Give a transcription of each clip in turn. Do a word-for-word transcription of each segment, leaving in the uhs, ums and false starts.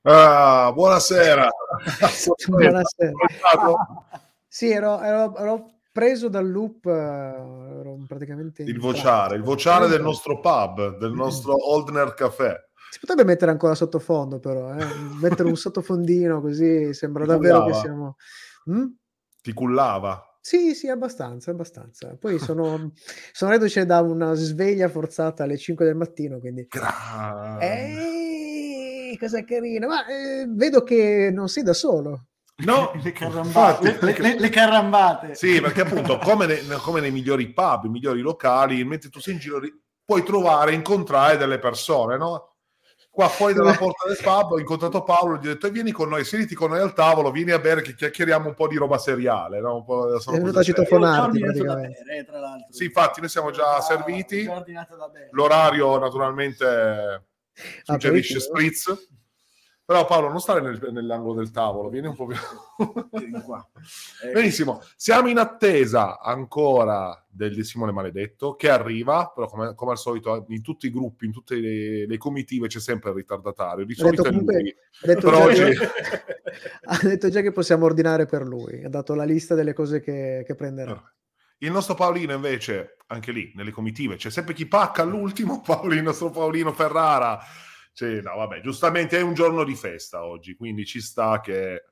Ah, buonasera. Buonasera. Sì, ero, ero, ero preso dal loop, ero praticamente Il in vociare, il trance. vociare del nostro pub, del nostro Oldner Café. Si potrebbe mettere ancora sottofondo però, eh? Mettere un sottofondino così sembra Ti davvero che cullava? siamo... Mm? Ti cullava? Sì, sì, abbastanza, abbastanza. Poi sono, sono reduce da una sveglia forzata alle cinque del mattino, quindi... Grande. Ehi, cosa carina! Ma eh, vedo che non sei da solo. No, le carambate, infatti, le, perché... le, le carambate. Sì, perché appunto come, ne, come nei migliori pub, i migliori locali, mentre tu sei in giro puoi trovare, incontrare delle persone, no? Qua fuori dalla porta del pub ho incontrato Paolo e gli ho detto vieni con noi, siediti con noi al tavolo, vieni a bere che chiacchieriamo un po' di roba seriale, no? Un po', È venuto a serie. citofonarti praticamente. Da bere, tra l'altro. Sì, infatti noi siamo già, già serviti, già da bere. L'orario naturalmente suggerisce Aperitivo. spritz, però Paolo non stare nel, nell'angolo del tavolo, vieni un po' più qua. Benissimo, siamo in attesa ancora del Simone Maledetto che arriva, però come, come al solito in tutti i gruppi, in tutte le, le comitive c'è sempre il ritardatario, di solito è lui, ha detto, però oggi... che, ha detto già che possiamo ordinare per lui, ha dato la lista delle cose che, che prenderà. Il nostro Paolino invece, anche lì, nelle comitive, c'è sempre chi pacca all'ultimo, Paolino, il nostro Paolino Ferrara. Cioè, no, vabbè, giustamente è un giorno di festa oggi, quindi ci sta che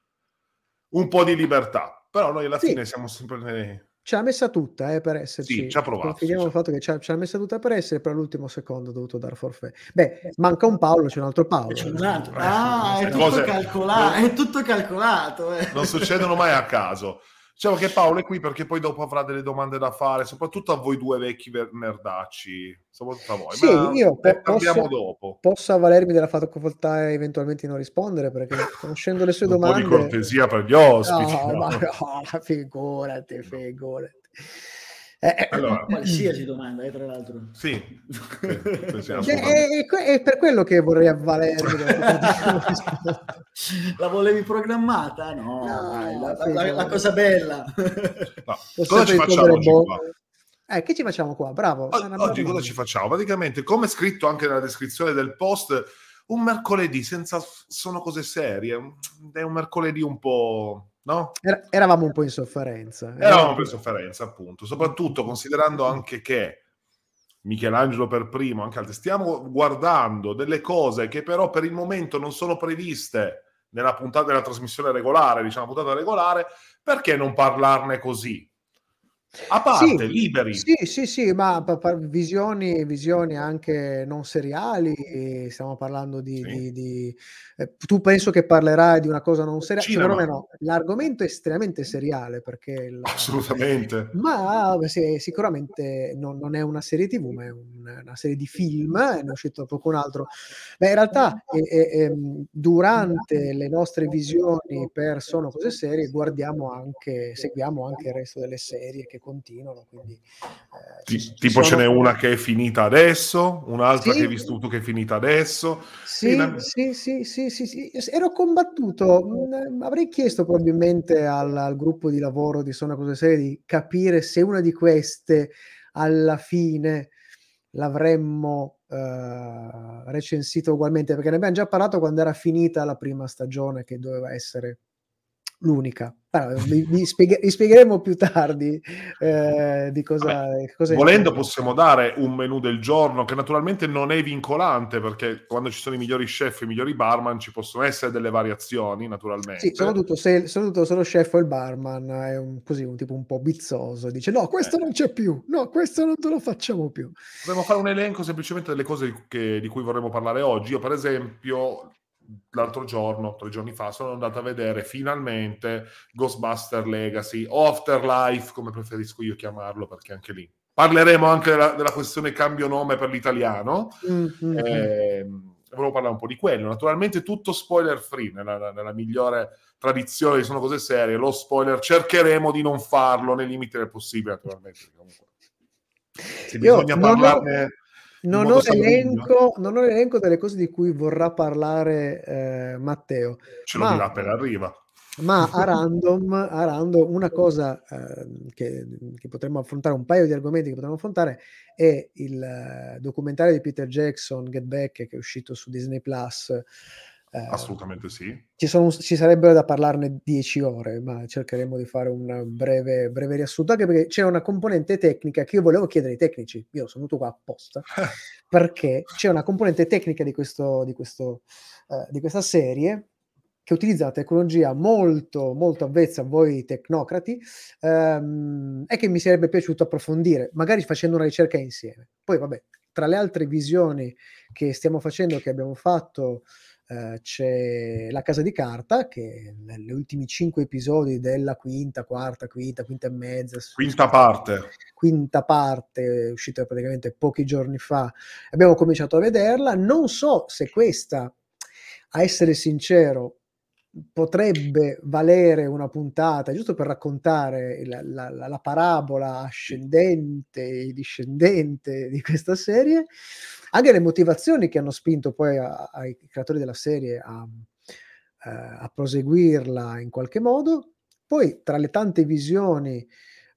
un po' di libertà. Però noi alla sì. fine siamo sempre... Nei... Ce l'ha messa tutta eh, per esserci. Sì, ci ha provato. Confidiamo sì, nel fatto che ce l'ha messa tutta per essere, però all'ultimo secondo ho dovuto dare forfait. Beh, manca un Paolo, c'è un altro Paolo. C'è un altro. Ah, è tutto, cose... calcolato, è tutto calcolato. Eh. Non succedono mai a caso. Diciamo che Paolo è qui perché poi dopo avrà delle domande da fare, soprattutto a voi due vecchi nerdacci, soprattutto a voi. Sì, ma io ne po- parliamo posso, dopo. Posso avvalermi della facoltà eventualmente di non rispondere, perché conoscendo le sue un domande... po' di cortesia per gli ospiti. No, no? ma no, figurati, figurati. Eh, allora, qualsiasi domanda, eh, tra l'altro. Sì, sì, sì, è, è per quello che vorrei avvalermi la volevi programmata? No, no dai, la, la, la cosa bella. No. Cosa ci facciamo oggi bo- qua? Eh, che ci facciamo qua? Bravo. O- oggi cosa ci facciamo? Praticamente, come scritto anche nella descrizione del post, un mercoledì senza sono cose serie, è un mercoledì un po'... no? Era, eravamo un po' in sofferenza. Eravamo, eravamo un po' in sofferenza, appunto, soprattutto considerando anche che Michelangelo per primo, anche altri, stiamo guardando delle cose che però per il momento non sono previste nella puntata della trasmissione regolare, diciamo puntata regolare, perché non parlarne così? A parte, sì, liberi. Sì, sì, sì, ma pa- pa- visioni, visioni anche non seriali, stiamo parlando di... Sì. di, di eh, tu penso che parlerai di una cosa non seriale? Cinema. No, l'argomento è estremamente seriale perché... Il, Assolutamente. Ma sì, sicuramente non, non è una serie tivù, ma è un, una serie di film, ne è uscito poco un altro. Beh, in realtà eh, eh, durante le nostre visioni per Sono Cose Serie guardiamo anche, seguiamo anche il resto delle serie che continuano, quindi eh, ci, ci tipo sono... ce n'è una che è finita adesso, un'altra sì, che hai visto tu che è finita adesso. sì, sì, sì, sì, sì, sì, ero combattuto. Mh, avrei chiesto probabilmente al, al gruppo di lavoro di Sono Cose Serie di capire se una di queste alla fine l'avremmo eh, recensito ugualmente, perché ne abbiamo già parlato quando era finita la prima stagione, che doveva essere l'unica. Allora, vi, vi, spieghe, vi spiegheremo più tardi eh, di cosa, Vabbè, cosa volendo intendo. possiamo dare un menù del giorno che naturalmente non è vincolante, perché quando ci sono i migliori chef e i migliori barman ci possono essere delle variazioni naturalmente. Sì, soprattutto se, soprattutto se lo chef o il barman è un, così, un tipo un po' bizzoso, dice no, questo eh. non c'è più, no, questo non te lo facciamo più. Potremmo fare un elenco semplicemente delle cose che, di cui vorremmo parlare oggi. Io per esempio l'altro giorno, tre giorni fa, sono andato a vedere finalmente Ghostbuster Legacy o Afterlife, come preferisco io chiamarlo, perché anche lì parleremo anche della, della questione cambio nome per l'italiano. Mm-hmm. Eh, volevo parlare un po' di quello. Naturalmente tutto spoiler free, nella, nella migliore tradizione di Sono Cose Serie. Lo spoiler cercheremo di non farlo nei limiti del possibile, naturalmente. Comunque. Se bisogna Io parlarne... Ho... Non ho, elenco, non ho l'elenco delle cose di cui vorrà parlare eh, Matteo. Ce lo ma, dirà appena arriva. Ma a random, a random una cosa eh, che, che potremmo affrontare, un paio di argomenti che potremmo affrontare è il uh, documentario di Peter Jackson, Get Back, che è uscito su Disney Plus, Eh, Assolutamente sì. Ci, sono, ci sarebbero da parlarne dieci ore, ma cercheremo di fare un breve, breve riassunto, anche perché c'è una componente tecnica che io volevo chiedere ai tecnici, io sono venuto qua apposta, perché c'è una componente tecnica di, questo, di, questo, eh, di questa serie che utilizza una tecnologia molto, molto avvezza a voi tecnocrati, ehm, e che mi sarebbe piaciuto approfondire, magari facendo una ricerca insieme. Poi vabbè, tra le altre visioni che stiamo facendo, che abbiamo fatto, Uh, c'è La Casa di Carta, che negli ultimi cinque episodi della quinta, quarta, quinta, quinta e mezza, quinta parte quinta parte, uscita praticamente pochi giorni fa, abbiamo cominciato a vederla. Non so se questa, a essere sincero, potrebbe valere una puntata, giusto per raccontare la, la, la, la parabola ascendente e discendente di questa serie, anche le motivazioni che hanno spinto poi a, ai creatori della serie a, eh, a proseguirla in qualche modo. Poi tra le tante visioni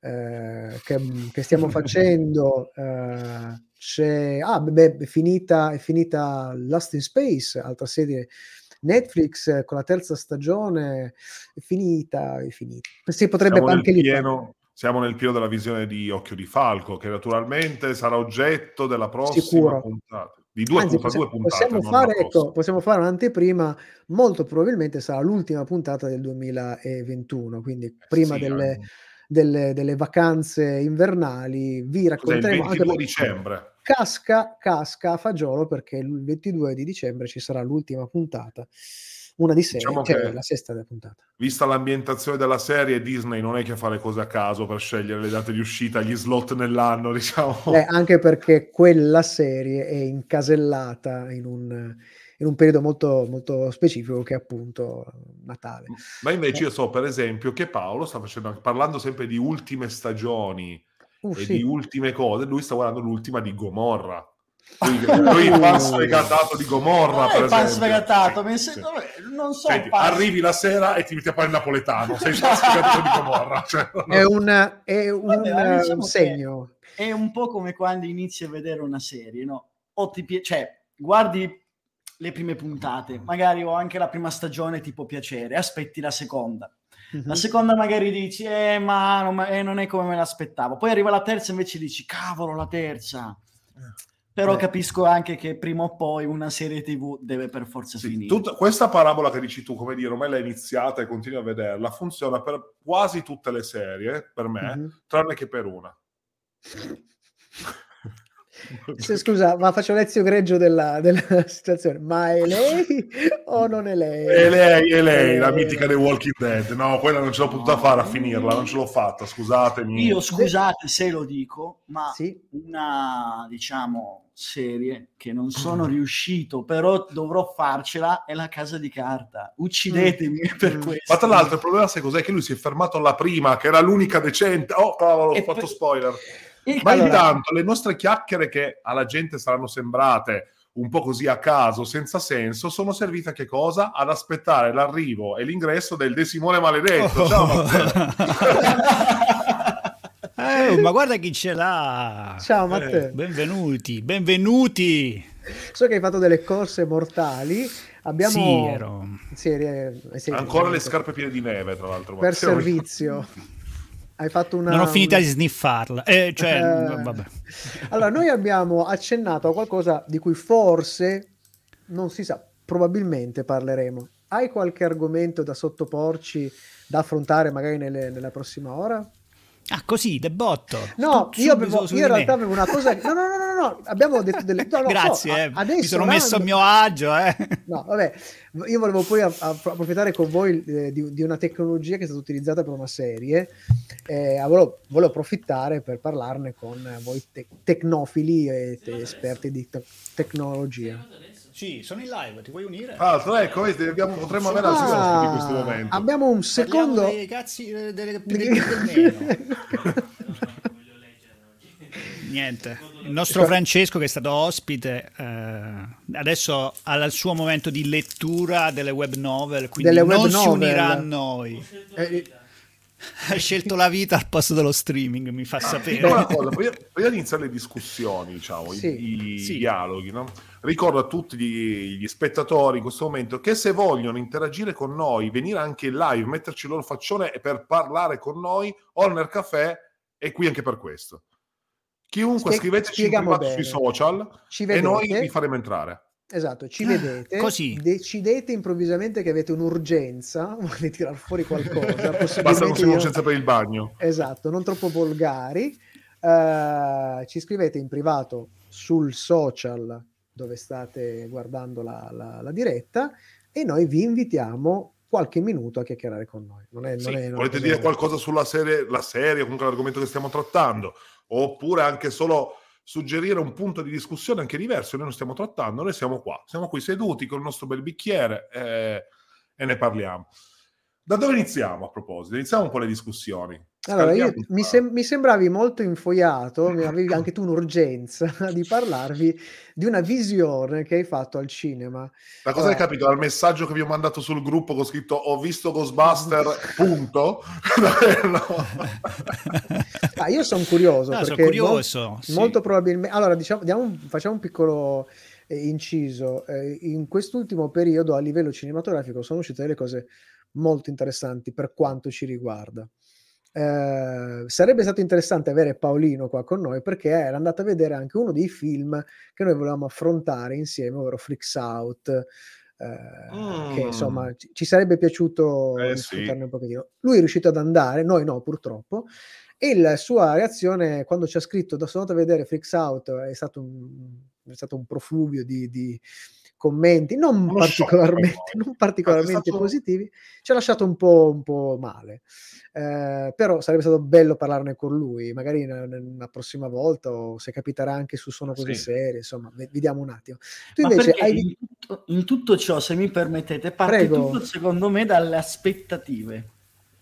eh, che, che stiamo facendo eh, c'è ah, beh, è finita, è finita Lost in Space, altra serie Netflix, con la terza stagione è finita, è finita. Si potrebbe siamo anche nel lì pieno, siamo nel pieno della visione di Occhio di Falco, che naturalmente sarà oggetto della prossima sicuro. puntata. Di due, Anzi, punta, possiamo, due puntate, possiamo, non fare, la ecco, possiamo fare un'anteprima, molto probabilmente sarà l'ultima puntata del duemilaventuno, quindi eh prima sì, delle, eh. delle, delle vacanze invernali vi racconteremo. Cos'è, il ventidue anche dicembre? Casca, casca a fagiolo, perché il ventidue di dicembre ci sarà l'ultima puntata, una di sei, Diciamo cioè che, la sesta della puntata. Vista l'ambientazione della serie, Disney non è che fa le cose a caso per scegliere le date di uscita, gli slot nell'anno, diciamo. Eh, anche perché quella serie è incasellata in un, in un periodo molto, molto specifico, che è appunto Natale. Ma invece io so, per esempio, che Paolo sta facendo, parlando sempre di ultime stagioni uh, e sì. di ultime cose, lui sta guardando l'ultima di Gomorra. Lui, lui fan sfegatato di Gomorra, non per è fan esempio. sfegatato, Sì, sì, sì. Non so. Senti, arrivi la sera e ti metti a fare il napoletano, sei fan sfegatato di Gomorra. Cioè, è un, è un, Vabbè, diciamo segno. È un po' come quando inizi a vedere una serie, no? O ti pi- cioè, guardi le prime puntate, magari o anche la prima stagione ti può piacere, aspetti la seconda. Uh-huh. La seconda magari dici, eh, ma non, eh, non è come me l'aspettavo. Poi arriva la terza e invece dici, cavolo, la terza. Però Beh. capisco anche che prima o poi una serie tivù deve per forza sì, finire. Tutta questa parabola che dici tu, come dire, ormai l'hai iniziata e continui a vederla, funziona per quasi tutte le serie, per me, uh-huh. tranne che per una. Se, scusa, ma faccio l'ezio greggio della, della situazione, ma è lei o non è lei? È lei, è lei, è la lei, mitica The Walking Dead. No, quella non ce l'ho potuta no, fare a finirla, non ce l'ho fatta, scusatemi. Io, scusate se lo dico, ma sì? una, diciamo, serie che non sono riuscito, però dovrò farcela, è La Casa di Carta. Uccidetemi mm. per mm. questo. Ma tra l'altro il problema, sai cos'è? Che lui si è fermato alla prima, che era l'unica decente. Oh, cavolo, ho e fatto per... spoiler. E Ma allora... intanto le nostre chiacchiere, che alla gente saranno sembrate un po' così a caso, senza senso, sono servite a che cosa? Ad aspettare l'arrivo e l'ingresso del De Simone Maledetto. Oh. Ciao Matteo. eh, ma guarda chi ce l'ha. Ciao Matteo. Eh, benvenuti, benvenuti. So che hai fatto delle corse mortali. Abbiamo sì, ero... serie, serie, ancora serie, le scarpe piene di neve, tra l'altro. Per Matteo. Servizio. Hai fatto una... Non ho finita di sniffarla. Eh, cioè, eh, vabbè. Allora, noi abbiamo accennato a qualcosa di cui forse, non si sa, probabilmente parleremo. Hai qualche argomento da sottoporci, da affrontare magari nelle, nella prossima ora? Ah, così, de botto. No, io, avevo, io in realtà avevo una cosa... No, no, no, no, no. Abbiamo detto delle... No, no, Grazie, so, eh. adesso mi sono messo a mio agio. Eh. No, vabbè, io volevo poi approfittare con voi eh, di, di una tecnologia che è stata utilizzata per una serie. Eh, volevo, volevo approfittare per parlarne con voi te- tecnofili e te- esperti di te- tecnologia. Sì, sono in live, ti vuoi unire? Ah, ecco, abbiamo, potremmo avere la ah, in questo momento. Abbiamo un secondo... Parliamo dei cazzi delle, delle, del Niente, il nostro Francesco, che è stato ospite, eh, adesso ha il suo momento di lettura delle web novel, quindi delle non web si novel. unirà a noi. Eh, Hai scelto la vita al posto dello streaming, mi fa sapere. Una cosa, prima, prima di iniziare le discussioni, diciamo, Sì. i, i Sì. dialoghi, no? Ricordo a tutti gli, gli spettatori in questo momento che se vogliono interagire con noi, venire anche in live, metterci il loro faccione e per parlare con noi, Horner Café è qui anche per questo. Chiunque, Spie- scriveteci in spieghiamo privato sui bene. social Ci e noi vedete? vi faremo entrare. Esatto, ci vedete, Così. decidete improvvisamente che avete un'urgenza, volete tirar fuori qualcosa, Basta possibilmente non sia io- un'urgenza per il bagno. Esatto, non troppo volgari. Eh, ci scrivete in privato sul social dove state guardando la, la- la diretta e noi vi invitiamo qualche minuto a chiacchierare con noi. Non è, Sì, non è una volete cosa- dire qualcosa sulla serie, la serie, comunque l'argomento che stiamo trattando, oppure anche solo suggerire un punto di discussione anche diverso, noi non stiamo trattando, noi siamo qua, siamo qui seduti con il nostro bel bicchiere eh, e ne parliamo. Da dove iniziamo a proposito? Iniziamo un po' le discussioni. Allora, io, Scaldiamo- mi, sem- mi sembravi molto infoiato, mi avevi anche tu un'urgenza di parlarvi di una visione che hai fatto al cinema. Da cosa Allora, hai capito? Dal messaggio che vi ho mandato sul gruppo con scritto ho visto Ghostbuster, punto? No. ah, io sono curioso, No, sono perché curioso, mol- sì. molto probabilmente... Allora, diciamo, diamo un- facciamo un piccolo eh, inciso. Eh, in quest'ultimo periodo a livello cinematografico sono uscite delle cose molto interessanti per quanto ci riguarda. Eh, sarebbe stato interessante avere Paolino qua con noi perché era andato a vedere anche uno dei film che noi volevamo affrontare insieme, ovvero Freaks Out, eh, Mm. che insomma ci, ci sarebbe piaciuto Eh, discuterne sì. un pochettino. Lui è riuscito ad andare, noi no purtroppo, e la sua reazione quando ci ha scritto da sono andato a vedere Freaks Out è stato un, è stato un profluvio di, di commenti non Uno particolarmente, shock per noi. non particolarmente È stato- positivi, ci ha lasciato un po', un po' male. Eh, però sarebbe stato bello parlarne con lui, magari una, una prossima volta, o se capiterà anche su Sono Cose Sì. Serie, insomma, ve- vediamo un attimo. Tu Ma invece perché hai... in tutto, in tutto ciò, se mi permettete, parte Prego. tutto secondo me dalle aspettative. Eh,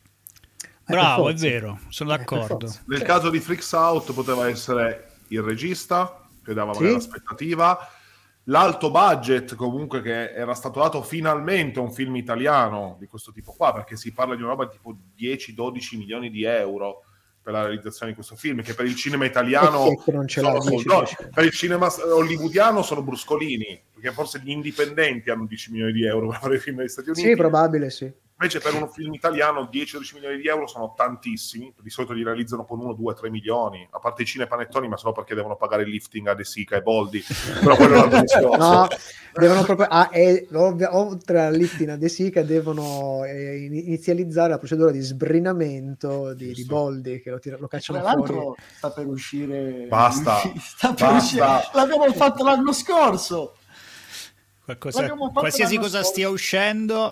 per Bravo, è forza. vero, sono Eh, per d'accordo. forza. Nel Cioè, caso di Freaks Out poteva essere il regista, che dava magari Sì. l'aspettativa, l'alto budget comunque che era stato dato finalmente a un film italiano di questo tipo qua, perché si parla di una roba tipo dieci dodici milioni di euro per la realizzazione di questo film, che per il cinema italiano E che non ce l'ha sono dieci, soldoni. dieci. Per il cinema hollywoodiano sono bruscolini, perché forse gli indipendenti hanno dieci milioni di euro per fare i film negli Stati Uniti. sì, probabile, sì. Invece per un film italiano dieci dodici milioni di euro sono tantissimi, di solito li realizzano con uno, due, tre milioni, a parte i cinepanettoni, ma solo perché devono pagare il lifting a De Sica e Boldi, però quello è un altro discorso. No, devono proprio, ah, e, ovvia- oltre all'Ittina De Sica devono eh, in- inizializzare la procedura di sbrinamento di, di Giusto. Boldi, che lo, tira- lo Tra cacciano l'altro fuori. sta per uscire... Basta, sta per basta. uscire. L'abbiamo fatto l'anno scorso. Qualcosa, L'abbiamo fatto qualsiasi l'anno cosa scorso. stia uscendo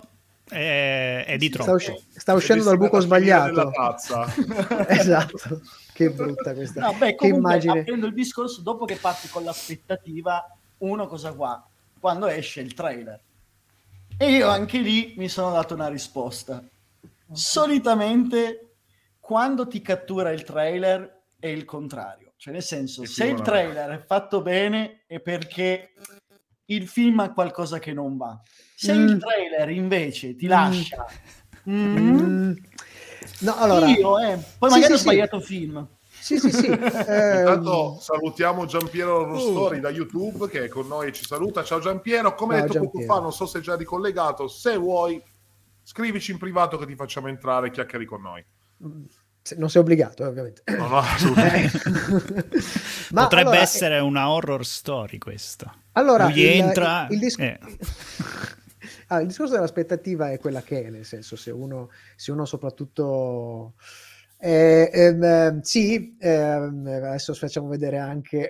è, è di Sta, troppo. usci- sta uscendo dal buco Finisce nella sbagliato. tazza. Esatto, che brutta questa. No, beh, che comunque, immagine. aprendo il discorso, dopo che parti con l'aspettativa, uno cosa qua? Quando esce il trailer. E io anche lì mi sono dato una risposta. Solitamente, quando ti cattura il trailer, è il contrario. Cioè, nel senso, E se il figura- trailer è fatto bene, è perché il film ha qualcosa che non va. Se Mm. il trailer invece ti Mm. lascia... mm, Mm. No, allora, io, eh, poi Sì, magari sì, ho sì. sbagliato film. sì, sì, sì. eh, Intanto salutiamo Giampiero Rostori da YouTube che è con noi e ci saluta. Ciao Giampiero, come Ciao, detto poco Giampiero. fa, non so se è già ricollegato, se vuoi scrivici in privato che ti facciamo entrare e chiacchieri con noi. se- non sei obbligato, eh, ovviamente. No, no, assolutamente. Ma Potrebbe allora, essere una horror story questa. Allora, Lui il- entra... il, il dis- eh. Ah, il discorso dell'aspettativa è quella che è, nel senso, se uno, se uno soprattutto... eh, ehm, ehm, sì, ehm, adesso facciamo vedere anche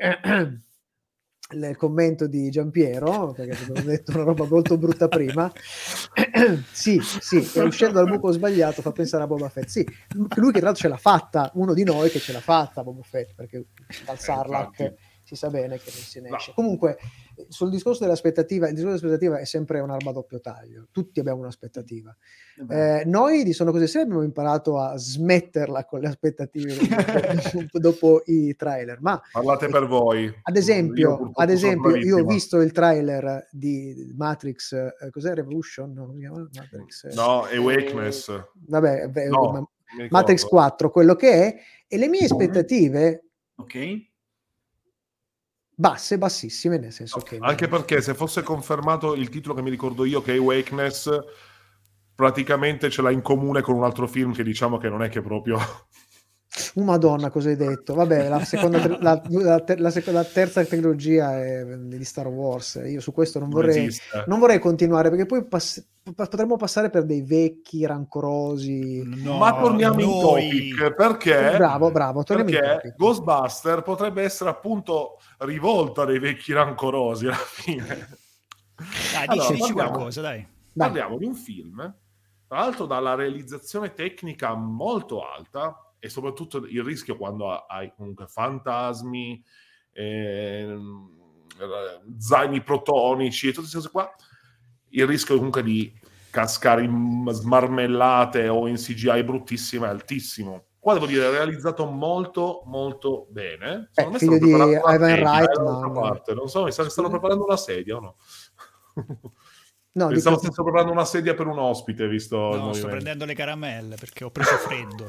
il commento di Giampiero, perché abbiamo detto una roba molto brutta prima. Sì, sì, e uscendo dal buco sbagliato fa pensare a Boba Fett. Sì, lui che tra l'altro ce l'ha fatta, uno di noi che ce l'ha fatta Boba Fett, perché dal Sarlacc infatti. si sa bene che non se ne No. esce. Comunque, sul discorso dell'aspettativa, il discorso dell'aspettativa è sempre un'arma a doppio taglio. Tutti abbiamo un'aspettativa. Eh, noi di Sono Cose Serie abbiamo imparato a smetterla con le aspettative dopo, dopo i trailer, ma Parlate per voi. ad Io esempio, purtroppo ad sono esempio una io ho vittima. visto il trailer di Matrix, eh, cos'è Revolution? No, come si chiama? Matrix, eh. No, Awakeness. Vabbè, beh, No, ma- Matrix quattro, quello che è, e le mie aspettative ok, basse, bassissime, nel senso che anche perché se fosse confermato il titolo che mi ricordo io, che è Awakeness, praticamente ce l'ha in comune con un altro film che diciamo che non è che proprio... Oh, Madonna, cosa hai detto? Vabbè, la seconda, tri- la, la, ter- la sec- la terza trilogia è di Star Wars. Io su questo non Non vorrei, esiste. non vorrei continuare, perché poi pass- pa- potremmo passare per dei vecchi rancorosi. No, Ma torniamo in noi- topic, perché, Bravo, bravo, torniamo in perché topic. Ghostbuster potrebbe essere appunto rivolta dei vecchi rancorosi alla fine. Dai, Allora, dici, dici parliamo- qualcosa, dai. Dai. Parliamo di un film, tra l'altro dalla realizzazione tecnica molto alta, e soprattutto il rischio quando hai comunque fantasmi, ehm, zaini protonici e tutte queste cose qua, il rischio comunque di cascare in smarmellate o in C G I bruttissime è altissimo. Qua devo dire, è realizzato molto molto bene. Eh, Secondo me figlio stanno di preparando una Ivan sedia, eh, Reitman. dall'altra parte. Non so, mi sa che stanno Scusa? preparando una sedia o no? No, Pensavo dico- stessero preparando una sedia per un ospite, visto il No, sto movimento. prendendo le caramelle perché ho preso freddo.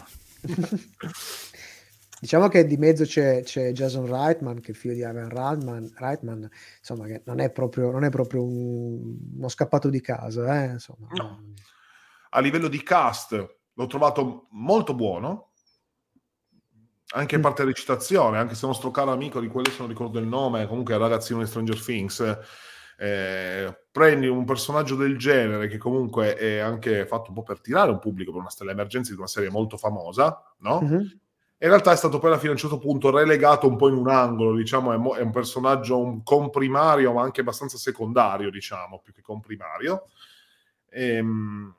diciamo che di mezzo c'è, c'è Jason Reitman, che è figlio di Ivan Reitman, Reitman, insomma, che non è proprio, non è proprio un- uno scappato di casa, eh, insomma. No. A livello di cast l'ho trovato molto buono, anche in Mm. parte recitazione, anche se il nostro caro amico di quello, se non ricordo il nome, comunque è il ragazzino di Stranger Things, eh, prendi un personaggio del genere che comunque è anche fatto un po' per tirare un pubblico per una stella emergenza di una serie molto famosa, no? Mhm. In realtà è stato poi alla fine a un certo punto relegato un po' in un angolo, diciamo, è, mo- è un personaggio un comprimario, ma anche abbastanza secondario, diciamo, più che comprimario. Ehm,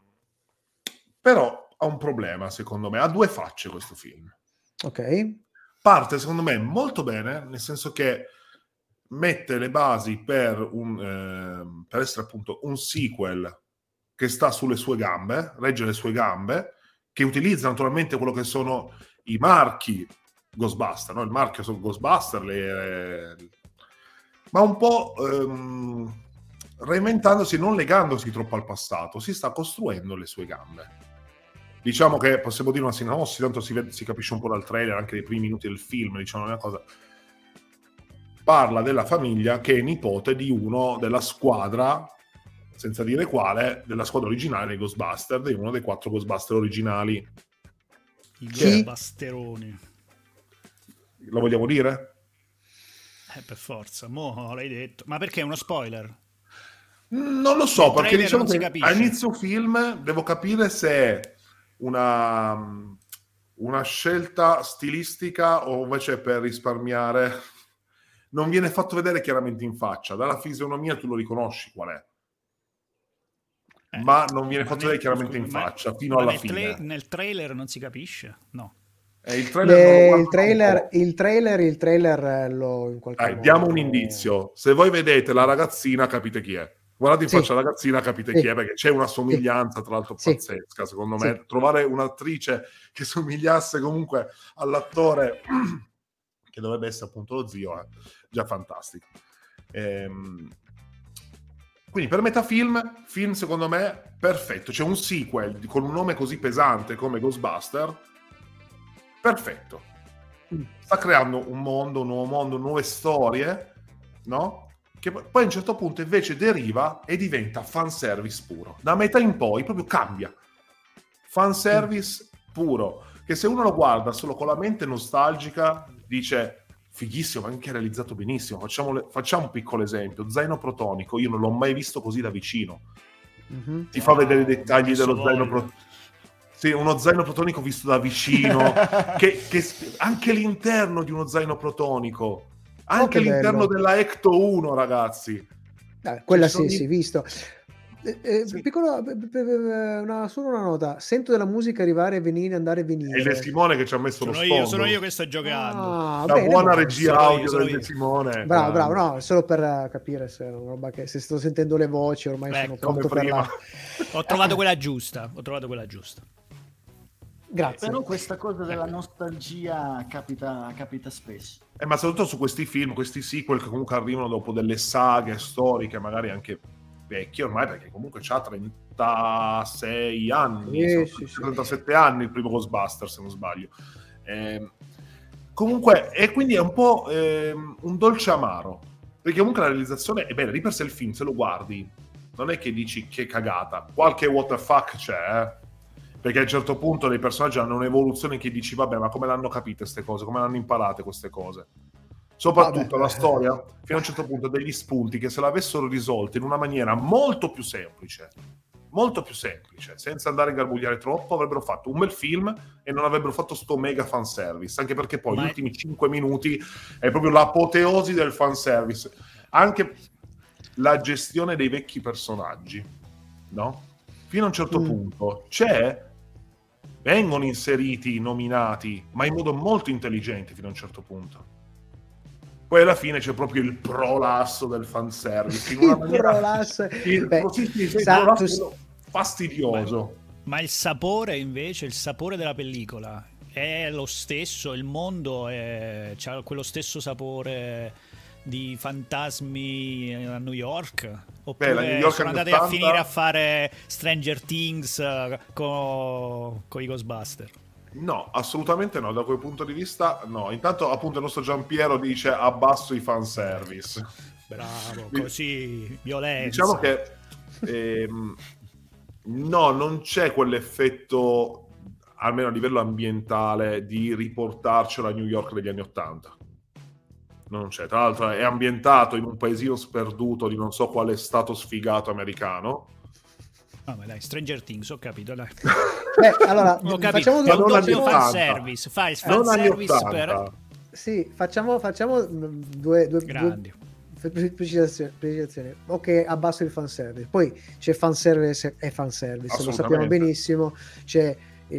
però ha un problema, secondo me, ha due facce questo film. Ok. Parte, secondo me, molto bene, nel senso che mette le basi per, un, ehm, per essere appunto un sequel che sta sulle sue gambe, regge le sue gambe, che utilizza naturalmente quello che sono i marchi Ghostbuster, no? Il marchio sono Ghostbuster, le, ma un po' ehm, reinventandosi, non legandosi troppo al passato, si sta costruendo le sue gambe. Diciamo che possiamo dire una sinossi, tanto si, vede, si capisce un po' dal trailer, anche nei primi minuti del film, diciamo una cosa. Parla della famiglia che è nipote di uno della squadra, senza dire quale, della squadra originale dei Ghostbuster, di uno dei quattro Ghostbuster originali. I Chi? Ghostbusteroni. Lo vogliamo dire? Eh, per forza, mo l'hai detto. Ma perché è uno spoiler? Non lo so, Nel perché trailer diciamo non si che capisce. a inizio film devo capire se è una, una scelta stilistica o invece per risparmiare. Non viene fatto vedere chiaramente in faccia, dalla fisionomia tu lo riconosci qual è, Eh, ma non viene ma fatto nel- vedere chiaramente scusa, in ma- faccia fino ma alla nel, fine. tra- nel trailer non si capisce? No. Eh, il trailer, Le- non lo il guardo trailer, un po'. il trailer, il trailer eh, lo in qualche Dai, modo. diamo un indizio. Se voi vedete la ragazza, capite chi è. Guardate in Sì. faccia la ragazzina, capite Sì. chi è, perché c'è una somiglianza, tra l'altro, Sì. pazzesca. Secondo Sì. me, trovare un'attrice che somigliasse comunque all'attore che dovrebbe essere appunto lo zio è già fantastico. Ehm... Quindi per metafilm, film secondo me perfetto. C'è un sequel con un nome così pesante come Ghostbuster, perfetto. Mm. Sta creando un mondo, un nuovo mondo, nuove storie, no? Che poi a un certo punto invece deriva e diventa fanservice puro. Da metà in poi proprio cambia. Fanservice puro. Che se uno lo guarda solo con la mente nostalgica, dice fighissimo, ma anche realizzato benissimo. Facciamo, le, facciamo un piccolo esempio. Zaino protonico, io non l'ho mai visto così da vicino. Mm-hmm. Ti fa Wow, vedere i dettagli adesso dello zaino voglio. protonico. Sì, uno zaino protonico visto da vicino, che, che anche l'interno di uno zaino protonico, anche Oh, che all'interno bello. della Ecto uno, ragazzi. Eh, quella Cioè, ci sì, sono sì, visto. Eh, eh, Sì. Piccolo, p- p- p- una, solo una nota. Sento della musica arrivare e venire, andare e venire. È De Simone che ci ha messo Sono lo io, sfondo. sono io che sto giocando. Ah, La bene, buona bravo. regia Sono io, audio sono del io. De Simone. Bravo, bravo, grande. no, solo per eh, capire se è una roba che se sto sentendo le voci ormai sono Ecco, Come pronto per prima. la... Ho trovato quella giusta. Ho trovato quella giusta. Grazie. Però questa cosa della nostalgia capita, capita spesso. Eh, ma soprattutto su questi film, questi sequel che comunque arrivano dopo delle saghe storiche, magari anche vecchie ormai, perché comunque c'ha trenta trentasei anni, Sì, sì, sì. trentasette anni il primo Ghostbusters, se non sbaglio. Eh, comunque, e quindi è un po' eh, un dolce amaro, perché comunque la realizzazione è bella, di per sé il film, se lo guardi, non è che dici che cagata, qualche what the fuck c'è, eh? Perché a un certo punto dei personaggi hanno un'evoluzione che dici, vabbè, ma come l'hanno capite queste cose, come l'hanno imparate queste cose? Soprattutto Vabbè, la storia, fino a un certo punto, degli spunti che se l'avessero risolto in una maniera molto più semplice, molto più semplice, senza andare a ingarbugliare troppo, avrebbero fatto un bel film e non avrebbero fatto sto mega fanservice, anche perché poi Ma gli è... ultimi cinque minuti è proprio l'apoteosi del fanservice. Anche la gestione dei vecchi personaggi, no? Fino a un certo Mm. punto c'è, vengono inseriti, nominati, ma in modo molto intelligente fino a un certo punto. Poi alla fine c'è proprio il prolasso del fanservice. In una Il maniera- prolasso. il, Beh, sì, sì, sì, il sa- prolasso tu- fastidioso. Ma il sapore invece, il sapore della pellicola è lo stesso, il mondo è... c'ha quello stesso sapore di fantasmi a New York? Oppure Beh, la New York sono anni andati a ottanta finire a fare Stranger Things uh, con i Ghostbusters? No, assolutamente no, da quel punto di vista no. Intanto appunto il nostro Giampiero dice abbasso i fanservice. Bravo, Di- così, violenza. Diciamo che ehm, no, non c'è quell'effetto, almeno a livello ambientale, di riportarci alla New York degli anni Ottanta. Non c'è. Tra l'altro è ambientato in un paesino sperduto di non so quale stato sfigato americano. No, ma dai, Stranger Things, ho capito, dai. Beh, allora, Ho capito, facciamo Ma due, non anni doppio ottanta. fanservice, fai il Non anni fanservice per ottanta. sì, facciamo, facciamo mm, due, due, grandi. due pre- precisazioni, precisazioni. Ok, abbasso il fanservice. Poi c'è fanservice e fanservice, lo sappiamo Assolutamente. benissimo. C'è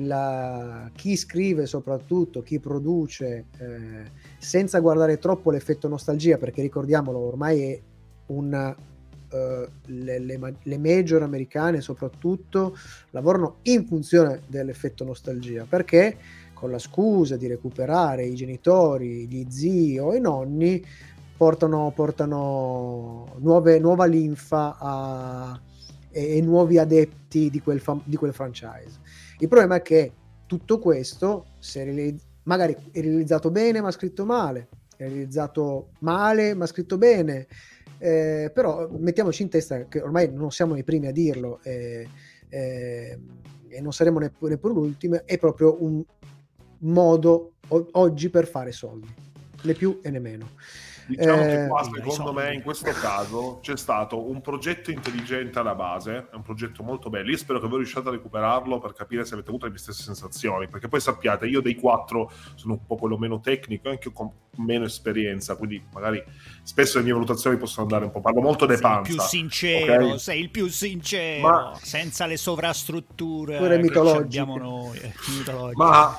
il, chi scrive, soprattutto chi produce, eh, senza guardare troppo l'effetto nostalgia, perché ricordiamolo, ormai è un... Uh, le, le, le major americane soprattutto lavorano in funzione dell'effetto nostalgia, perché con la scusa di recuperare i genitori, gli zii o i nonni portano, portano nuove, nuova linfa a, e, e nuovi adepti di quel, fam, di quel franchise. Il problema è che tutto questo, se realizz- magari è realizzato bene ma scritto male, è realizzato male ma scritto bene, eh, però mettiamoci in testa che ormai non siamo i primi a dirlo, eh, eh, e non saremo neppure, neppure l'ultimo, è proprio un modo o- oggi per fare soldi, né più e né meno. Diciamo che Eh, qua, Dai, secondo soldi. me, in questo caso c'è stato un progetto intelligente alla base, è un progetto molto bello. Io spero che voi riusciate a recuperarlo per capire se avete avuto le mie stesse sensazioni, perché poi sappiate, io dei quattro sono un po' quello meno tecnico e anche con meno esperienza, quindi magari spesso le mie valutazioni possono andare un po', parlo molto de Sei il panza. più sincero, ok? sei il più sincero, Ma- senza le sovrastrutture Pure che mitologiche. abbiamo noi. eh, mitologiche. Ma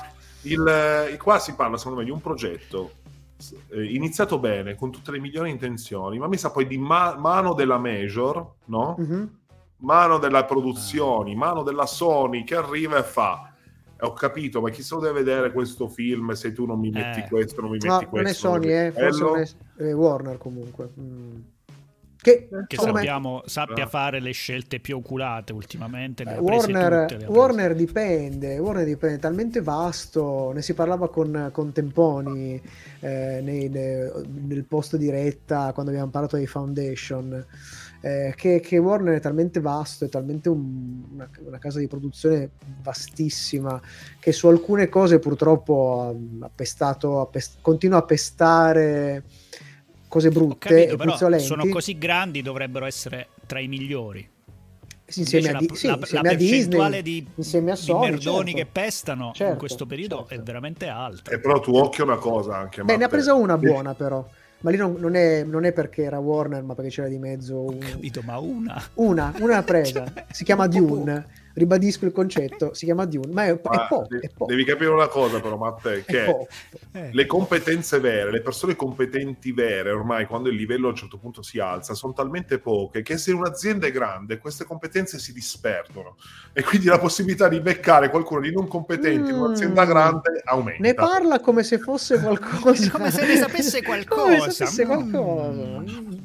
il, il- qua si parla, secondo me, di un progetto eh, iniziato bene, con tutte le migliori intenzioni, ma mi sa poi di ma- mano della major, no? mhm. Mano della produzioni, mano della Sony che arriva e fa: ho capito, ma chi se lo deve vedere questo film se tu non mi metti Eh. questo, non mi metti No, questo? non è Sony, mi eh, metti forse quello? non è eh, Warner comunque. Mm. Che, Che secondo me, sappiamo, sappia Ah. fare le scelte più oculate ultimamente. Le eh, ha prese Warner, tutte, le ha prese. Warner dipende, Warner dipende, è talmente vasto, ne si parlava con, con Temponi eh, nei- ne- nel post diretta quando abbiamo parlato dei Foundation, eh, che, che Warner è talmente vasto, è talmente un- una, una casa di produzione vastissima, che su alcune cose purtroppo ha, ha pestato, ha pest- continua a pestare cose Ho brutte capito, e però puzzolenti. sono così grandi, dovrebbero essere tra i migliori. Insieme Invece a, Di- la, sì, la- insieme la a Disney, percentuale di, insieme a di Sony, merdoni certo. che pestano Certo, in questo periodo certo. è veramente alta. E però tu occhio una cosa anche, Beh, ne ha Matte. presa una buona però, ma lì non, non è, non è perché era Warner, ma perché c'era di mezzo Ho un- capito, ma una. una, una l'ha presa, Cioè, si chiama un po' Dune, ribadisco il concetto, si chiama Dune, ma è, è Ma poco, de- è poco, devi capire una cosa però, Matte, è che poco. Eh. le competenze vere, le persone competenti vere, ormai quando il livello a un certo punto si alza, sono talmente poche che se un'azienda è grande queste competenze si disperdono e quindi la possibilità di beccare qualcuno di non competente in un'azienda Mm. grande aumenta. Ne parla come se fosse qualcosa, Come se ne sapesse come qualcosa. se sapesse Mm. qualcosa.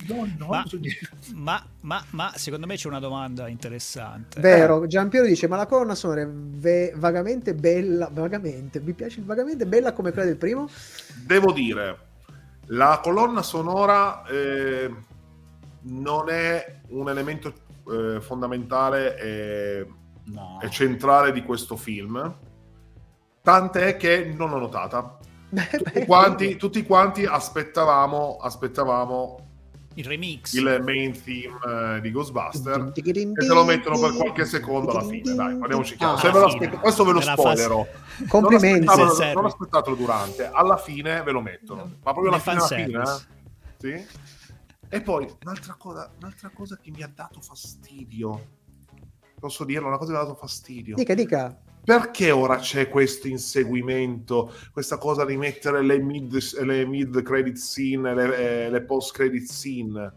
no, no, ma, so di- ma, ma, ma secondo me c'è una domanda interessante. Vero, Giampiero dice: ma la colonna sonora è ve- vagamente bella, vagamente, mi piace il vagamente bella come quella del primo? Devo dire, la colonna sonora eh, non è un elemento eh, fondamentale e, No. e centrale di questo film, tant'è che non l'ho notata. Beh, Tutti beh, quanti, tutti quanti aspettavamo, aspettavamo Il remix. il main theme eh, di Ghostbuster e te lo mettono per qualche secondo alla fine. Dai, parliamoci chiaro. Ah, Se ve lo alla fine. aspetta- questo ve lo Nella spoilerò. Complimenti. Non aspettatelo, Fanservice. non aspettatelo durante, alla fine ve lo mettono. Ma proprio alla Nel fine, alla fine, fanservice. eh? Sì? E poi un'altra cosa, un'altra cosa che mi ha dato fastidio. Posso dirlo? Una cosa che mi ha dato fastidio. Dica, dica. Perché ora c'è questo inseguimento, questa cosa di mettere le mid, le mid credit scene, le, eh, le post credit scene,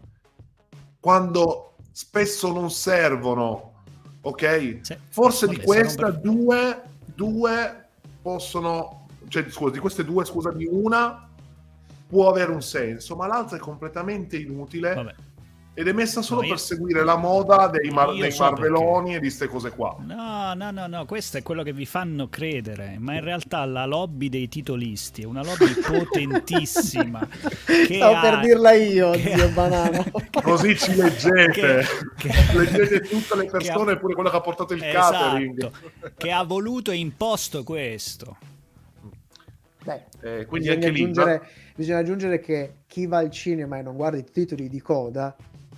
quando spesso non servono, ok? Sì. Forse Vabbè, di questa saranno per- due, due possono, cioè scusa, di queste due, scusami, una può avere un senso, ma l'altra è completamente inutile. Vabbè. Ed è messa solo No, io- per seguire la moda dei, mar- Io dei so marveloni e di ste cose qua. No, no, no, no, questo è quello che vi fanno credere, ma in realtà la lobby dei titolisti è una lobby potentissima. Che Stavo ha- per dirla io, che zio ha- Banana. Così ci leggete, Che- che- leggete tutte le che persone, ha- pure quello che ha portato il catering. Esatto, che ha voluto e imposto questo. Beh, Eh, quindi bisogna, anche lì aggiungere, bisogna aggiungere che chi va al cinema e non guarda i titoli di coda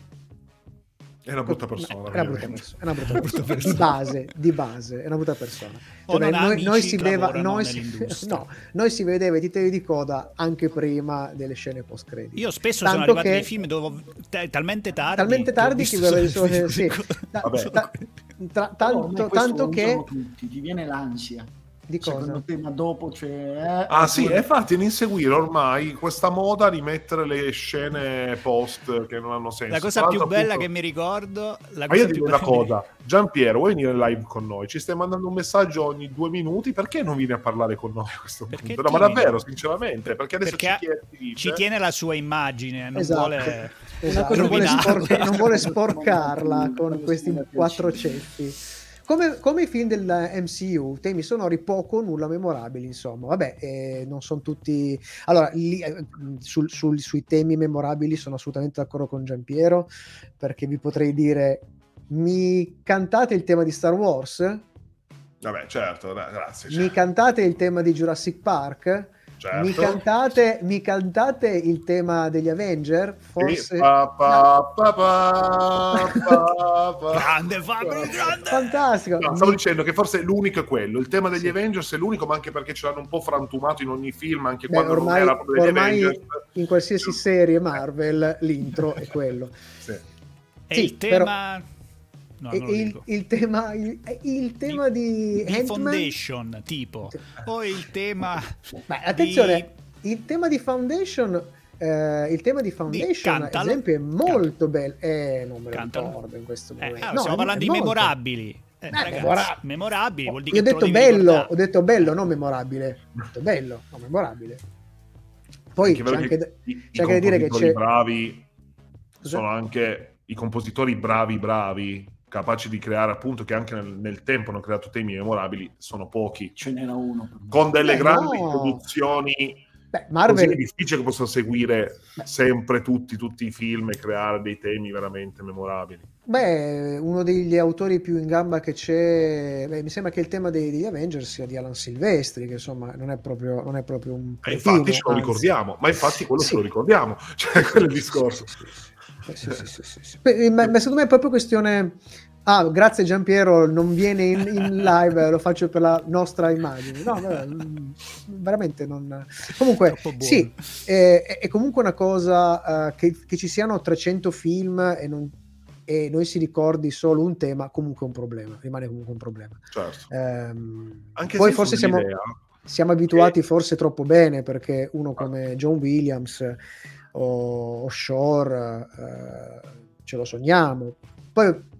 è una brutta persona. è una brutta veramente. persona, è una brutta persona. Di base, di base, è una brutta persona. O non ha noi, amici noi si che vedeva, lavorano noi si, nell'industria. no, noi si vedeva i titoli di coda anche prima delle scene post crediti. Io spesso Tanto sono arrivati che- dei film dove ho- ta- talmente tardi talmente tardi che ho guarda visto solo- solo- sì. Ta- Vabbè. ta- tra- Però ormai tanto, questo tanto lo che usano tutti, ti viene l'ansia. di cosa? Secondo te, ma dopo c'è... eh, Ah sì, oppure- e infatti di inseguire ormai questa moda di mettere le scene post che non hanno senso. La cosa Tra più l'altro, bella appunto- che mi ricordo, la Ma io cosa dico più una bella cosa, Giampiero, vuoi venire live con noi? Ci stai mandando un messaggio ogni due minuti, perché non vieni a parlare con noi a questo Perché punto? No, ma timido. davvero, sinceramente, perché adesso Perché ci, chiede, ci dice, ci tiene la sua immagine, non Esatto. vuole Esatto, non, vuole rovinarla. sporca- non vuole sporcarla con questi quattro ceffi. Come, come i film del M C U, temi sonori poco o nulla memorabili, insomma. Vabbè, eh, non sono tutti... Allora, lì, eh, sul- sul- sui temi memorabili sono assolutamente d'accordo con Giampiero, perché vi potrei dire, mi cantate il tema di Star Wars? vabbè, certo, dai, grazie. Mi certo. cantate il tema di Jurassic Park? Certo. Mi cantate, mi cantate il tema degli Avenger? Forse... Sì, pa, pa, pa, pa, pa, pa. Grande Fabri, grande! Fantastico. No, stavo Mi- dicendo che forse l'unico è quello. Il tema degli Sì. Avengers è l'unico, ma anche perché ce l'hanno un po' frantumato in ogni film, anche Beh, quando ormai, non era proprio degli ormai Avengers. in qualsiasi serie Marvel l'intro è quello. Sì. E Sì, il tema... No, E- non lo e il, dico. il tema, il, il tema di, Di Ant-Man- Foundation, tipo. O il tema... Beh, attenzione, il tema di Foundation, eh, il tema di Foundation, ad cantalo. esempio, è molto bello. Eh, non me lo Cantalo. ricordo in questo Eh, momento. allora, No, stiamo è- parlando è di molto- memorabili. Eh, ragazzi, memorabili. memorabili vuol Io dire ho che te lo detto devi bello, ricordare. ho detto bello, non memorabile. Ho detto bello, non memorabile. Poi Anche c'è perché anche, da- i, c'è anche da dire che compositori c'è... bravi Cos'è? sono anche i compositori bravi bravi capaci di creare, appunto, che anche nel, nel tempo hanno creato temi memorabili, sono pochi, Ce n'era uno. con delle Beh, grandi no. produzioni. Beh, Così Marvel... è difficile che possano seguire Beh. sempre tutti, tutti i film e creare dei temi veramente memorabili. Beh, uno degli autori più in gamba che c'è, beh, mi sembra che il tema dei- degli Avengers sia di Alan Silvestri, che insomma non è proprio, non è proprio un E cretino, infatti ce lo anzi. ricordiamo, ma infatti quello Sì. ce lo ricordiamo, cioè quello è il discorso. Sì, sì, sì, sì, sì, sì, sì. Beh, ma, ma secondo me è proprio questione... Ah, grazie Giampiero, non viene in, in live, lo faccio per la nostra immagine. No, vabbè, mm, veramente non... Comunque, Troppo buono. sì, è, è comunque una cosa eh, che, che ci siano trecento film e, non, e noi si ricordi solo un tema, comunque è un problema, rimane comunque un problema. Certo. Ehm, Anche poi se forse sono siamo, l'idea siamo abituati che- forse troppo bene, perché uno come John Williams o, o Shore eh, ce lo sogniamo. Poi, poi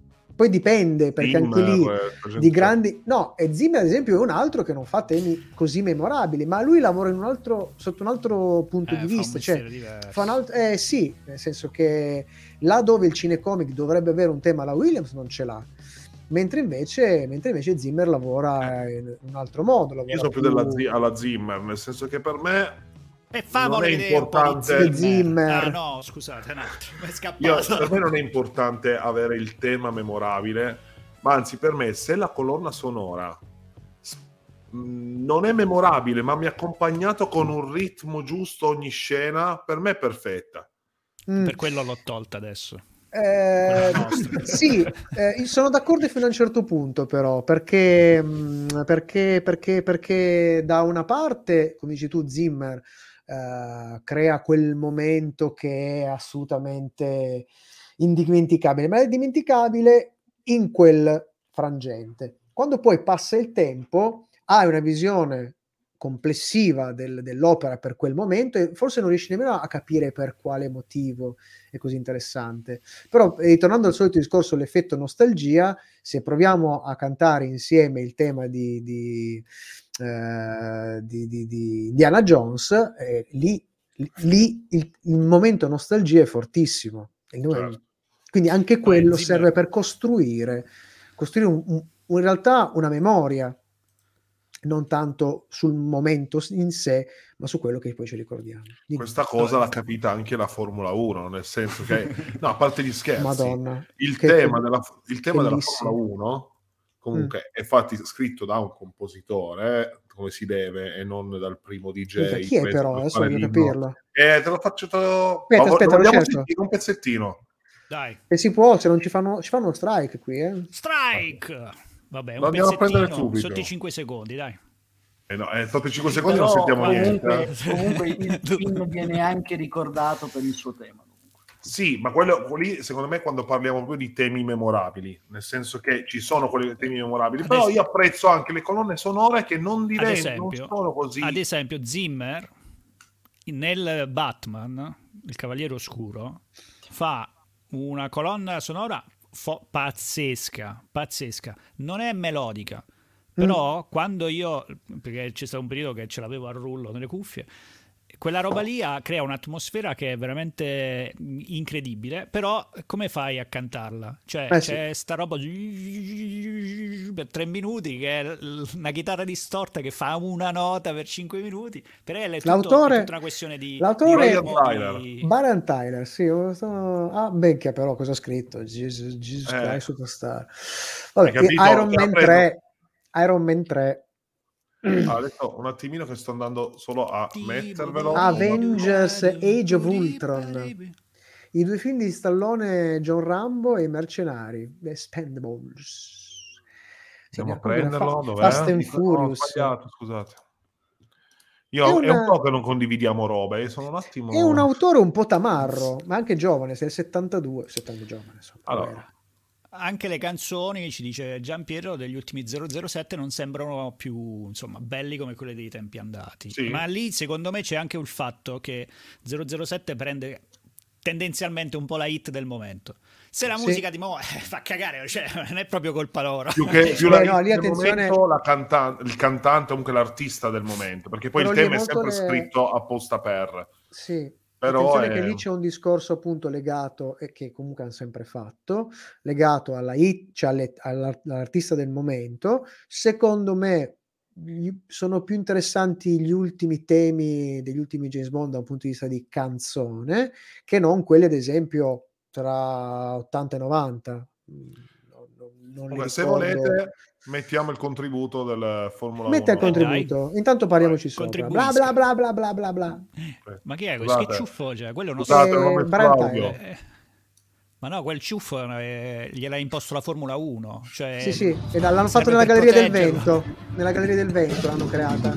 poi dipende, perché anche Zimmer, lì eh, di grandi... No, e Zimmer ad esempio è un altro che non fa temi così memorabili, ma lui lavora in un altro, sotto un altro punto Eh, di fa un vista, cioè mestiere diverso. fa un altro... Eh sì, nel senso che là dove il cinecomic dovrebbe avere un tema alla Williams non ce l'ha, mentre invece, mentre invece Zimmer lavora in un altro modo, lavora Io sono più più- della zi- alla Zimmer, nel senso che per me E famolo non è vedere un po' di importante- Zimmer. Ah no, scusate, un attimo, è Io, scappato. per me non è importante avere il tema memorabile, ma anzi per me se la colonna sonora s- mh, non è memorabile, ma mi ha accompagnato con un ritmo giusto ogni scena, per me è perfetta. Mm. Per quello l'ho tolta adesso. Eh, Quella nostra. sì, eh, sono d'accordo fino a un certo punto, però, perché, mh, perché, perché, perché da una parte, come dici tu, Zimmer eh, crea quel momento che è assolutamente indimenticabile, ma è dimenticabile in quel frangente. Quando poi passa il tempo, hai una visione complessiva del- dell'opera per quel momento e forse non riesci nemmeno a capire per quale motivo è così interessante. Però, eh, ritornando al solito discorso, l'effetto nostalgia, se proviamo a cantare insieme il tema di, di, eh, di, di, di Indiana Jones, eh, lì, lì il, il momento nostalgia è fortissimo. Il- Certo. Quindi anche No, quello e Zimmer- serve per costruire, costruire un- un- in realtà una memoria, non tanto sul momento in sé, ma su quello che poi ci ricordiamo. Dimmi. Questa cosa Vabbè. l'ha capita anche la Formula uno, nel senso che, no, a parte gli scherzi, Madonna, il che- tema, che- della, il tema della bellissimo. Formula uno comunque è infatti scritto da un compositore, eh, come si deve, e non dal primo D J. Minchia, chi è preso però? per Adesso fare voglio l'inno. capirlo. Eh, te lo faccio... Te lo... Aspetta, Ma aspetta, lo lo vogliamo cerco. sentire un pezzettino? Dai. E si può, se non ci fanno, ci fanno uno strike qui, eh. Strike! Vabbè, Lo un andiamo a prendere pezzettino subito. sotto i cinque secondi, dai. Eh no, eh, sotto i cinque secondi Però non sentiamo comunque, niente. eh. comunque il film viene anche ricordato per il suo tema. Sì, ma quello, quello lì, secondo me, quando parliamo proprio di temi memorabili, nel senso che ci sono quelli temi memorabili, Ad però es- io apprezzo anche le colonne sonore che non Ad diventano, non esempio, sono così. ad esempio, Zimmer nel Batman, il Cavaliere Oscuro, fa una colonna sonora fo- pazzesca, pazzesca. Non è melodica, però quando io, perché c'è stato un periodo che ce l'avevo a rullo nelle cuffie, quella roba lì ha- crea un'atmosfera che è veramente incredibile, però come fai a cantarla? Cioè Eh sì. c'è sta roba per tre minuti che è l- una chitarra distorta che fa una nota per cinque minuti, per lei è, tutto, L'autore- è tutta una questione di, l'autore- di ritmo, Tyler. di- Baran Tyler, sì, sono... ah, benché però cosa ha scritto? Jesus, Jesus Eh. Christ Superstar. Vabbè, Hai capito? Iron Te la Man prendo. tre, Iron Man tre, Ah, adesso un attimino che sto andando solo a mettervelo. Avengers Age of Ultron, i due film di Stallone, John Rambo e i Mercenari, The Expendables. Sì, Andiamo a proprio una prenderlo. fa- Dov'è? Fast and Ho Furious. sbagliato, scusate. È Io, è, un una- po' che non condividiamo robe, eh, sono un attimo... È un autore un po' tamarro, ma anche giovane, sei il settantadue, settanta giovane, insomma. Allora, era. Anche le canzoni, ci dice Giampiero, degli ultimi zero zero sette non sembrano più, insomma, belli come quelle dei tempi andati. Sì. Ma lì, secondo me, c'è anche il fatto che zero zero sette prende tendenzialmente un po' la hit del momento. Se la Sì. musica di mo' eh, fa cagare, cioè, non è proprio colpa loro. più che più Beh, la no, lì del attenzione- momento, la canta- il cantante, comunque l'artista del momento, perché poi Però il lì tema è è molto sempre le- scritto apposta per. Sì, Però attenzione è- che lì c'è un discorso appunto legato, e che comunque hanno sempre fatto, legato alla hit, cioè alle- alla- all'artista del momento. Secondo me gli- sono più interessanti gli ultimi temi degli ultimi James Bond da un punto di vista di canzone, che non quelli ad esempio tra ottanta e novanta. Mm, non- non- non li Comunque, se ricordo. volete, mettiamo il contributo del Formula Mette il uno. Eh, dai. contributo, intanto parliamoci Vai, sopra. Bla contribuisca. bla bla bla bla bla bla. Ma chi è questo? Scusate. Che ciuffo? Cioè, quello è uno Scusate, Eh, non ho messo Brian l'audio. Tyler. Eh, ma no, quel ciuffo eh, gliel'ha imposto la Formula uno. Cioè, Sì, sì, e da- l'hanno fatto serve nella per Galleria del proteggerlo. Vento. Nella Galleria del Vento l'hanno creata.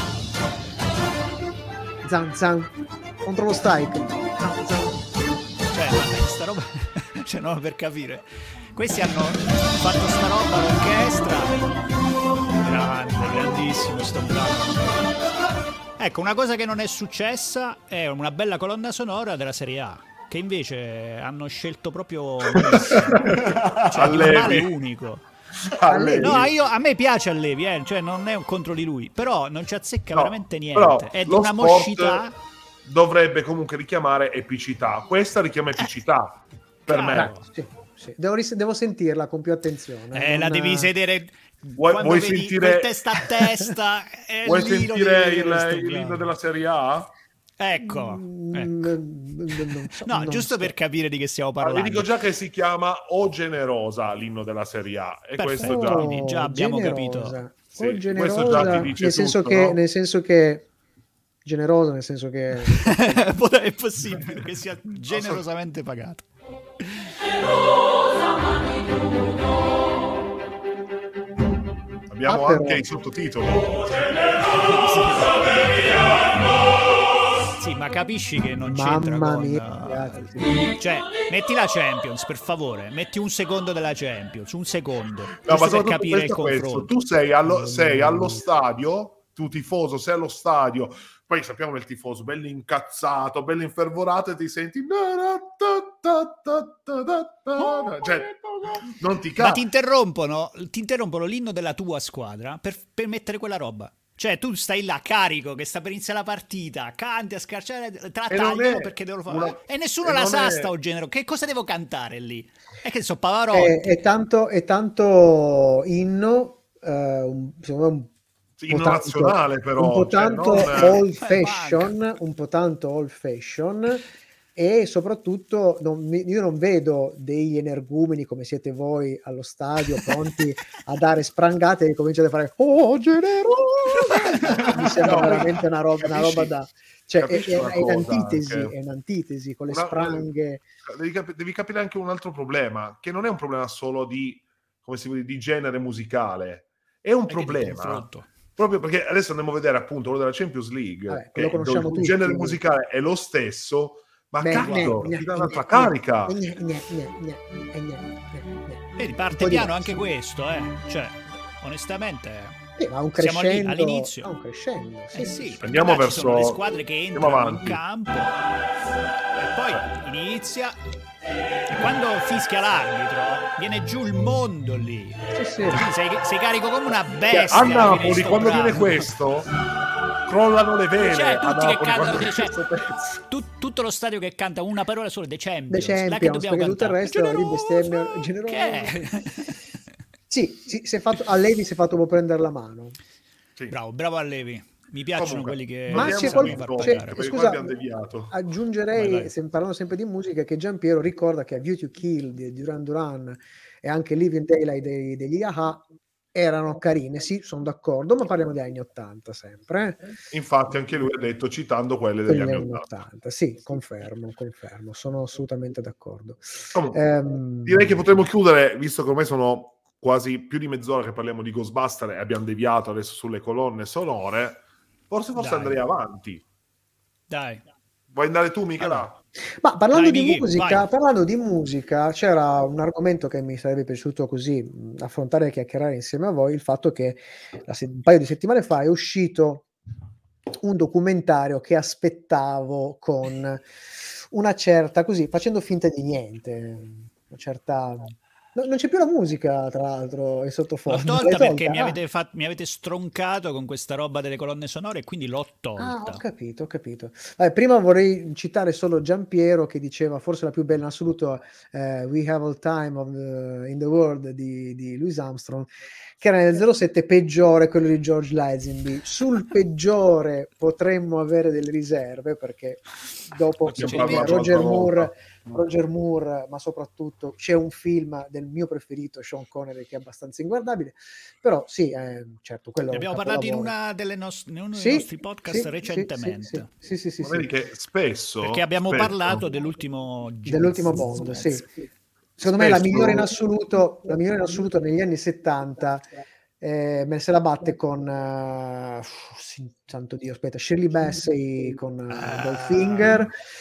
Zan zan. Contro lo strike. Zan, zan. Cioè, ma sta roba... cioè, no, per capire. Questi hanno fatto sta roba all'orchestra. Grande, grandissimo sto brano. Ecco, una cosa che non è successa è una bella colonna sonora della Serie A, che invece hanno scelto proprio malissimo. Cioè, un male unico. Allevi. No, io, a me piace Allevi, eh, cioè non è un contro di lui, però non ci azzecca No, veramente niente. però È di lo una sport moscità. dovrebbe comunque richiamare epicità. Questa richiama epicità per chiaro. me. Sì, sì. Devo, ris- devo sentirla con più attenzione. Eh, non- la devi sedere. Vuoi- quando vuoi vedi sentire- quel testa a testa. eh, Vuoi lì lo sentire devi il, vedere, sto il bravo. inno della Serie A? Ecco, Mm, ecco. non so- No, non giusto so. per capire di che stiamo Ah, vi parlando. dico già che si chiama O Generosa l'inno della Serie A e Perfetto. questo già, Quindi già abbiamo generosa. capito. Sì, O questo generosa, già ti dice nel senso tutto, che no? nel senso che generosa, nel senso che È possibile che sia generosamente pagato. abbiamo Ah, però- anche i sottotitoli. Sì, ma capisci che non c'entra mamma con... mia, ragazzi, sì. Cioè, metti la Champions, per favore. Metti un secondo della Champions, un secondo. No, giusto ma per soprattutto capire il questo, questo. confronto. Tu sei allo, sei allo stadio, tu tifoso, sei allo stadio, poi sappiamo il tifoso, bello incazzato, bello infervorato e ti senti... Cioè, non ti Ma cazzo. ti interrompono, ti interrompono l'inno della tua squadra per, per mettere quella roba. Cioè, tu stai là carico che sta per iniziare la partita, canti a scarciare, E non trattaglielo è perché devo fare. una- E nessuno e la non sa è- sta o genere. Che cosa devo cantare lì? È che so Pavarotti. È, è tanto, è tanto inno, eh, un, secondo me un Sì, po' inno tanto- nazionale però, un po' cioè, tanto non- old Eh, fashion, un po' tanto old fashion, e soprattutto non mi- io non vedo degli energumeni come siete voi allo stadio pronti a dare sprangate e cominciate a fare oh generosa, mi sembra No, veramente una roba, una capisci- roba da cioè è, capisci è- una è in cosa antitesi, anche? è in antitesi con le Una- spranghe. Devi, cap- devi capire anche un altro problema, che non è un problema solo di, come si vuole, di genere musicale, è un È che di problema confronto. proprio perché adesso andiamo a vedere appunto quello della Champions League, Vabbè, che quello conosciamo il tutti. genere musicale è lo stesso, ma Beh, cazzo, gne, ti dà gne, un'altra gne, carica. gne, gne, gne, gne, gne, gne, gne. Vedi, Un parte po' piano diverso. anche questo, eh. Cioè, onestamente... Sì, ma un Siamo lì, crescendo, all'inizio. ha un crescendo, sì. Eh sì, perché Andiamo là ci sono verso- le squadre che andiamo entrano in avanti. campo e poi inizia e quando fischia l'arbitro viene giù il mondo lì. Sì, sì. Quindi sei, sei carico come una Cioè, bestia. a alla fine di Napoli sto quando brano. viene questo crollano le vele Cioè, a tutti che Napoli cantano, quando cioè, questo pezzo. tut- tutto lo stadio che canta una parola sola, The The Champions. Là che Champions, dobbiamo perché tutto il cantare. resto è di bestemmia Generosa! generosa. Che è? Sì, sì, si è fatto, a Levi si è fatto un po' prendere la mano. Sì. Bravo, bravo a Levi. Mi piacciono Comunque, quelli che Ma torniamo c'è su qual- Big far Bang, c'è- pagare. perché qua scusa, abbiamo deviato. aggiungerei, Vai, vai. se parlando sempre di musica, che Giampiero ricorda che a View to Kill di Duran Duran e anche Living Daylight dei- degli A-ha erano carine, sì, sono d'accordo, ma parliamo degli anni ottanta sempre. eh. Infatti anche lui ha detto citando quelle degli Quelli anni degli anni ottanta. ottanta, sì, confermo, confermo, sono assolutamente d'accordo. Comunque, Ehm, direi che potremmo chiudere, visto che ormai sono quasi più di mezz'ora che parliamo di Ghostbuster e abbiamo deviato adesso sulle colonne sonore, forse forse Dai. andrei avanti. Dai. Vuoi andare tu, Michela? Allora. Ma parlando Dai, di Mighi, musica, vai. parlando di musica, c'era un argomento che mi sarebbe piaciuto così mh, affrontare e chiacchierare insieme a voi, il fatto che la se- un paio di settimane fa è uscito un documentario che aspettavo con una certa, così, facendo finta di niente, una certa... no- non c'è più la musica, tra l'altro, in L'ho sottofondo. tolta L'hai perché tolta? mi Ah. avete, fat- mi avete stroncato con questa roba delle colonne sonore e quindi l'ho Ah, tolta. ho capito, ho capito. Vabbè, prima vorrei citare solo Giampiero che diceva forse la più bella in assoluto, eh, We Have All Time of the- in the World di, di Louis Armstrong, che era nel zero sette peggiore quello di George Lazenby. Sul peggiore potremmo avere delle riserve perché dopo Abbiamo secondo me, parlato Roger l'altra Moore, volta. Roger Moore, ma soprattutto c'è un film del mio preferito, Sean Connery, che è abbastanza inguardabile, però sì, eh, certo, quello Ne è un abbiamo parlato in, capolavoro. una delle nos- in uno Sì, dei nostri podcast sì, sì, recentemente. Sì, sì, sì, sì, Ma sì, vedi sì. che spesso... Perché abbiamo spesso- parlato dell'ultimo Dell'ultimo Bond, sì. Secondo me la Spesso- migliore in assoluto, la migliore in assoluto negli anni settanta, eh, me se la batte con eh, sì, santo Dio, aspetta, Shirley Bassey con uh, Goldfinger,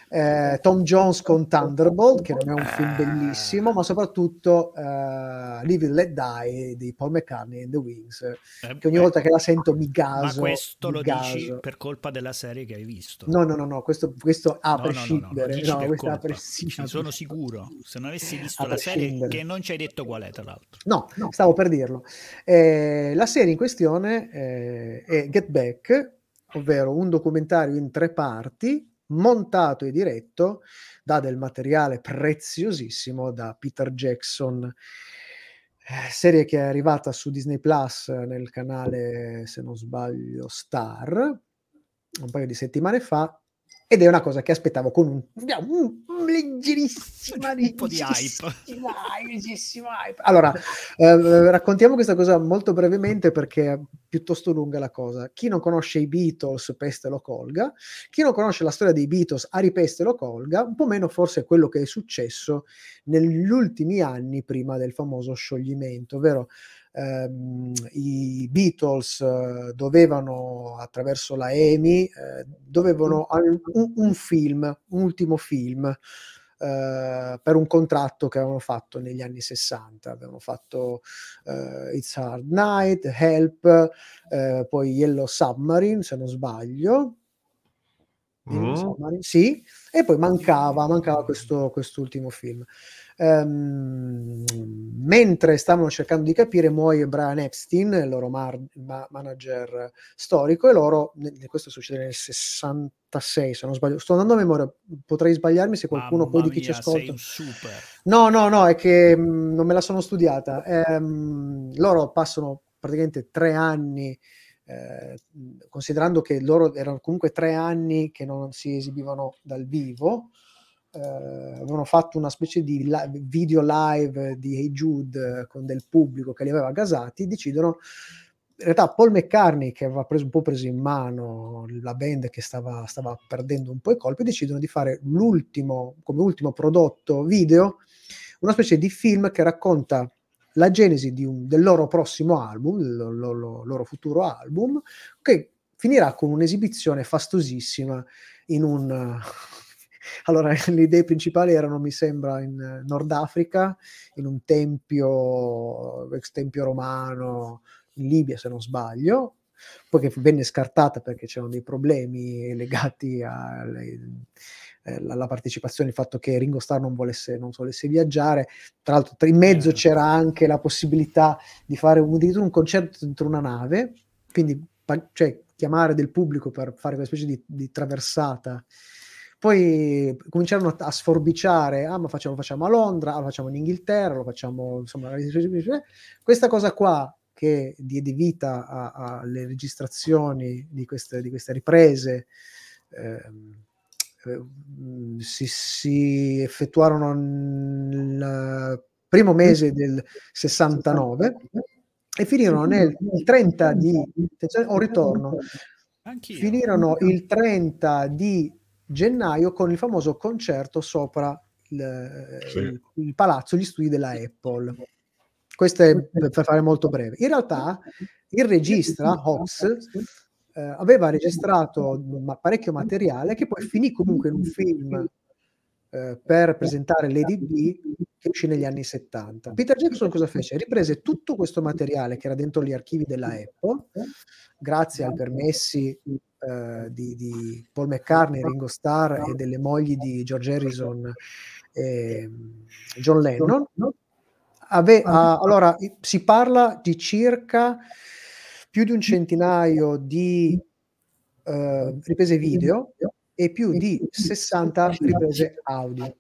eh, Tom Jones con Thunderbolt, che non è un film bellissimo, ma soprattutto eh, Live and Let Die di Paul McCartney and the Wings, Eh, che ogni eh, volta che la sento mi ma gaso, questo mi lo dici gaso. per colpa della serie che hai visto? No, no, no, no, questo, questo a No, no, no, no, lo prescindere. dici No, per questo a colpa. pres- sì, Ci a sono pres- sicuro. Se non avessi visto a la serie, prescindere. che non ci hai detto qual è, tra l'altro. No, stavo per dirlo. Eh, la serie in questione eh, è Get Back, ovvero un documentario in tre parti, montato e diretto da del materiale preziosissimo da Peter Jackson. Eh, serie che è arrivata su Disney Plus nel canale, se non sbaglio, Star, un paio di settimane fa, ed è una cosa che aspettavo con un, un, un leggerissima, Un po' di hype. leggerissima, leggerissima hype. Allora, eh, raccontiamo questa cosa molto brevemente perché è piuttosto lunga la cosa. Chi non conosce i Beatles, peste lo colga. Chi non conosce la storia dei Beatles, a ripeste lo colga. Un po' meno forse quello che è successo negli ultimi anni prima del famoso scioglimento, ovvero ehm, i Beatles eh, dovevano, attraverso la EMI, eh, dovevano al- un, un film, un ultimo film, eh, per un contratto che avevano fatto negli anni sessanta. Avevano fatto eh, It's Hard Night, Help, eh, poi Yellow Submarine, se non sbaglio. Yellow Mm. Submarine, sì, e poi mancava, mancava questo quest'ultimo film. Ehm, mentre stavano cercando di capire, muoie Brian Epstein, il loro mar- ma- manager storico, e loro, ne- questo succede nel sessantasei, se non sbaglio, sto andando a memoria, potrei sbagliarmi se qualcuno poi Mamma di chi ci mia, sei ascolta. un super. No, no, no, è che mh, non me la sono studiata. Ehm, loro passano praticamente tre anni, eh, considerando che loro erano comunque tre anni che non si esibivano dal vivo, eh, avevano fatto una specie di li- video live di Hey Jude eh, con del pubblico che li aveva gasati, decidono. In realtà Paul McCartney, che aveva preso un po' preso in mano la band che stava, stava perdendo un po' i colpi, decidono di fare l'ultimo, come ultimo prodotto video, una specie di film che racconta la genesi di un, del loro prossimo album, il loro, loro, loro futuro album, che finirà con un'esibizione fastosissima in un... Allora, le idee principali erano, mi sembra, in Nord Africa, in un tempio, ex tempio romano, in Libia, se non sbaglio, poi che venne scartata perché c'erano dei problemi legati alle, eh, alla partecipazione, il fatto che Ringo Starr non volesse, non volesse viaggiare. Tra l'altro, in mezzo Eh. c'era anche la possibilità di fare un, addirittura un concerto dentro una nave, quindi cioè, chiamare del pubblico per fare quella specie di, di traversata. Poi cominciarono a, a sforbiciare, ah ma facciamo, facciamo a Londra, ah, lo facciamo in Inghilterra, lo facciamo, insomma, questa cosa qua che diede vita alle registrazioni di queste, di queste riprese, ehm, eh, si, si effettuarono nel primo mese del sessantanove e finirono nel trenta di, attenzione, ho ritorno, Anch'io. finirono il trenta di gennaio con il famoso concerto sopra il, Sì. il, il palazzo, gli studi della Apple. Questo è per fare molto breve. In realtà il regista, Hawks, eh, aveva registrato ma, parecchio materiale che poi finì comunque in un film eh, per presentare Lady B che uscì negli anni settanta. Peter Jackson cosa fece? Riprese tutto questo materiale che era dentro gli archivi della Apple, grazie ai permessi eh, di, di Paul McCartney, Ringo Starr e delle mogli di George Harrison e John Lennon. Ave, uh, allora, si parla di circa più di un centinaio di uh, riprese video e più di sessanta riprese audio.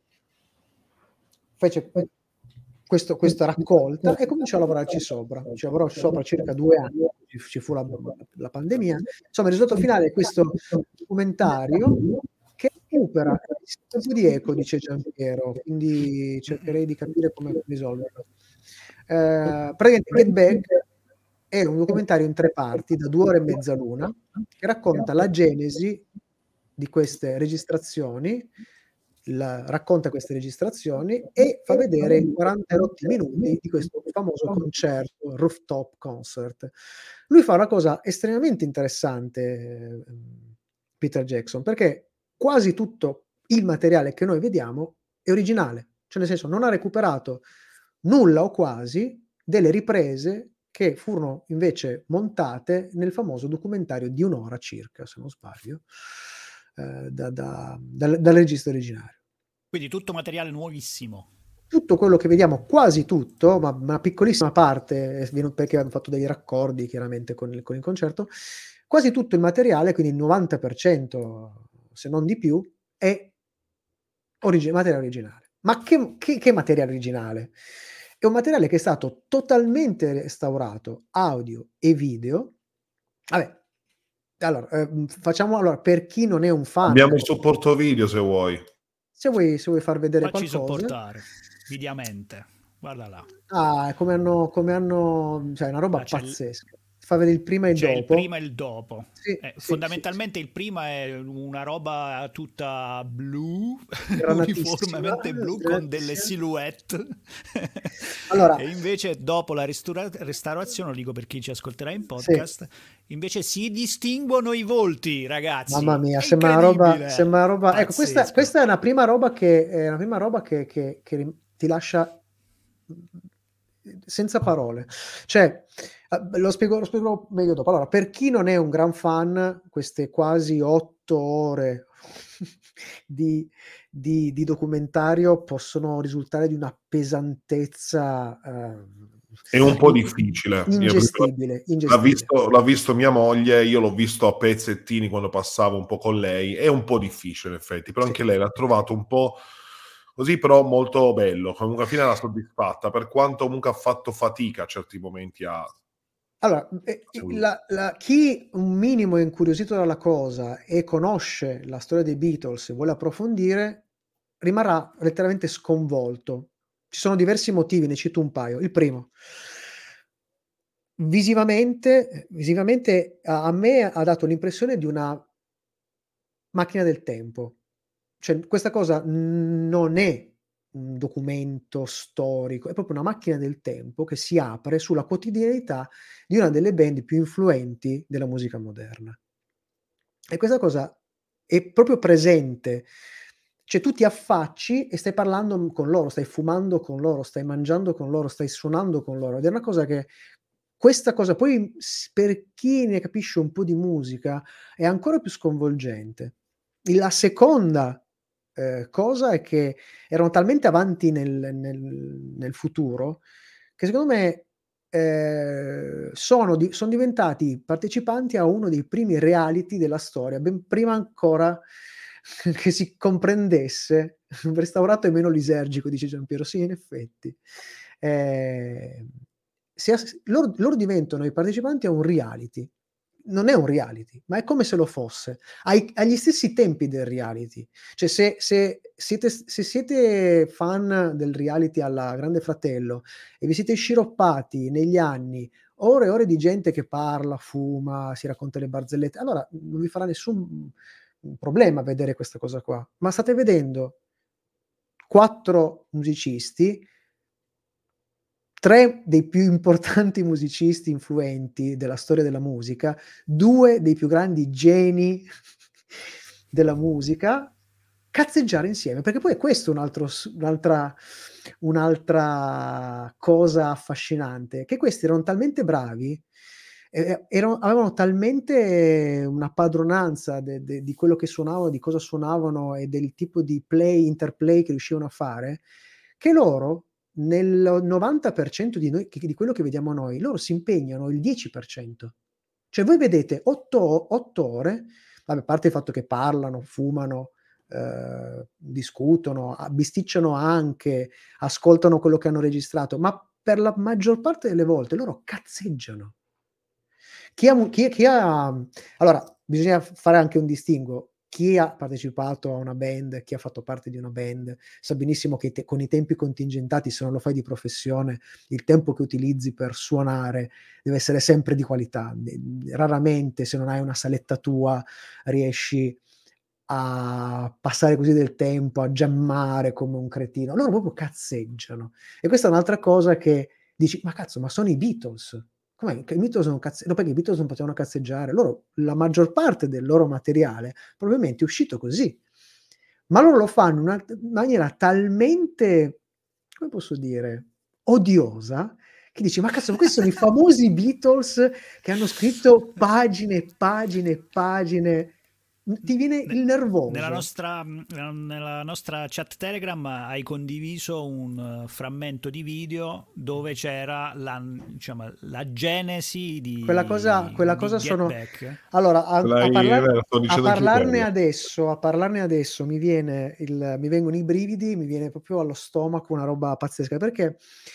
Fece questo, questa raccolta e cominciò a lavorarci sopra. Ci lavorò sopra circa due anni, ci fu la, la pandemia. Insomma, il risultato finale è questo documentario che recupera un po' di eco, dice Giampiero, quindi cercherei di capire come risolverlo. Eh, praticamente Get Back è un documentario in tre parti, da due ore e mezza l'una, che racconta la genesi di queste registrazioni, la, racconta queste registrazioni e fa vedere in quaranta rotti minuti di questo famoso concerto, rooftop concert. Lui fa una cosa estremamente interessante, Peter Jackson, perché quasi tutto il materiale che noi vediamo è originale, cioè nel senso non ha recuperato nulla o quasi delle riprese che furono invece montate nel famoso documentario di un'ora circa, se non sbaglio, eh, da, da, dal, dal regista originario. Quindi tutto materiale nuovissimo. Tutto quello che vediamo, quasi tutto, ma una piccolissima parte, perché hanno fatto dei raccordi chiaramente con il, con il concerto, quasi tutto il materiale, quindi il novanta per cento, se non di più, è origi- materiale originale. Ma che, che, che materiale originale? È un materiale che è stato totalmente restaurato, audio e video. Vabbè, allora, eh, facciamo allora, per chi non è un fan... Abbiamo il supporto video se vuoi. Se vuoi, se vuoi far vedere Facci qualcosa... sopportare, videamente. Guarda là. Ah, come hanno, come hanno, cioè, una roba Ah, c'è il- pazzesca. Fa vedere il prima e il C'è il dopo. prima e il dopo. Sì, Eh, sì, fondamentalmente il prima è una roba tutta blu, Granatissima, uniformemente blu, con delle granatissima. silhouette. Allora, E invece dopo la restaura- restaurazione, lo dico per chi ci ascolterà in sì, podcast, invece si distinguono i volti, ragazzi. mamma mia, È sembra una roba, incredibile. sembra una roba. Ecco, questa, Pazzesco. questa è una prima roba che è una prima roba che, che- che rim- ti lascia senza parole. Cioè, eh, lo spiego, lo spiego meglio dopo. Allora, per chi non è un gran fan, queste quasi otto ore di, di- di documentario possono risultare di una pesantezza eh, È un po' in- difficile. Io- ingestibile, L'ha ingestibile. visto, l'ha visto mia moglie, io l'ho visto a pezzettini quando passavo un po' con lei. È un po' difficile, in effetti, però Sì. anche lei l'ha trovato un po' così, però molto bello. Comunque, alla fine era soddisfatta, per quanto comunque ha fatto fatica a certi momenti a... Allora, eh, Sì. la- la- chi un minimo è incuriosito dalla cosa e conosce la storia dei Beatles e vuole approfondire, rimarrà letteralmente sconvolto. Ci sono diversi motivi, ne cito un paio. Il primo, visivamente, visivamente a, a me ha dato l'impressione di una macchina del tempo. Cioè, questa cosa non è un documento storico, è proprio una macchina del tempo che si apre sulla quotidianità di una delle band più influenti della musica moderna. E questa cosa è proprio presente. Cioè tu ti affacci e stai parlando con loro, stai fumando con loro, stai mangiando con loro, stai suonando con loro. Ed è una cosa che questa cosa poi s per chi ne capisce un po' di musica è ancora più sconvolgente. La seconda, ehm, cosa è che erano talmente avanti nel nel nel futuro che secondo me, ehm, sono di son diventati partecipanti a uno dei primi reality della storia, ben prima ancora che si comprendesse. "Restaurato e meno lisergico", dice Giampiero. Sì, in effetti. Ehm, si as loro loro diventano i partecipanti a un reality. Non è un reality, ma è come se lo fosse, ai agli stessi tempi del reality. Cioè se se siete s se siete fan del reality alla Grande Fratello e vi siete sciroppati negli anni ore e ore di gente che parla, fuma, si racconta le barzellette, allora non vi farà nessun, mhmm, problema vedere questa cosa qua. Ma state vedendo quattro musicisti, tre dei più importanti musicisti influenti della storia della musica, due dei più grandi geni della musica, cazzeggiare insieme, perché poi è questo un altro s un'altra un'altra cosa affascinante, che questi erano talmente bravi, e ero avevano talmente una padronanza de de di quello che suonavano, di cosa suonavano e del tipo di play interplay che riuscivano a fare, che loro nel novanta per cento di noi che di quello che vediamo noi, loro si impegnano il dieci per cento. Cioè voi vedete otto o otto ore, vabbè, a parte il fatto che parlano, fumano, ehm, discutono, a bisticciano anche, ascoltano quello che hanno registrato, ma per la maggior parte delle volte loro cazzeggiano. Chi ha mu chi chi ha allora bisogna f fare anche un distinguo. Chi ha partecipato a una band, chi ha fatto parte di una band, sa benissimo che i te con i tempi contingentati, se non lo fai di professione, il tempo che utilizzi per suonare deve essere sempre di qualità. Ne raramente, se non hai una saletta tua, riesci a passare così del tempo, a jammare come un cretino. Loro proprio cazzeggiano. E questa è un'altra cosa che dici: "Ma cazzo, ma sono i Beatles. Com'è che i Beatles non cazze" no, perché i Beatles non potevano cazzeggiare. Loro la maggior parte del loro materiale probabilmente è uscito così. ma loro lo fanno in una maniera talmente, come posso dire, odiosa, che dici: "Ma cazzo, questi sono i famosi Beatles che hanno scritto pagine e pagine e pagine". Ti viene il nervoso. Nella nostra, nella nostra chat Telegram hai condiviso un uh, frammento di video dove c'era la, diciamo, la genesi di Quella cosa, quella di cosa Get sono... Back. Allora, a, a, L'hai- parlar- eh, sto a dicendo anch'io parlarne quello. adesso, a parlarne adesso mi viene il, mi vengono i brividi, mi viene proprio allo stomaco una roba pazzesca, perché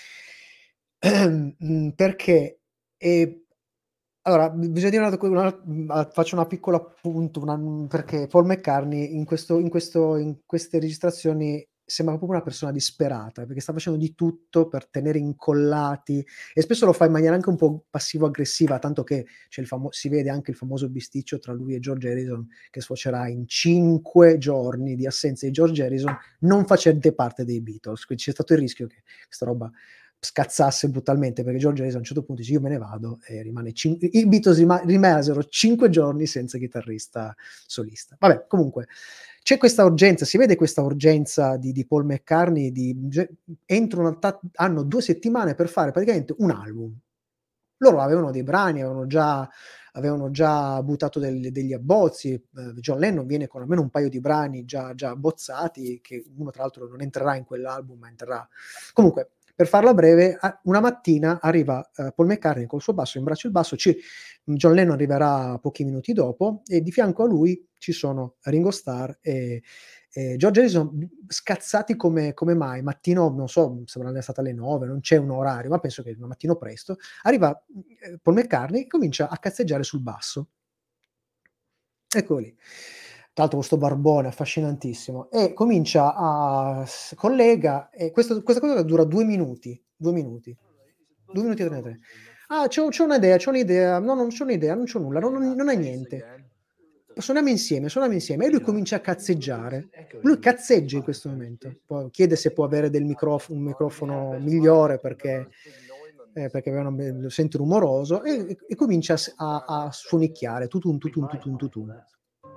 mm, perché eh, allora bisogna dire una, una- una- faccio una piccola appunto, una- perché Paul McCartney in questo, in questo, in queste registrazioni sembra proprio una persona disperata, perché sta facendo di tutto per tenere incollati, e spesso lo fa in maniera anche un po' passivo-aggressiva, tanto che c'è il famo- si vede anche il famoso bisticcio tra lui e George Harrison, che sfocerà in cinque giorni di assenza di George Harrison non facente parte dei Beatles. Quindi c'è stato il rischio che questa roba scazzasse brutalmente, perché George Harrison a un certo punto dice: io me ne vado, e rimane cin- i Beatles rima- rimasero cinque giorni senza chitarrista solista. Vabbè, comunque c'è questa urgenza, si vede questa urgenza di, di Paul McCartney di, entro una ta- hanno due settimane per fare praticamente un album. Loro avevano dei brani, avevano già, avevano già buttato del, degli abbozzi. eh, John Lennon viene con almeno un paio di brani già, già abbozzati, che uno tra l'altro non entrerà in quell'album, ma entrerà comunque. Per farla breve, una mattina arriva uh, Paul McCartney col suo basso, in braccio il basso, ci, John Lennon arriverà pochi minuti dopo, e di fianco a lui ci sono Ringo Starr e, e George Harrison, scazzati come, come mai. Mattino, non so, sembra essere stata alle nove, non c'è un orario, ma penso che un mattino presto, arriva eh, Paul McCartney e comincia a cazzeggiare sul basso. Eccolo lì. Tra l'altro questo barbone affascinantissimo, e comincia a collega, e questo, questa cosa dura due minuti, due minuti, due minuti e trentatré. Ah, c'ho, c'ho un'idea, c'ho un'idea, no, non c'ho un'idea, non c'ho nulla, non, non, non è niente. Suoniamo insieme, suoniamo insieme, e lui comincia a cazzeggiare. Lui cazzeggia in questo momento, poi chiede se può avere del microfono, un microfono migliore, perché eh, perché avevano, lo sente rumoroso, e, e comincia a, a suonicchiare tutun tutun tutun tutun.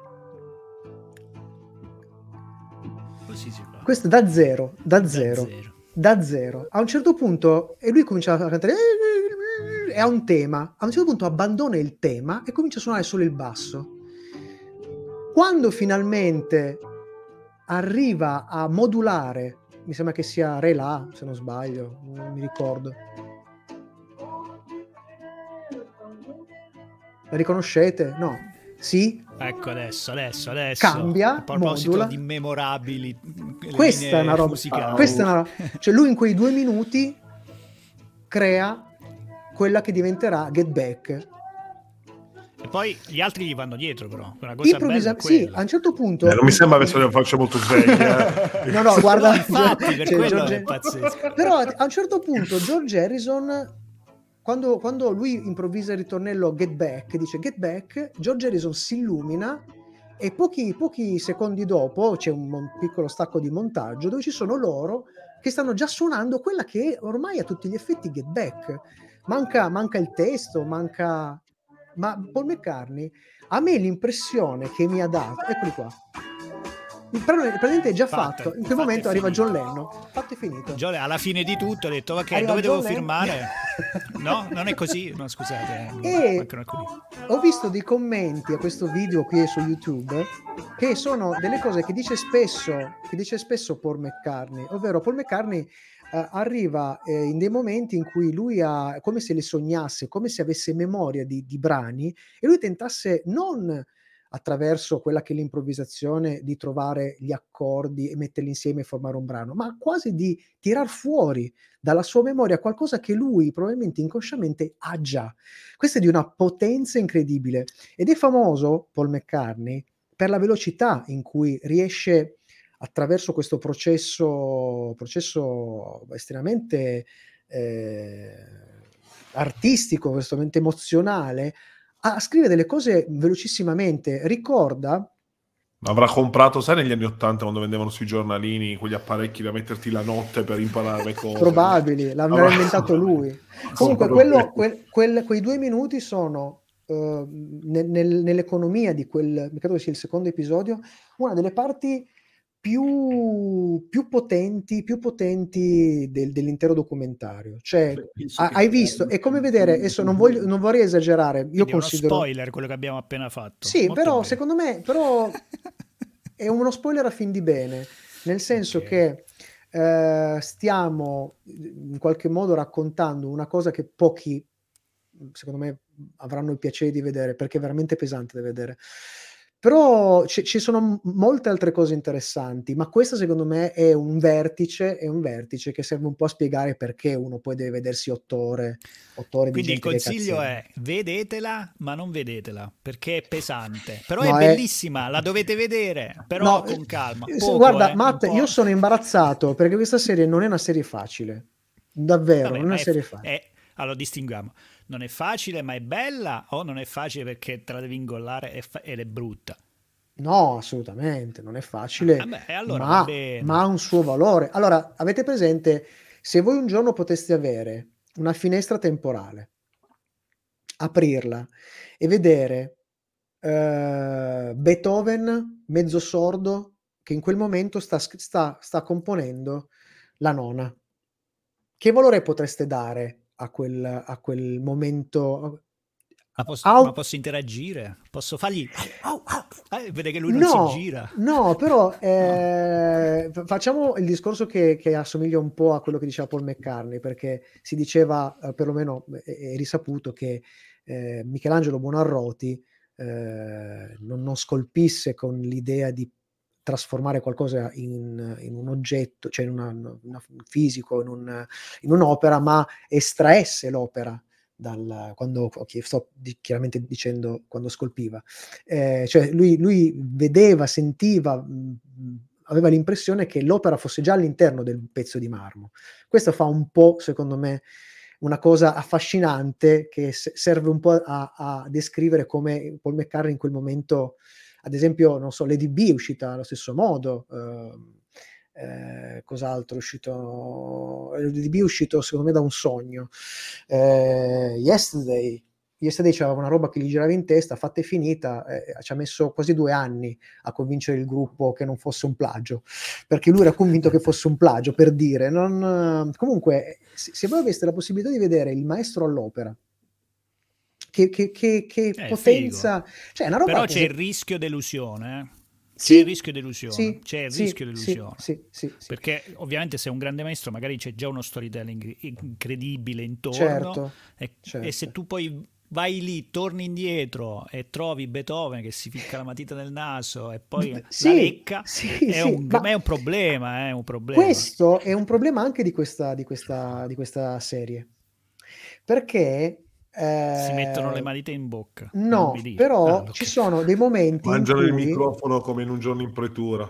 Così si fa. Questo da zero, da, Da zero, zero. da zero. A un certo punto, e lui comincia a cantare, e ha un tema. A un certo punto abbandona il tema e comincia a suonare solo il basso. Quando finalmente arriva a modulare, mi sembra che sia Re La, se non sbaglio, non mi ricordo. La riconoscete? No. Sì? Ecco, adesso, adesso, adesso. Cambia, a proposito modula. di memorabili Questa è una roba, musicali. questa è una roba. Cioè lui in quei due minuti crea quella che diventerà Get Back. E poi gli altri gli vanno dietro, però. Una cosa Improvvisa- bella è sì, quella. a un certo punto Eh, non mi sembra che se faccia molto sveglia. Eh. no no guarda, No, infatti, per cioè, quello George... è pazzesco. Però a un certo punto George Harrison, quando, quando lui improvvisa il ritornello Get Back, dice Get Back, George Harrison si illumina, e pochi, pochi secondi dopo c'è un, un piccolo stacco di montaggio dove ci sono loro che stanno già suonando quella che ormai a tutti gli effetti Get Back. Manca, manca il testo, manca... Ma Paul McCartney, a me l'impressione che mi ha dato, eccoli qua, però praticamente è già Fatta, fatto. In quel fatto momento e arriva finito. John Lennon, fatto e finito. John, alla fine di tutto ha detto ok, Arriva dove devo John Lennon. firmare? No, non è così. No, scusate, E mancano alcuni. ho visto dei commenti a questo video qui su YouTube che sono delle cose che dice spesso, che dice spesso Paul McCartney, ovvero Paul McCartney eh, arriva eh, in dei momenti in cui lui ha, come se le sognasse, come se avesse memoria di, di brani, e lui tentasse non attraverso quella che è l'improvvisazione di trovare gli accordi e metterli insieme e formare un brano, ma quasi di tirar fuori dalla sua memoria qualcosa che lui probabilmente inconsciamente ha già. Questo è di una potenza incredibile, ed è famoso Paul McCartney per la velocità in cui riesce, attraverso questo processo, processo estremamente eh, artistico, estremamente emozionale, a scrivere delle cose velocissimamente. Ricorda... Avrà comprato, sai, negli anni Ottanta, quando vendevano sui giornalini quegli apparecchi da metterti la notte per imparare le cose? Probabili, l'avrà Avrà... inventato lui. Comunque quello, quel, quel, quei due minuti sono uh, nel, nel, nell'economia di quel, mi credo sia il secondo episodio, una delle parti più, più potenti, più potenti del- dell'intero documentario. Cioè, Beh, penso ha- che hai visto, serve. è come vedere, adesso non, voglio, non vorrei esagerare, io Quindi è uno considero... spoiler quello che abbiamo appena fatto. Sì, Molto però bene. secondo me però è uno spoiler a fin di bene, nel senso Ok. che eh, stiamo in qualche modo raccontando una cosa che pochi, secondo me, avranno il piacere di vedere, perché è veramente pesante da vedere. Però ci, ci sono m- molte altre cose interessanti, ma questo secondo me è un vertice, è un vertice che serve un po' a spiegare perché uno poi deve vedersi otto ore, otto ore di Quindi il gente che consiglio cazzeggia. è vedetela, ma non vedetela perché è pesante. Però è No, è... bellissima, la dovete vedere, però No, con calma. eh, s- Poco, guarda, eh, un Matt, io po'. sono imbarazzato perché questa serie non è una serie facile. Davvero, non Vabbè, è una ma è, serie facile. è- allora distinguiamo. Non è facile, ma è bella, o non è facile perché te la devi ingollare e fa- ed è brutta. No, assolutamente, non è Ah, facile, vabbè, e allora va ma, ma bene. ha un suo valore. Allora, avete presente, se voi un giorno poteste avere una finestra temporale, aprirla e vedere eh, Beethoven mezzo sordo che in quel momento sta, sc- sta, sta componendo la nona, che valore potreste dare a quel, a quel momento? Ma, pos- ma Au- posso interagire? Posso fargli... Au, au, au, eh, vede che lui non si No, gira. no, però No. eh, fa- facciamo il discorso che, che assomiglia un po' a quello che diceva Paul McCartney, perché si diceva, eh, perlomeno è, è risaputo, che eh, Michelangelo Buonarroti eh, non, non scolpisse con l'idea di trasformare qualcosa in, in un oggetto, cioè in una, una- fisico, in, un- in un'opera, ma estraesse l'opera dal, quando, ok, sto di- chiaramente dicendo quando scolpiva. Eh, cioè lui, lui vedeva, sentiva, mh, aveva l'impressione che l'opera fosse già all'interno del pezzo di marmo. Questo fa un po', secondo me, una cosa affascinante che s- serve un po' a, a descrivere come Paul McCartney in quel momento, ad esempio, non so, Lady B è uscita allo stesso modo. ehm, eh, cos'altro è uscito? Lady B è uscito secondo me da un sogno. Eh, Yesterday Yesterday c'aveva una roba che gli girava in testa, fatta e finita, eh, ci ha messo quasi due anni a convincere il gruppo che non fosse un plagio, perché lui era convinto che fosse un plagio, per dire. Non, comunque, se, se voi aveste la possibilità di vedere il maestro all'opera, che, che, che, che È figo. potenza, cioè è una roba Però che c'è il se, rischio delusione, eh? C'è il sì, rischio delusione, sì, c'è il sì, rischio sì, delusione. sì, sì, sì, Perché ovviamente se è un grande maestro magari c'è già uno storytelling incredibile intorno certo, e, e se certo. tu poi vai lì, torni indietro e trovi Beethoven che si ficca la matita nel naso e poi la Sì, lecca, sì, è sì, un, ma è un problema, è un problema. questo è un problema anche di questa, di questa, di questa serie, perché Si mettono le eh, matite in bocca, non mi no, dire. Ah, però ci ok. sono dei momenti in Mangiano il cui microfono come in un giorno in pretura.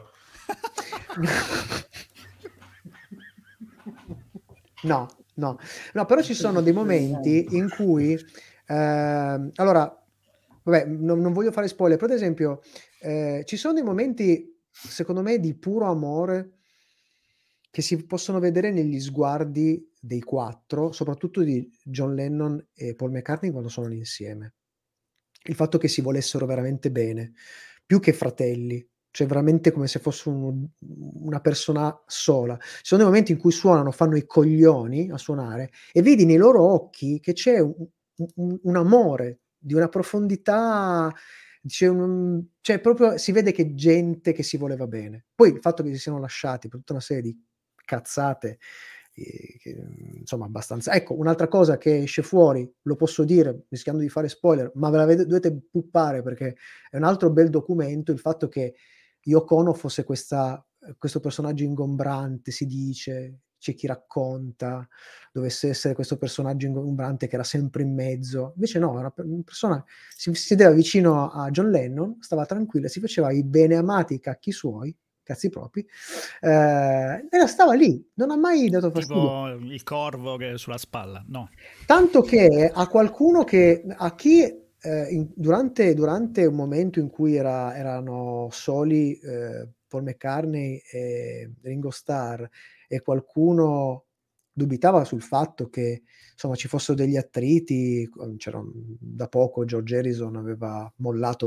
no, no, no, però ci sono dei momenti in cui ehm, allora, vabbè, non, non voglio fare spoiler, però ad esempio eh, ci sono dei momenti, secondo me, di puro amore che si possono vedere negli sguardi dei quattro, soprattutto di John Lennon e Paul McCartney quando sono insieme. Il fatto che si volessero veramente bene, più che fratelli, cioè veramente come se fosse un- una persona sola. Ci sono dei momenti in cui suonano, fanno i coglioni a suonare e vedi nei loro occhi che c'è un, un- un amore di una profondità, c'è un- cioè proprio si vede che è gente che si voleva bene. Poi il fatto che si siano lasciati per tutta una serie di cazzate, eh, che, insomma, abbastanza. Ecco, un'altra cosa che esce fuori, lo posso dire rischiando di fare spoiler, ma ve la ved- dovete puppare perché è un altro bel documento, il fatto che Yoko Ono fosse questa, questo personaggio ingombrante, si dice, c'è chi racconta, dovesse essere questo personaggio ingombrante che era sempre in mezzo. Invece no, era una persona, si sedeva vicino a John Lennon, stava tranquilla, si faceva i beneamati cacchi suoi, cazzi propri, eh, e stava lì, non ha mai dato fastidio. Tipo il corvo che è sulla spalla, no. Tanto che a qualcuno che, a chi eh, in- durante, durante un momento in cui era- erano soli eh, Paul McCartney e Ringo Starr e qualcuno dubitava sul fatto che insomma ci fossero degli attriti, c'era un- da poco George Harrison aveva mollato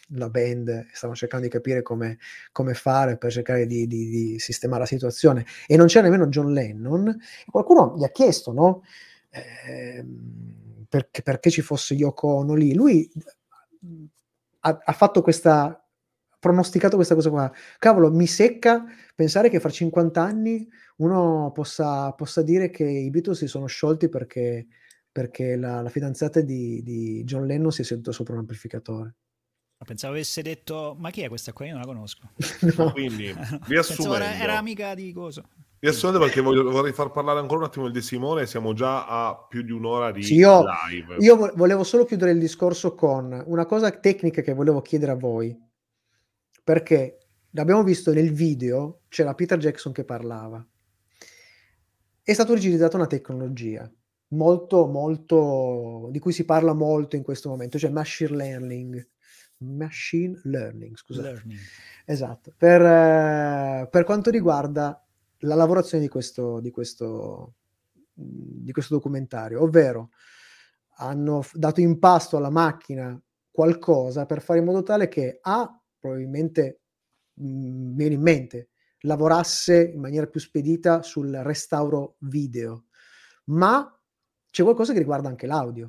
la band, stavano cercando di capire come, come fare per cercare di, di, di sistemare la situazione, e non c'era nemmeno John Lennon. Qualcuno gli ha chiesto, no? Eh, perché, perché ci fosse Yoko Ono lì. Lui ha, ha fatto questa pronosticato questa cosa qua. Cavolo, mi secca pensare che fra cinquanta anni uno possa, possa dire che i Beatles si sono sciolti perché, perché la, la fidanzata di, di John Lennon si è seduta sopra un amplificatore. Pensavo avesse detto, ma chi è questa qua? Io non la conosco. No. Quindi, riassumendo, era, era amica di coso. Riassumendo, perché voglio, vorrei far parlare ancora un attimo il De Simone, siamo già a più di un'ora di sì, io, live. Io volevo solo chiudere il discorso con una cosa tecnica che volevo chiedere a voi, perché l'abbiamo visto nel video, c'era Peter Jackson che parlava. È stata utilizzata una tecnologia molto, molto, di cui si parla molto in questo momento, cioè machine learning. Machine learning, scusate. Learning. Esatto. Per, eh, per quanto riguarda la lavorazione di questo, di questo, di questo documentario, ovvero hanno f- dato in pasto alla macchina qualcosa per fare in modo tale che A, probabilmente mh, mi viene in mente, lavorasse in maniera più spedita sul restauro video, ma c'è qualcosa che riguarda anche l'audio.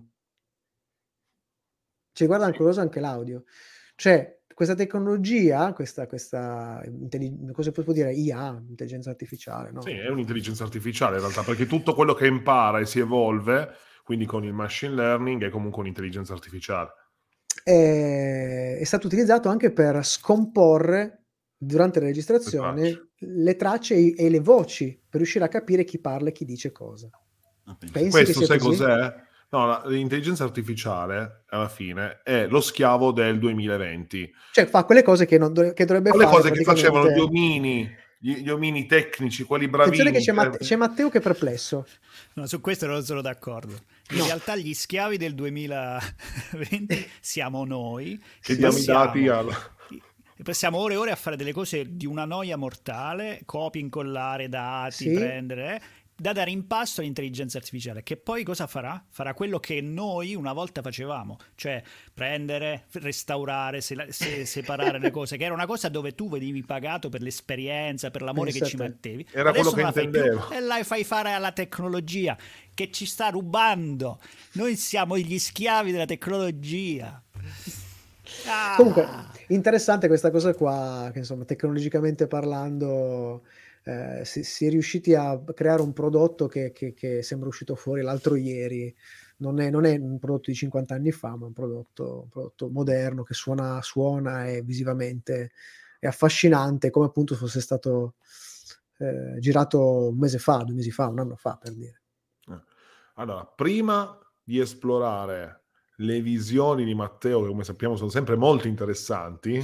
Ci riguarda anche cosa anche l'audio. Cioè, questa tecnologia, questa, questa intelli- cosa può dire? I A, intelligenza artificiale, no? Sì, è un'intelligenza artificiale in realtà, perché tutto quello che impara e si evolve, quindi con il machine learning, è comunque un'intelligenza artificiale. È, è stato utilizzato anche per scomporre durante la registrazione Le tracce. le tracce e, e le voci per riuscire a capire chi parla e chi dice cosa. Pensi Questo che sia sai così? cos'è? No, la- l'intelligenza artificiale alla fine è lo schiavo del duemilaventi. Cioè fa quelle cose che, non do- che dovrebbe Quelle fare cose che facevano gli praticamente. omini, gli, gli omini tecnici, quelli Attenzione che bravini. c'è, che- Matte- c'è Matteo che è perplesso. No, su questo non sono d'accordo. In No. realtà gli schiavi del duemilaventi siamo noi che diamo i passiamo- dati al... e passiamo ore e ore a fare delle cose di una noia mortale, copia, incollare dati, Sì. prendere, eh, da dare in pasto all'intelligenza artificiale, che poi cosa farà? Farà quello che noi una volta facevamo, cioè prendere, restaurare, se- se- separare le cose, che era una cosa dove tu venivi pagato per l'esperienza, per l'amore che ci Pensate. mettevi. Era Adesso quello non che la fai più intendevo. e la fai fare alla tecnologia che ci sta rubando. Noi siamo gli schiavi della tecnologia. Ah. Comunque, interessante questa cosa qua, che insomma, tecnologicamente parlando, eh, si, si è riusciti a creare un prodotto che, che- che sembra uscito fuori l'altro ieri. Non è, non è un prodotto di cinquanta anni fa, ma un prodotto, un prodotto moderno che suona, suona e visivamente è affascinante, come appunto fosse stato eh, girato un mese fa, due mesi fa, un anno fa, per dire. Allora, prima di esplorare le visioni di Matteo, che come sappiamo sono sempre molto interessanti,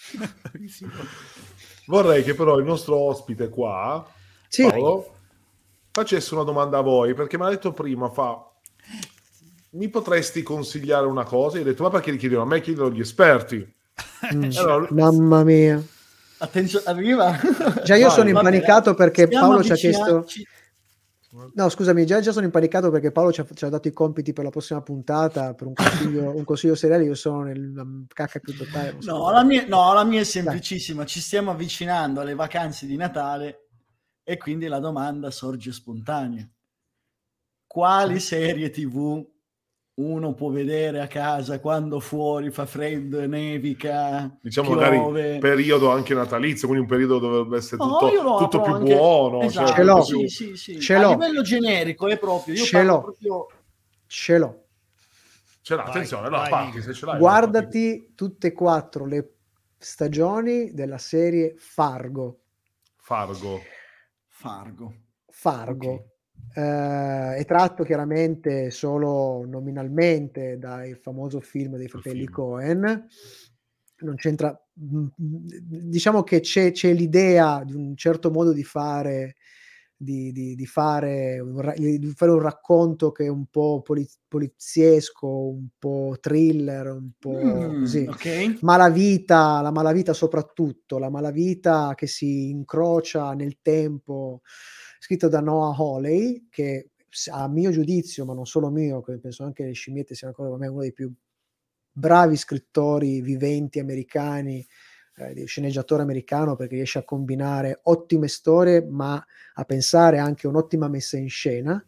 vorrei che però il nostro ospite qua, Sì. Paolo, facesse una domanda a voi, perché mi ha detto prima, fa, mi potresti consigliare una cosa? Io ho detto, ma perché li chiedono? A me chiedono gli esperti. Mm, Allora, mamma mia. Attenzione, arriva. Già io Vai. sono Vabbè, impanicato perché stiamo Paolo ci ha chiesto... avvicinarci- No, scusami, già, già sono impanicato perché Paolo ci ha, ci ha dato i compiti per la prossima puntata, per un consiglio, un consiglio seriale. Io sono nel cacca più totale. Non so No, come- la mia, no, la mia è semplicissima. Ci stiamo avvicinando alle vacanze di Natale e quindi la domanda sorge spontanea. Quali Sì. serie tivù uno può vedere a casa quando fuori fa freddo e nevica, diciamo piove? magari periodo anche natalizio, quindi un periodo dove dovrebbe essere No, tutto, io lo tutto apro più anche- buono. Esatto, cioè, Ce l'ho. tutto sì, più- sì, sì. Ce A l'ho. livello generico è proprio, io Ce parlo l'ho. proprio... Ce l'ho. Ce l'ha, Vai, attenzione, allora vai, parti, Nico. se ce l'hai. Guardati tutte e quattro le stagioni della serie Fargo. Fargo. Fargo. Fargo. Ok. Eh, è tratto chiaramente solo nominalmente dal famoso film dei fratelli film. Cohen. Non c'entra, mm, mm, diciamo che c'è, c'è l'idea di un certo modo di fare, di, di- di fare un, ra- di fare un racconto che è un po' poli- poliziesco, un po' thriller, un po' Mm, così. ok. Malavita, la malavita soprattutto, la malavita che si incrocia nel tempo, scritto da Noah Hawley, che s- a mio giudizio, ma non solo mio, che penso anche le scimmiette sia una cosa, per me, uno dei più bravi scrittori viventi americani, eh, di sceneggiatore americano, perché riesce a combinare ottime storie, ma a pensare anche un'ottima messa in scena.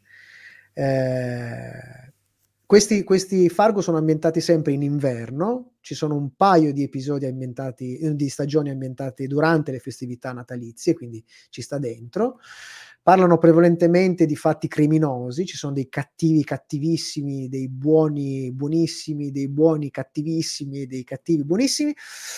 Eh, questi, questi Fargo sono ambientati sempre in inverno, ci sono un paio di episodi ambientati, di stagioni ambientate durante le festività natalizie, quindi ci sta dentro. Parlano prevalentemente di fatti criminosi, ci sono dei cattivi cattivissimi, dei buoni buonissimi, dei buoni cattivissimi, dei cattivi buonissimi.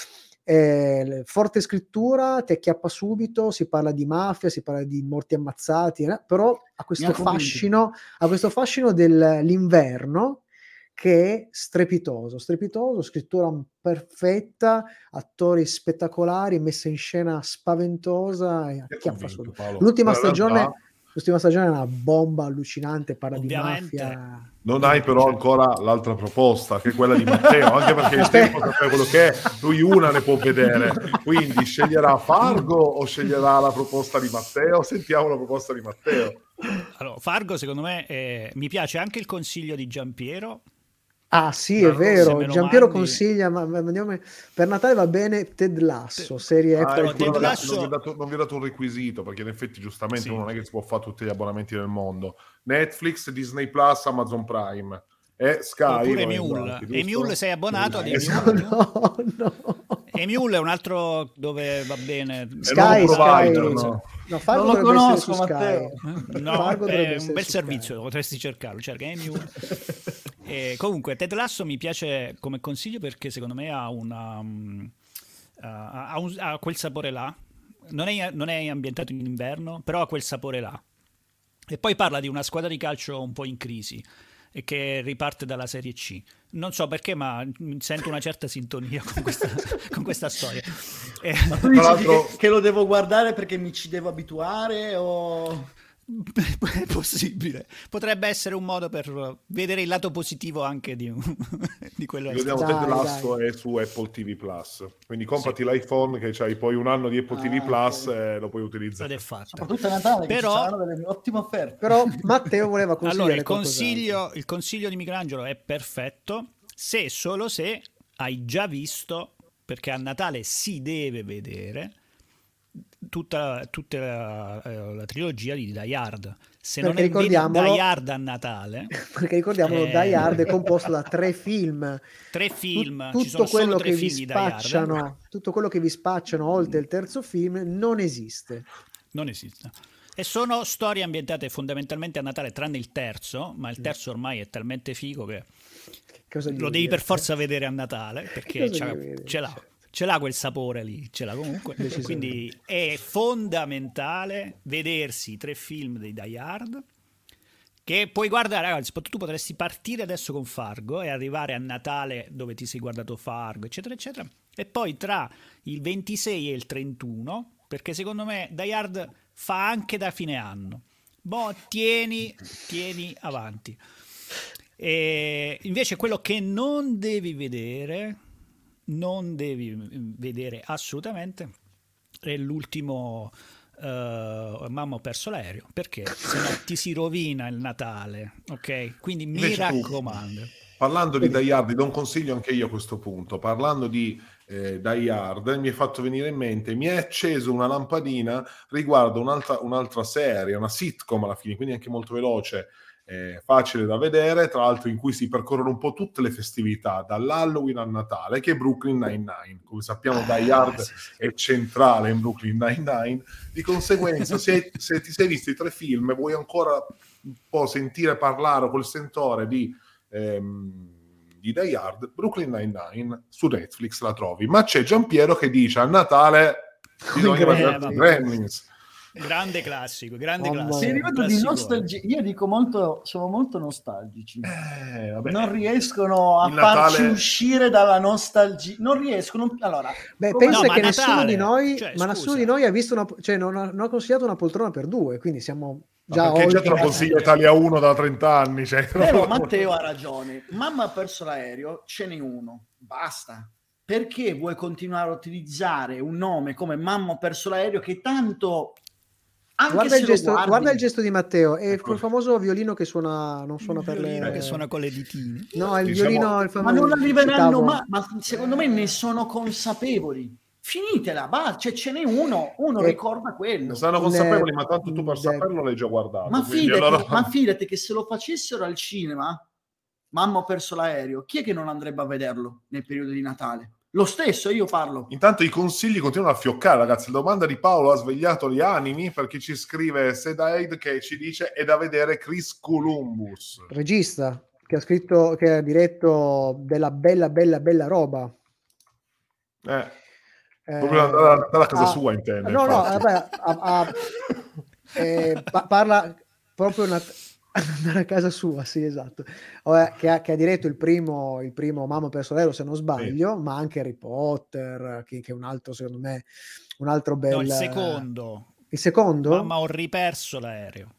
Eh, forte scrittura, ti acchiappa subito, si parla di mafia, si parla di morti ammazzati, eh, però ha questo fascino, ha questo fascino dell'inverno che è strepitoso, strepitoso, scrittura perfetta, attori spettacolari, messa in scena spaventosa e acchiappa subito. L'ultima stagione, l'ultima stagione è una bomba allucinante, parla Ovviamente. di mafia. Non hai però ancora l'altra proposta, che è quella di Matteo, anche perché il tempo sapeva quello che è, lui una ne può vedere, quindi sceglierà Fargo o sceglierà la proposta di Matteo? Sentiamo la proposta di Matteo. Allora, Fargo secondo me è... mi piace anche il consiglio di Giampiero. Ah sì, è vero, Giampiero mandi... consiglia, ma, ma andiamo... per Natale va bene Ted Lasso, serie ah, Apple. Ted Lasso... non, vi dato, non vi ho dato un requisito, perché in effetti giustamente sì. uno non è che si può fare tutti gli abbonamenti del mondo. Netflix, Disney Plus, Amazon Prime e Sky. Oppure Emule. Emule sei abbonato ad Emule? No, no. Emule è un altro dove va bene. Sky, Sky. No. No, non lo conosco, Matteo. No, è un bel servizio, Sky. Potresti cercarlo, cerca Emule. E comunque Ted Lasso mi piace come consiglio perché secondo me ha una um, uh, ha, un, ha quel sapore là, non è, non è ambientato in inverno, però ha quel sapore là, e poi parla di una squadra di calcio un po' in crisi e che riparte dalla Serie C. Non so perché, ma sento una certa sintonia con questa, con questa storia. Ma tu dici che, che lo devo guardare perché mi ci devo abituare o... È possibile, potrebbe essere un modo per vedere il lato positivo anche di, di quello. Vediamo, Ted Lasso è su Apple T V Plus, quindi comprati sì. l'iPhone che c'hai poi un anno di Apple ah, T V Plus okay. e lo puoi utilizzare. Ed è fatto. Soprattutto a Natale, però, che delle ottime offerte. Però Matteo voleva consigliare allora il consiglio, il consiglio di Michelangelo è perfetto se solo se hai già visto, perché a Natale si deve vedere tutta, tutta la, la trilogia di Die Hard. Se perché non vedi Die Hard a Natale, perché ricordiamolo, eh... Die Hard è composto da tre film, tre film, Tut- ci sono tutto quello solo tre che film vi di Die Hard. spacciano, tutto quello che vi spacciano oltre il terzo film non esiste. Non esiste. E sono storie ambientate fondamentalmente a Natale, tranne il terzo, ma il terzo ormai è talmente figo che Cosa lo devi per forza vedere a Natale, perché ce l'ha. Ce l'ha quel sapore lì, ce l'ha comunque. Quindi è fondamentale vedersi i tre film dei Die Hard, che puoi guardare, ragazzi, tu potresti partire adesso con Fargo e arrivare a Natale dove ti sei guardato Fargo, eccetera, eccetera, e poi tra il ventisei e il trentuno, perché secondo me Die Hard fa anche da fine anno. Boh, tieni, tieni avanti. E invece quello che non devi vedere... non devi vedere assolutamente è l'ultimo uh, Mamma ho perso l'aereo, perché se no ti si rovina il Natale, ok? Quindi mi invece raccomando tu, parlando di Die Hard, do un consiglio anche io a questo punto, parlando di eh, Die Hard, mi è fatto venire in mente, mi è acceso una lampadina riguardo un'altra, un'altra serie, una sitcom alla fine, quindi anche molto veloce, Eh, facile da vedere, tra l'altro in cui si percorrono un po' tutte le festività dall'Halloween al Natale, che è Brooklyn Nine-Nine. Come sappiamo Die Hard ah, sì, sì. è centrale in Brooklyn Nine-Nine, di conseguenza se, se ti sei visto i tre film e vuoi ancora un po' sentire parlare col sentore di, ehm, di Die Hard, Brooklyn Nine-Nine su Netflix la trovi, ma c'è Giampiero che dice a Natale bisogna vedere Gremlins. Grande classico, grande oh, classico. Sei arrivato di nostalgia. Io dico molto, sono molto nostalgici. Eh, vabbè. Non riescono a Il farci Natale... uscire dalla nostalgia. Non riescono. Allora, beh, pensa no, che nessuno Natale, di noi, cioè, ma nessuno di noi ha visto una, cioè non ha, non ha consigliato una poltrona per due, quindi siamo già perché già te lo consiglia Italia uno da trenta anni. Cioè. Però Matteo ha ragione. Mamma ha perso l'aereo, ce n'è uno, basta. Perché vuoi continuare a utilizzare un nome come Mamma ha perso l'aereo che tanto Anche Guarda se il, lo gesto, guardi- guarda il gesto di Matteo, è Ecco. quel famoso violino che suona, non suona Il per violino le... che suona con le ditine. No, il Diciamo- violino, il Ma famoso... non arriveranno citavo- mai, ma secondo me ne sono consapevoli. Finitela, va, cioè ce n'è uno, uno Eh, ricorda quello. Ne saranno Ne- consapevoli, ma tanto tu per de- saperlo l'hai già guardato. Ma quindi fidati, allora- ma fidati che se lo facessero al cinema, mamma ho perso l'aereo, chi è che non andrebbe a vederlo nel periodo di Natale? Lo stesso, io parlo. Intanto i consigli continuano a fioccare, ragazzi. La domanda di Paolo ha svegliato gli animi perché ci scrive Sedaid che ci dice è da vedere Chris Columbus. regista che ha scritto, che ha diretto della bella, bella, bella roba. Eh, Eh, proprio andare andare a casa ah, sua, intende. No, no, infatti. vabbè, ha- ha- eh, pa- parla proprio una, andare a casa sua, sì, esatto. Vabbè, che, ha, che ha diretto il primo, il primo Mamma per Solero, se non sbaglio, ma anche Harry Potter, che, che è un altro, secondo me, un altro bel... No, il secondo. Il secondo? Mamma, ho riperso l'aereo.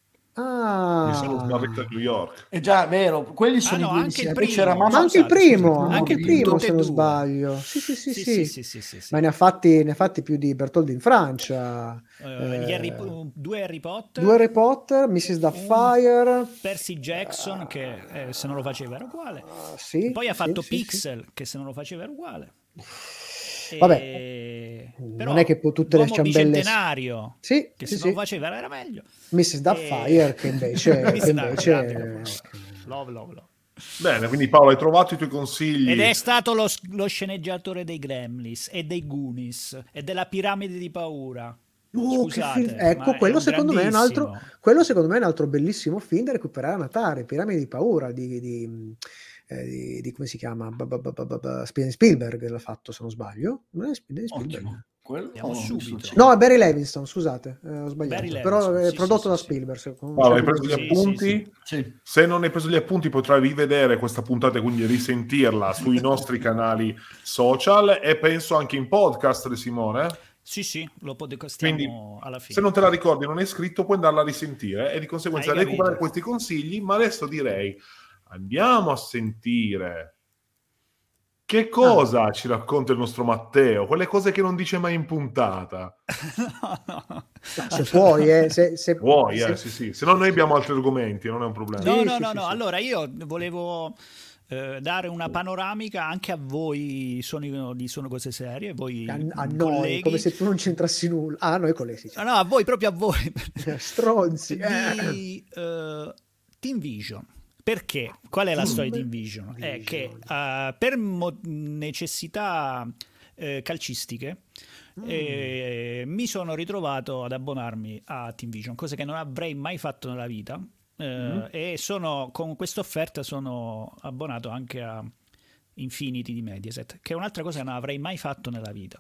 Mi sono Ah, smarrito a New York. È già vero, quelli sono Ah, no, i due anche il insieme. Poi primo. c'era ma mamma, anche il scusate, primo, scusate, anche il no, primo, tutte se e non due. sbaglio. Sì, sì, sì, Sì, sì. sì, sì, sì, sì, sì. Ma ne ha fatti, ne ha fatti più di Bertoldi in Francia. Eh, gli Eh, Harry- due Harry Potter, due Harry Potter, missus Doubtfire. Percy Jackson che eh, se non lo faceva era uguale. Ah, sì, Poi ha sì, fatto sì, sì. Pixel che se non lo faceva era uguale. Vabbè, E- non però è che po- tutte le l'uomo ciambelle- bicentenario Sì, che sì, se non sì. lo faceva era meglio. missus Doubtfire che invece, che missus Doubtfire, invece grande capolavoro. Love, love, love. Bene, quindi Paolo hai trovato i tuoi consigli. Ed è stato lo, lo sceneggiatore dei Gremlins e dei Goonies e della Piramide di Paura. Oh, che Scusate, film- ma ecco, è quello un secondo me è un altro, grandissimo. quello secondo me è un altro bellissimo film da recuperare a Natale, Piramidi di Paura di, di, eh, di- di- come si chiama? Ba- ba- ba- ba- ba- ba- Steven Spielberg l'ha fatto, se non sbaglio. Non è Steven Spielberg? Ottimo. Quello Andiamo oh, subito. so- No, è Barry Levinson, scusate, eh, ho sbagliato. Barry Però Levinson, è sì, prodotto sì, da sì, sì. Spielberg. se- con un Paolo, hai certo preso gli punto. Sì, appunti? Sì. Se non hai preso gli appunti potrai rivedere questa puntata e quindi risentirla sui nostri canali social e penso anche in podcast di Simone. Sì, sì, lo podcastiamo Quindi alla fine. se non te la ricordi, non è scritto, puoi andarla a risentire e di conseguenza Hai recuperare capito. questi consigli. Ma adesso direi andiamo a sentire che cosa ci racconta il nostro Matteo, quelle cose che non dice mai in puntata. No, no. Se puoi, eh, se, se, Vuoi, se- eh, sì, sì. Se no noi abbiamo altri argomenti, non è un problema. No, Sì, no, sì, no, sì, no. sì. Allora io volevo eh, dare una panoramica anche a voi, sono, di Sono Cose Serie, voi a, a noi, colleghi. come se tu non c'entrassi nulla. Ah, noi con lei sì. No, no, a voi, proprio a voi. Stronzi. eh. Di eh, Team Vision. Perché? Qual è la Team storia di Team Vision? È che eh, per mo- necessità eh, calcistiche eh, mi sono ritrovato ad abbonarmi a Team Vision, cosa che non avrei mai fatto nella vita. eh, E sono, con questa offerta sono abbonato anche a Infinity di Mediaset, che è un'altra cosa che non avrei mai fatto nella vita.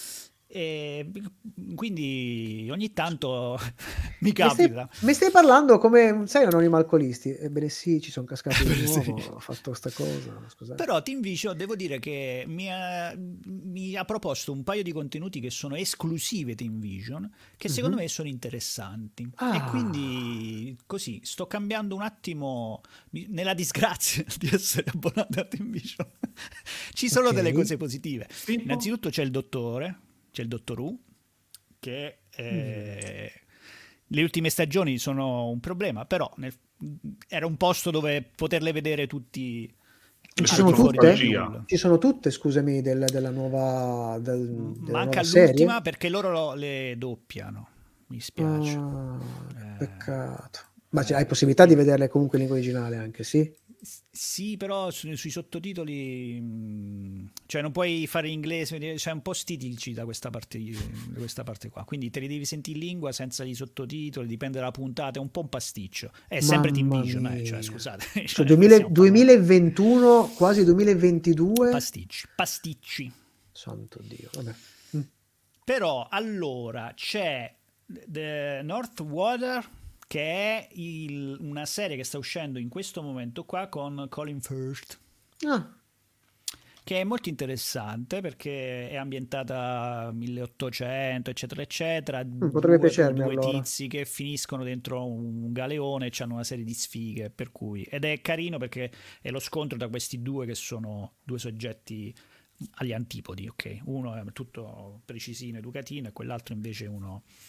E quindi ogni tanto mi Mi stai, capita. mi stai parlando come, sai, anonimo alcolisti? Ebbene sì, ci sono cascato di Sì. nuovo, ho fatto questa cosa, scusate. Però Team Vision devo dire che mi ha, mi ha proposto un paio di contenuti che sono esclusive Team Vision, che secondo Mhm. me sono interessanti. Ah. E quindi così sto cambiando un attimo mi- nella disgrazia di essere abbonato a Team Vision. Ci sono Ok. delle cose positive. Tipo? Innanzitutto c'è il dottore, c'è il dottor Who, che eh, le ultime stagioni sono un problema, però nel- era un posto dove poterle vedere tutti. Ci al sono di fuori tutte? del nulla. Ci sono tutte, scusami, del- della nuova, del, della Manca nuova serie? l'ultima perché loro lo- le doppiano. Mi spiace. Ah, Eh. peccato. Ma c'è- hai possibilità di vederle comunque in lingua originale anche, sì? S- Sì, però su- sui sottotitoli, mh, cioè non puoi fare in inglese, c'è un po' stitici da questa parte, di- da questa parte qua. Quindi te li devi sentire in lingua senza i sottotitoli, dipende dalla puntata, è un po' un pasticcio. È sempre Team Mamma Vision, eh, mia. cioè, scusate. Cioè, Cioè, duemila stiamo parlando- duemilaventuno, quasi duemilaventidue. Pasticci, pasticci. Santo Dio, vabbè. Mm. Però allora c'è The North Water, che è il- una serie che sta uscendo in questo momento qua con Colin Firth, Ah, che è molto interessante perché è ambientata milleottocento, eccetera, eccetera. potrebbe due, piacermi, due allora. tizi che finiscono dentro un galeone e hanno una serie di sfighe, per cui ed è carino perché è lo scontro tra questi due che sono due soggetti agli antipodi, ok? Uno è tutto precisino, educatino, e quell'altro invece è uno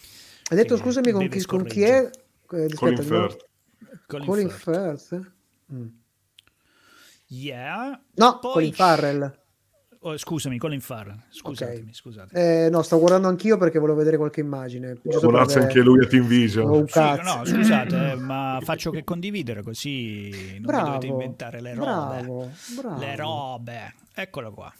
Hai detto, che scusami, con deve chi, con chi è? scorreggere. Eh, Colin aspetta, no. Firth. Colin Colin Firth. Firth? Mm. Yeah. No, Poi Colin c- Farrell. oh, scusami, Colin Farrell. Ok. Scusatemi, scusate. Eh, no, sto guardando anch'io perché volevo vedere qualche immagine. Può Giusto per abbonarsi avere... anche lui a Team Oh, Vision. un Sì, cazzo. no, scusate, eh, ma faccio che condividere così non mi dovete Bravo, inventare le robe. bravo, Le bravo. robe. Eccolo qua.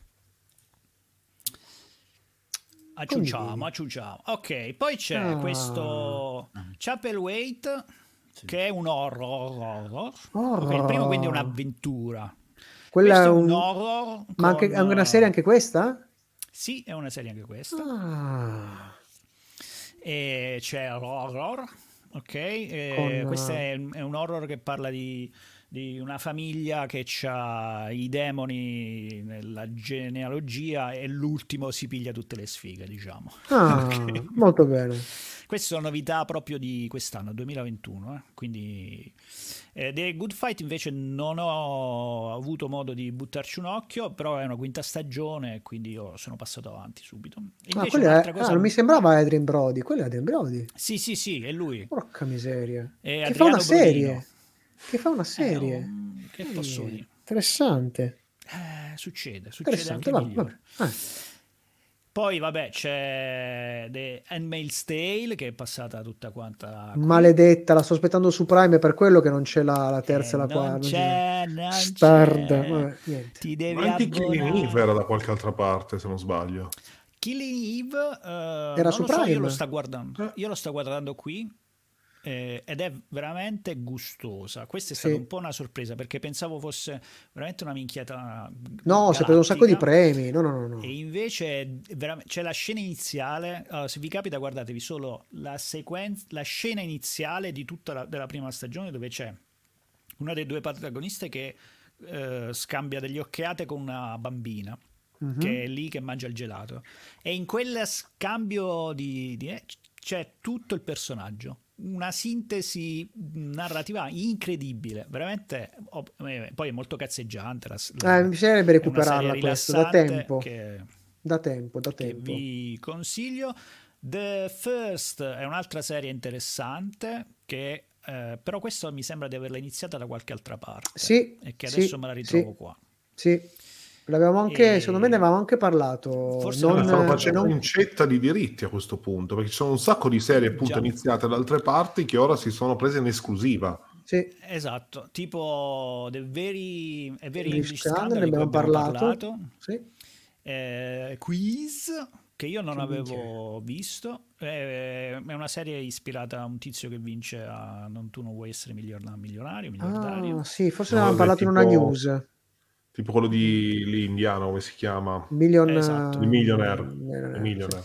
Acciucciamo, Condividi. acciucciamo. Ok, poi c'è Ah. questo Chapelwaite, Sì. che è un horror. horror. Horror. Ok, il primo quindi è un'avventura. Quella Questo è è un un... horror. Ma anche, con, è una serie anche questa? Sì, è una serie anche questa. Ah, E c'è l'horror, ok? E Con, questo uh, è, è un horror che parla di, di una famiglia che ha i demoni nella genealogia e l'ultimo si piglia tutte le sfighe, diciamo. ah, Ok? molto bene. Queste sono novità proprio di quest'anno, duemilaventuno, eh? Quindi eh, The Good Fight invece non ho avuto modo di buttarci un occhio, però è una quinta stagione, quindi io sono passato avanti subito. E Ah, invece quella è... un'altra ah, cosa... non mi sembrava Adrien Brody. Quella è Adrien Brody. Sì, sì, sì, è lui. Porca miseria. È Che fa una Adriano serie. Brodino. Che fa una Eh, serie. um, che Eh, posso dire? Interessante. Eh, succede, succede anche Interessante. ai Vabbè, migliori. vabbè. Eh. Poi vabbè c'è The Handmaid's Tale che è passata tutta quanta qui. Maledetta, la sto aspettando su Prime, è per quello che non c'è la, la terza e Eh, la quarta. non c'è, non Stard. c'è. Vabbè, niente. Ti Ma devi anche Killing Eve abbonare. era da qualche altra parte, se non sbaglio. Killing Eve, eh, Era non su lo so, io Prime? lo sto guardando. Eh. Io lo sto guardando qui. eh, ed è veramente gustosa. Questa è stata Sì. un po' una sorpresa perché pensavo fosse veramente una minchiata No, si è preso un sacco di galattica. premi. No, no, no, no. E invece è vera- c'è la scena iniziale. Allora, se vi capita, guardatevi solo la sequenza, la scena iniziale di tutta la, della prima stagione, dove c'è una dei due protagoniste che eh, scambia delle occhiate con una bambina Mhm. che è lì che mangia il gelato. E in quel scambio di, di- eh, c'è tutto il personaggio. Una sintesi narrativa incredibile, veramente. oh, eh, Poi è molto cazzeggiante. La, la- Eh, mi piacerebbe è una serie recuperarla questo, da rilassante tempo. che, Da tempo, da che tempo. vi consiglio. The First è un'altra serie interessante che eh, però questo mi sembra di averla iniziata da qualche altra parte Sì, e che sì, adesso me la ritrovo sì, qua. sì. L'avevamo anche, E secondo me ne avevamo anche parlato. forse Non, Eh, ne stanno avevamo se facendo non- un'uncetta di diritti a questo punto, perché ci sono un sacco di serie appunto Già. iniziate da altre parti che ora si sono prese in esclusiva. Sì, Esatto, tipo The Very, a Very English English Scandal, Scandal ne di cui abbiamo abbiamo parlato. parlato, Sì. eh, Quiz che io non Che avevo visto, eh, è una serie ispirata a un tizio che vince a Non tu non vuoi essere miliona- milionario, miliardario. Ah, sì, forse No, ne avevamo vabbè, parlato in una tipo- news. Tipo quello di lì indiano, come si chiama? Million, Esatto. Il Millionaire. Millionaire, Il Millionaire.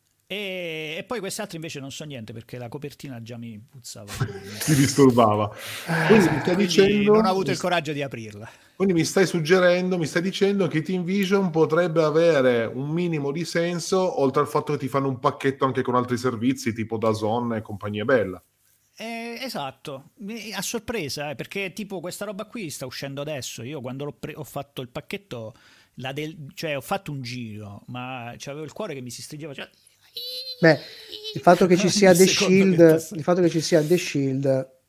E, e poi queste altre invece non so niente perché la copertina già mi puzzava. Ti disturbava. Quindi mi stai Quindi dicendo... non ho avuto il coraggio di aprirla. Quindi mi stai suggerendo, mi stai dicendo che Team Vision potrebbe avere un minimo di senso, oltre al fatto che ti fanno un pacchetto anche con altri servizi, tipo DAZN e compagnia bella. Eh, esatto, Eh, a sorpresa, eh, perché tipo questa roba qui sta uscendo adesso. Io quando l'ho pre- ho fatto il pacchetto, la del- cioè ho fatto un giro, ma c'avevo il cuore che mi si stringeva. Cioè... Beh, il fatto che ci sia Ogni The secondo che Shield, passa. il fatto che ci sia The Shield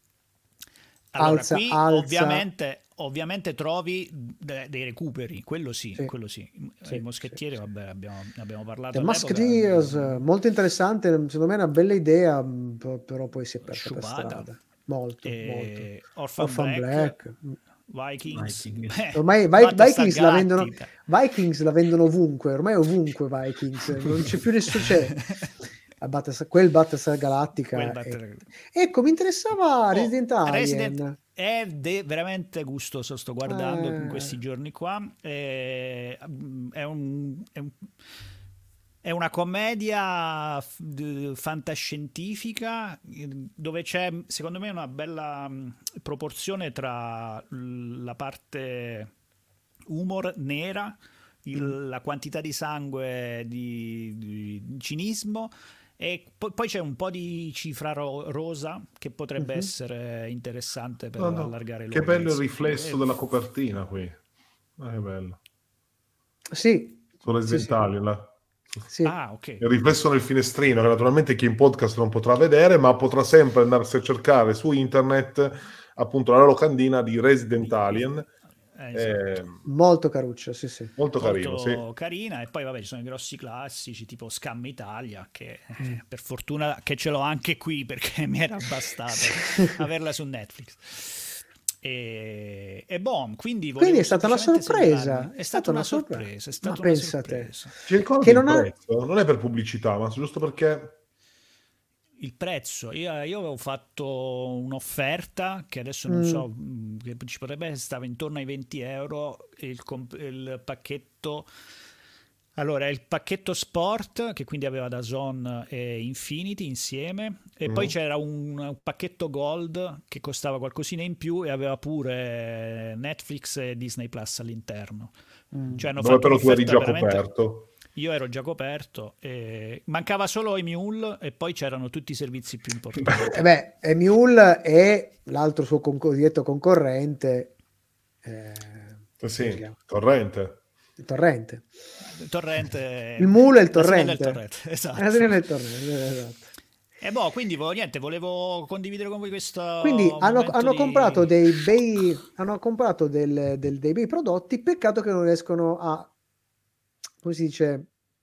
Allora, alza, qui alza. ovviamente, ovviamente trovi de- dei recuperi, quello sì, Sì. quello sì. Sì, I moschettieri, sì, sì. vabbè, abbiamo, ne abbiamo parlato. The all'epoca. Musketeers, molto interessante, secondo me è una bella idea, mh, p- però poi si è persa per Sciupata. strada. Molto, E molto. Orphan, Orphan Black, Black. Vikings. Vikings. Beh, Ormai Vi- Battlestar Vikings la vendono, Galactica. Vikings la vendono ovunque, ormai è ovunque Vikings, non c'è più nessuno, c'è la Battlestar- quel Battlestar Galactica. Quel è- Battle- Ecco, mi interessava Oh, Resident Alien. Resident è de- veramente gustoso, sto guardando in Eh. questi giorni qua. Eh, È, un, è, un- è una commedia f- d- fantascientifica eh, dove c'è, secondo me, una bella mh, proporzione tra l- la parte humor nera, il- la quantità di sangue, di, di cinismo. E poi, poi c'è un po' di cifra ro- rosa che potrebbe Mhm. essere interessante per No, no, allargare che bello il l'audience. riflesso Eh, della copertina qui. Ah, che bello. Sì, Su sì, Resident sì. Alien, la- Sì. Ah, ok. Il riflesso nel finestrino, che naturalmente chi in podcast non potrà vedere, ma potrà sempre andarsi a cercare su internet appunto la locandina di Resident Alien. Eh, esatto. Eh, Molto caruccio, sì, sì. molto, Molto carino, sì. carina, e poi vabbè ci sono i grossi classici tipo Scam Italia, che Mm. eh, per fortuna che ce l'ho anche qui, perché mi era bastato averla su Netflix. E, e boh, quindi volevo Quindi è stata una semplicemente sorpresa. segnalarmi. È stata una sorpresa, è stata Ma una pensa te. sorpresa. Ti ricordi Che il non ha- prezzo? Non è per pubblicità, ma giusto perché... Il prezzo, io, io avevo fatto un'offerta che adesso non Mm. so, mh, che ci potrebbe essere, stava intorno ai venti euro il, comp- il pacchetto. Allora, il pacchetto Sport, che quindi aveva DAZN e Infinity insieme, e Mm. poi c'era un, un pacchetto Gold che costava qualcosina in più e aveva pure Netflix e Disney Plus all'interno. Mm. Cioè hanno Dove fatto però tu eri un'offerta già veramente... coperto. Io ero già coperto, e mancava solo Emule e poi c'erano tutti i servizi più importanti. Eh beh, Emule è l'altro suo concor- diretto concorrente. Eh, Eh come si sì, chiama? corrente. Il torrente. Il torrente, Il mule e il l'asinello e il torrente. torrente, esatto. L'asinello e il torrente, esatto. E boh, quindi vo- niente, volevo condividere con voi questo Quindi hanno, momento hanno di- comprato dei bei hanno comprato del- del- dei bei prodotti, peccato che non riescono a, come si dice,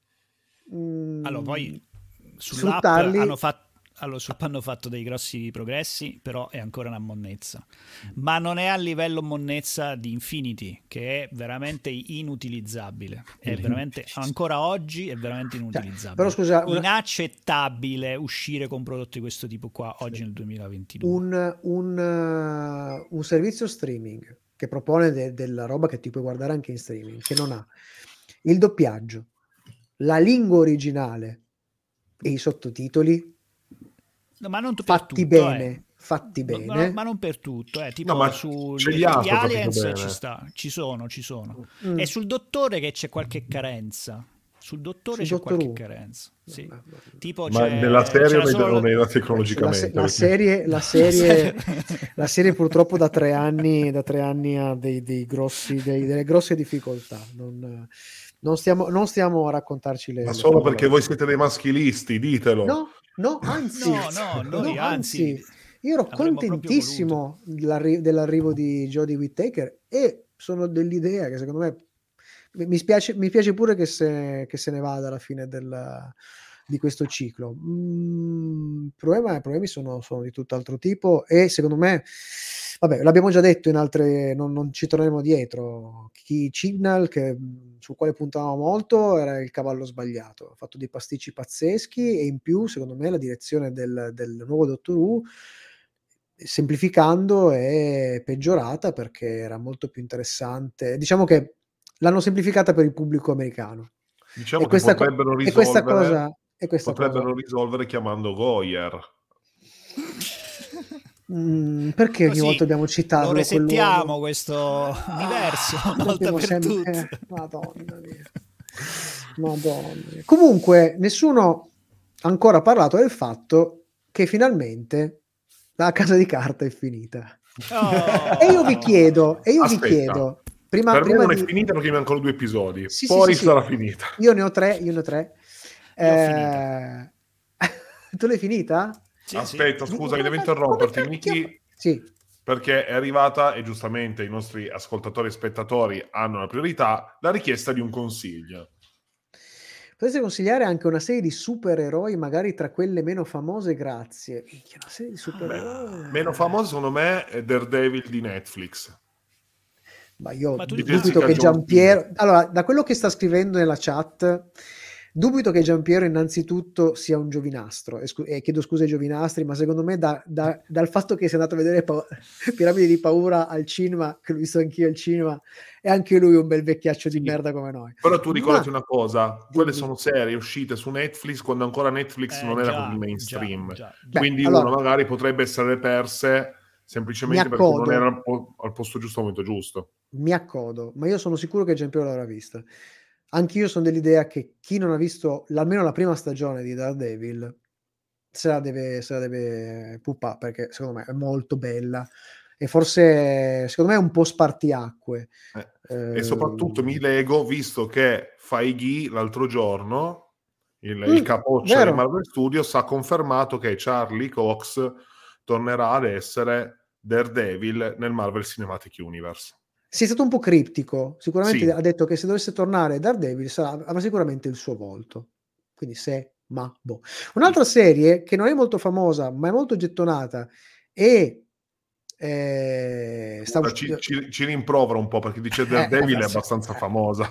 mm, Allora, poi sull'app sfruttarli. hanno fatto allora, sull'app hanno fatto dei grossi progressi, però è ancora una monnezza. Ma non è a livello monnezza di Infinity, che è veramente inutilizzabile. È veramente, ancora oggi è veramente inutilizzabile. Però scusa, una- Inaccettabile uscire con prodotti di questo tipo qua oggi nel duemilaventidue. un, un, eh, un servizio streaming che propone de- della roba che ti puoi guardare anche in streaming, che non ha il doppiaggio, la lingua originale e i sottotitoli No, ma non per fatti tutto, bene, eh. fatti Ma- bene. Ma, ma non per tutto, eh. Tipo No, ma su ce gli, li ha gli sottotitoli Aliens bene. ci sta, ci sono, ci sono. Mm. E sul dottore che c'è qualche carenza. Sul dottore Sul c'è Dottor qualche Who. carenza. Sì. Ma- ma- Tipo Ma c'è, nella serie c'era o nei- solo o nei- La, tecnologicamente? se- la serie, la, serie, la serie purtroppo da tre anni, da tre anni ha dei, dei grossi, dei- delle grosse difficoltà. Non, non, stiamo, non stiamo a raccontarci le, Ma le solo favole. perché voi siete dei maschilisti, ditelo. No, no, anzi, No, no, noi no, anzi, io ero avremmo proprio contentissimo dell'arri- dell'arrivo di Jodie Whittaker e sono dell'idea che secondo me mi spiace, mi piace pure che se, che se ne vada alla fine del, di questo ciclo. Mm, il problema, i problemi sono, sono di tutt'altro tipo e secondo me, vabbè, l'abbiamo già detto in altre, non, non ci torneremo dietro. Chi Chibnall, che, sul quale puntavamo molto, era il cavallo sbagliato. Ha fatto dei pasticci pazzeschi e in più, secondo me, la direzione del, del nuovo Doctor Who, semplificando, è peggiorata perché era molto più interessante. Diciamo che l'hanno semplificata per il pubblico americano. Diciamo E che questa, co- potrebbero e questa risolvere, cosa... E questa potrebbero cosa risolvere chiamando Goyer. mm, perché ogni Così volta dobbiamo citarlo? lo resettiamo quell'uomo? questo universo una volta Dobbiamo per sempre- tutte. eh, Madonna mia. Madonna mia. Comunque, nessuno ha ancora parlato del fatto che finalmente la Casa di Carta è finita. Oh. E io vi chiedo, e io vi Aspetta. chiedo, prima, Per prima me non di... è finita perché mi mancano due episodi. Sì, sì, Poi sì, sì. sarà finita. Io ne ho tre, io ne ho tre. Io ho Eh, tu l'hai finita? Sì, Aspetta, sì. scusami, Come devo cacchio- interromperti, come cacchio- Miki, Sì. perché è arrivata, e giustamente i nostri ascoltatori e spettatori hanno la priorità, la richiesta di un consiglio. Potreste consigliare anche una serie di supereroi, magari tra quelle meno famose, grazie. Minchia, una serie di supereroi. Meno famoso secondo me è Daredevil di Netflix. Ma io Ma tu- dubito Jessica che Jones. Giampiero... Allora, da quello che sta scrivendo nella chat, dubito che Giampiero innanzitutto sia un giovinastro. E, scu- e chiedo scusa ai giovinastri, ma secondo me da- da- dal fatto che sia andato a vedere pa- Piramidi di Paura al cinema, che l'ho visto anch'io al cinema, è anche lui un bel vecchiaccio di Sì. merda come noi. Però tu ricordati Ma- una cosa, quelle Dimmi. sono serie uscite su Netflix quando ancora Netflix Eh, non era già, così mainstream. già, già, Beh, Quindi allora- uno magari potrebbe essere perse semplicemente Mi perché non accodo. era al, po- al posto giusto al momento giusto. Mi accodo, ma io sono sicuro che Giampiero l'avrà vista. Anch'io sono dell'idea che chi non ha visto almeno la prima stagione di Daredevil se la deve, se la deve puppà, perché secondo me è molto bella e forse secondo me è un po' spartiacque. Eh, Eh, E soprattutto mi lego, visto che Feige l'altro giorno il, Mm, il capoccia vero. di Marvel Studios, ha confermato che Charlie Cox tornerà ad essere Daredevil nel Marvel Cinematic Universe. Sì, è stato un po' criptico. Sicuramente Sì. ha detto che se dovesse tornare Daredevil sarà, avrà sicuramente il suo volto. Quindi se, ma, boh. Un'altra serie che non è molto famosa, ma è molto gettonata e eh, sta Ora usci- ci, ci, ci rimprovera un po' perché dice Eh, Daredevil è eh, sì, abbastanza eh. famosa.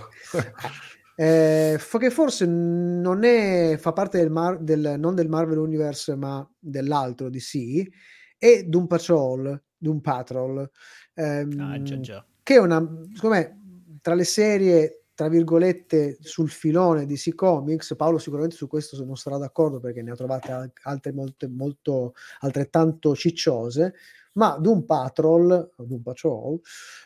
Eh, fa- che forse non è, fa parte del, Mar- del non del Marvel Universe, ma dell'altro D C, è Doom Patrol, Doom Patrol, ehm, Ah, già già. che è una, secondo me, tra le serie, tra virgolette, sul filone di D C Comics. Paolo sicuramente su questo non sarà d'accordo perché ne ha trovate al- altre molte, molto altrettanto cicciose, ma Doom Patrol, Doom Patrol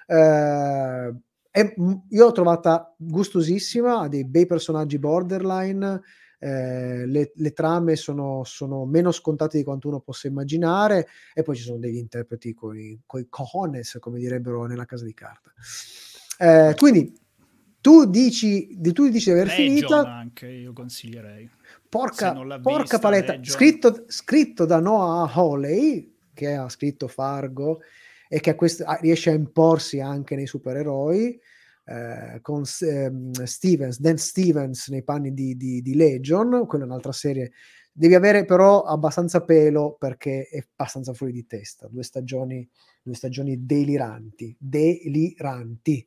eh, è, io l'ho trovata gustosissima, ha dei bei personaggi borderline, eh, le, le trame sono, sono meno scontate di quanto uno possa immaginare, e poi ci sono degli interpreti coi, coi cojones, come direbbero nella casa di carta. Eh, quindi tu dici di, tu dici di aver Legion finita. anche io consiglierei. Se Porca, non l'ha porca vista, paletta, Legion. scritto, scritto da Noah Hawley, che ha scritto Fargo e che a questo, a, riesce a imporsi anche nei supereroi, eh, con ehm, Stevens, Dan Stevens nei panni di, di, di Legion. Quella è un'altra serie. Devi avere però abbastanza pelo perché è abbastanza fuori di testa. Due stagioni, due stagioni deliranti, deliranti,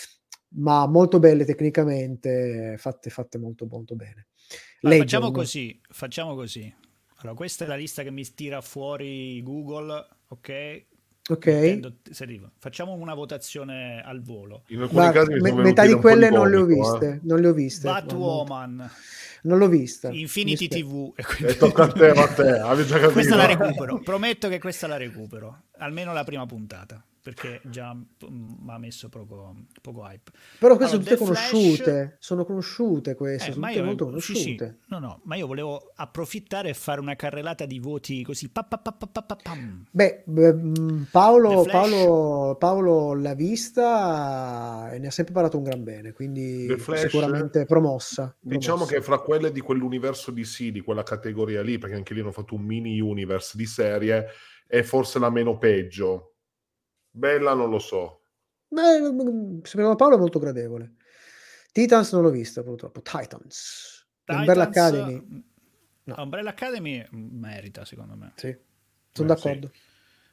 ma molto belle tecnicamente, fatte, fatte molto molto bene. Allora, Legion. facciamo così, facciamo così. Allora, questa è la lista che mi tira fuori Google, ok? Ok. Mettendo, se arriva. Facciamo una votazione al volo. In alcuni Ma casi mi me- sono metà venuti di un po' di quelle non le ho vomito, viste, eh. non le ho viste. Batwoman, Non l'ho vista. Infinity Mi spiace. TV. E E quindi... tocca a te, Matteo, avevi già capito. Questa la recupero, prometto che questa la recupero, almeno la prima puntata, perché già mi ha messo poco, poco hype. Però queste Allora, sono tutte The conosciute, Flash- sono conosciute queste, Eh, sono ma tutte io, molto sì, sì, conosciute. no, no, ma io volevo approfittare e fare una carrellata di voti così. Pa, pa, pa, pa, pa, pa, pam. Beh, beh, mh, The Paolo, Flash. Paolo, Paolo l'ha vista e ne ha sempre parlato un gran bene, The quindi Flash, sicuramente promossa. diciamo promossa. che fra quelle di quell'universo D C, di quella categoria lì, perché anche lì hanno fatto un mini universe di serie, è forse la meno peggio. Bella non lo so. Beh, mh, secondo Paolo è molto gradevole. Titans non l'ho vista purtroppo. Titans. Umbrella Titans, Academy. No. Umbrella Academy merita, secondo me. Sì, sono Beh, d'accordo. sì.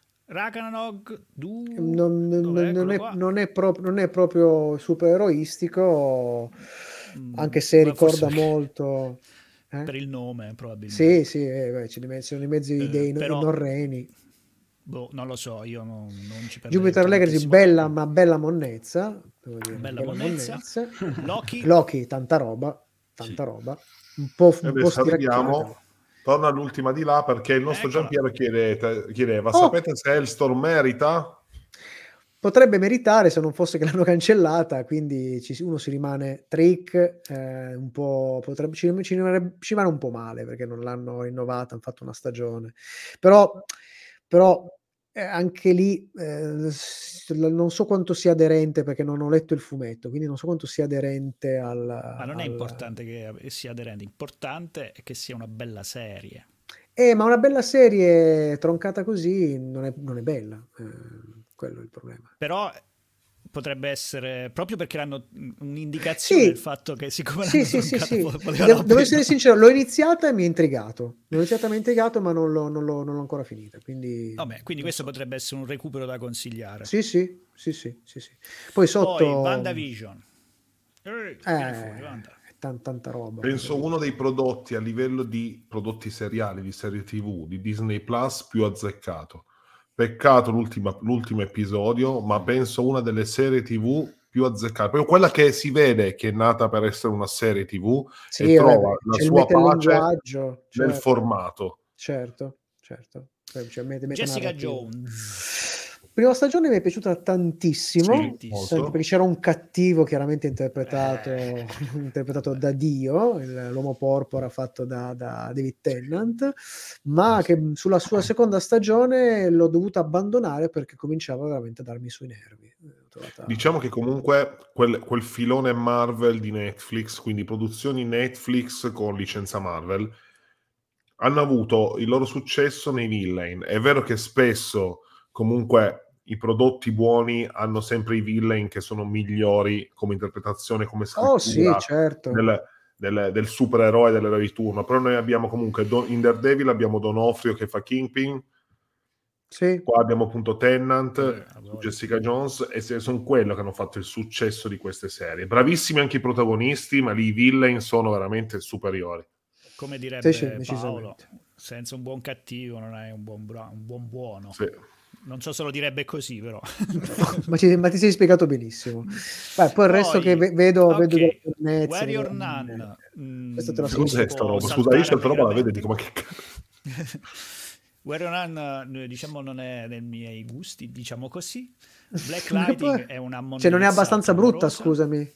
Ragnarok du... Non, non- Dov'è? non Eccolo è, qua. non è prop- non è proprio supereroistico, Mm, anche se ma forse ricorda perché- molto. eh? per il nome, probabilmente. Sì, sì, eh, beh, ci ci sono i mezzi Eh, dei no- i però- norreni. Boh, non lo so, io non, non ci perderei Jupiter Legacy, tantissimo bella, tempo. ma bella monnezza. Devo dire, Bella monnezza. Loki. Loki, tanta roba, tanta Sì. roba. Un po', E un po' adesso stiracchiata. arriviamo, torna all'ultima di là, perché il nostro Eccola. Giampiero chiedete- chiedeva, Oh! sapete se Hellstorm merita? Potrebbe meritare se non fosse che l'hanno cancellata, quindi ci si- uno si rimane trick, eh, un po', potrebbe, ci, ci rimane, ci rimane un po' male perché non l'hanno rinnovata, hanno fatto una stagione. Però, però eh, anche lì eh, s- non so quanto sia aderente perché non ho letto il fumetto, quindi non so quanto sia aderente al... Ma non è al- importante che sia aderente, importante è che sia una bella serie. Eh, ma una bella serie troncata così non è, non è bella, eh, quello è il problema. Però potrebbe essere, proprio perché hanno un'indicazione Sì, del fatto che siccome sì, l'hanno sì, sì, troncata sì. po- poteva Devo, non devo essere prendere. sincero, l'ho iniziata e mi ha intrigato. L'ho iniziata e mi ha intrigato, ma non l'ho, non l'ho- non l'ho ancora finita. Quindi, Vabbè, quindi non questo so. potrebbe essere un recupero da consigliare. Sì, sì, sì, sì, sì, sì. Poi sotto... Poi WandaVision. Ehi, vieni fuori, Eh, Wanda. è tan- tanta roba. Penso uno dei prodotti a livello di prodotti seriali, di serie tivù, di Disney Plus più azzeccato. Peccato l'ultima- l'ultimo episodio, ma penso una delle serie tivù più azzeccate. Proprio quella che si vede che è nata per essere una serie tivù Sì, e vabbè, trova la c'è il sua pace metalinguaggio, nel certo, formato. certo, certo. Poi c'è il meta- Jessica metanarrativo. Jones. Prima stagione mi è piaciuta tantissimo, Sì, Tantissimo. molto. perché c'era un cattivo chiaramente interpretato, Eh. interpretato da Dio, il- l'uomo porpora fatto da, da David Tennant, ma che sulla sua seconda stagione l'ho dovuta abbandonare perché cominciava veramente a darmi sui nervi. Ho trovata... Diciamo che comunque quel, quel filone Marvel di Netflix, quindi produzioni Netflix con licenza Marvel, hanno avuto il loro successo nei villain. È vero che spesso comunque i prodotti buoni hanno sempre i villain che sono migliori come interpretazione, come Oh sì, scrittura certo. del, del, del supereroe, dell'eroe di turno. Però noi abbiamo comunque Don, in Daredevil abbiamo Donofrio che fa Kingpin, Sì. qua abbiamo appunto Tennant, Eh, su Jessica Jones, e se- sono quello che hanno fatto il successo di queste serie. Bravissimi anche i protagonisti, ma lì i villain sono veramente superiori. Come direbbe Sì, sì, Paolo, decisamente. senza un buon cattivo non hai un buon, bra- un buon buono. Sì. Non so se lo direbbe così, però. ma, ci, ma ti sei spiegato benissimo. Beh, poi il resto che ve- vedo, ok, vedo da internet, Warrior eh, Nun. questo te lo Cos'è so. sta roba? Scusa, io certa roba la vedo e dico ma che cazzo. Warrior Nun, diciamo, non è nei miei gusti, diciamo così. Black Ma Lightning poi- è una monnezza Cioè non è abbastanza brutta, clamorosa. scusami.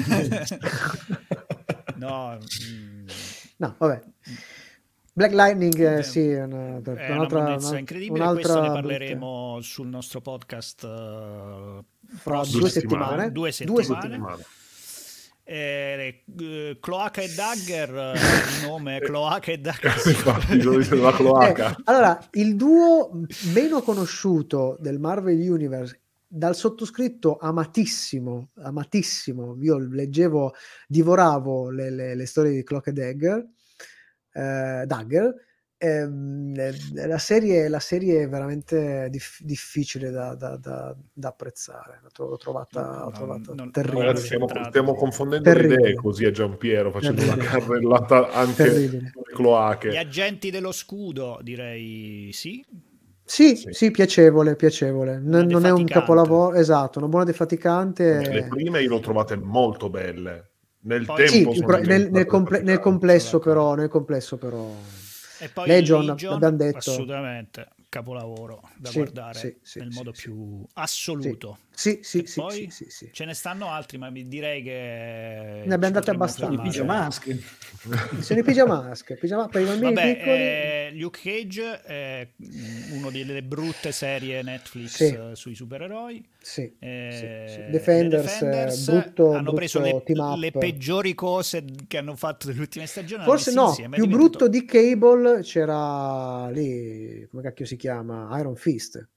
No, mm, No, vabbè. Black Lightning, eh, Beh, sì, è una, è una un'altra, monnezza una- incredibile. un'altra Questo ne brutta- parleremo sul nostro podcast eh, fra prossimo- due settimane. Due Due settimane. settimane. Eh, eh, Cloaca e Dagger, eh, il nome è Cloaca e Dagger. Infatti, io dicevo la cloaca. Eh, allora, il duo meno conosciuto del Marvel Universe, dal sottoscritto amatissimo, amatissimo, io leggevo, divoravo le, le- le storie di Cloak e Dagger, eh, Dagger, ehm, eh, la, serie, la serie è veramente dif- difficile da, da- da- da apprezzare, l'ho tro- l'ho trovata, l'ho No, trovata non- terribile. Ragazzi, stiamo, centrato. stiamo confondendo le Terribile. idee così a Giampiero, facendo una Terribile. carrellata anche Terribile. sulle cloache. Gli agenti dello scudo, direi sì. Sì, Sì. sì, piacevole, piacevole. Una Non, non è un defaticante. capolavoro, esatto, una buona defaticante. Le prime io le ho trovate molto belle. Nel Poi- Sì, tempo più sono pro- nel, nel diventate comple- nel defaticanti. complesso Sono d'accordo. però, nel complesso però. E poi Legion, Legion, l'abbiamo detto. assolutamente capolavoro da Sì, guardare sì, sì, nel sì, modo sì. più assoluto. Sì, sì, E sì, poi sì, sì, sì. ce ne stanno altri, ma mi direi che Ne abbiamo ci date potremmo abbastanza. I fermare. pigiamaschi. Sono i pigiamaschi, pigiama- per i bambini Vabbè, piccoli. eh, Luke Cage è mm, una delle brutte serie Netflix Sì. eh, sui supereroi. Sì, Eh, sì, sì. le Defenders, Defenders eh, brutto, hanno preso brutto le, team up. le peggiori cose che hanno fatto nelle ultime stagioni. hanno Forse messe no, insieme, è più diventato- brutto di Cable c'era lì, come cacchio si chiama? Iron Fist.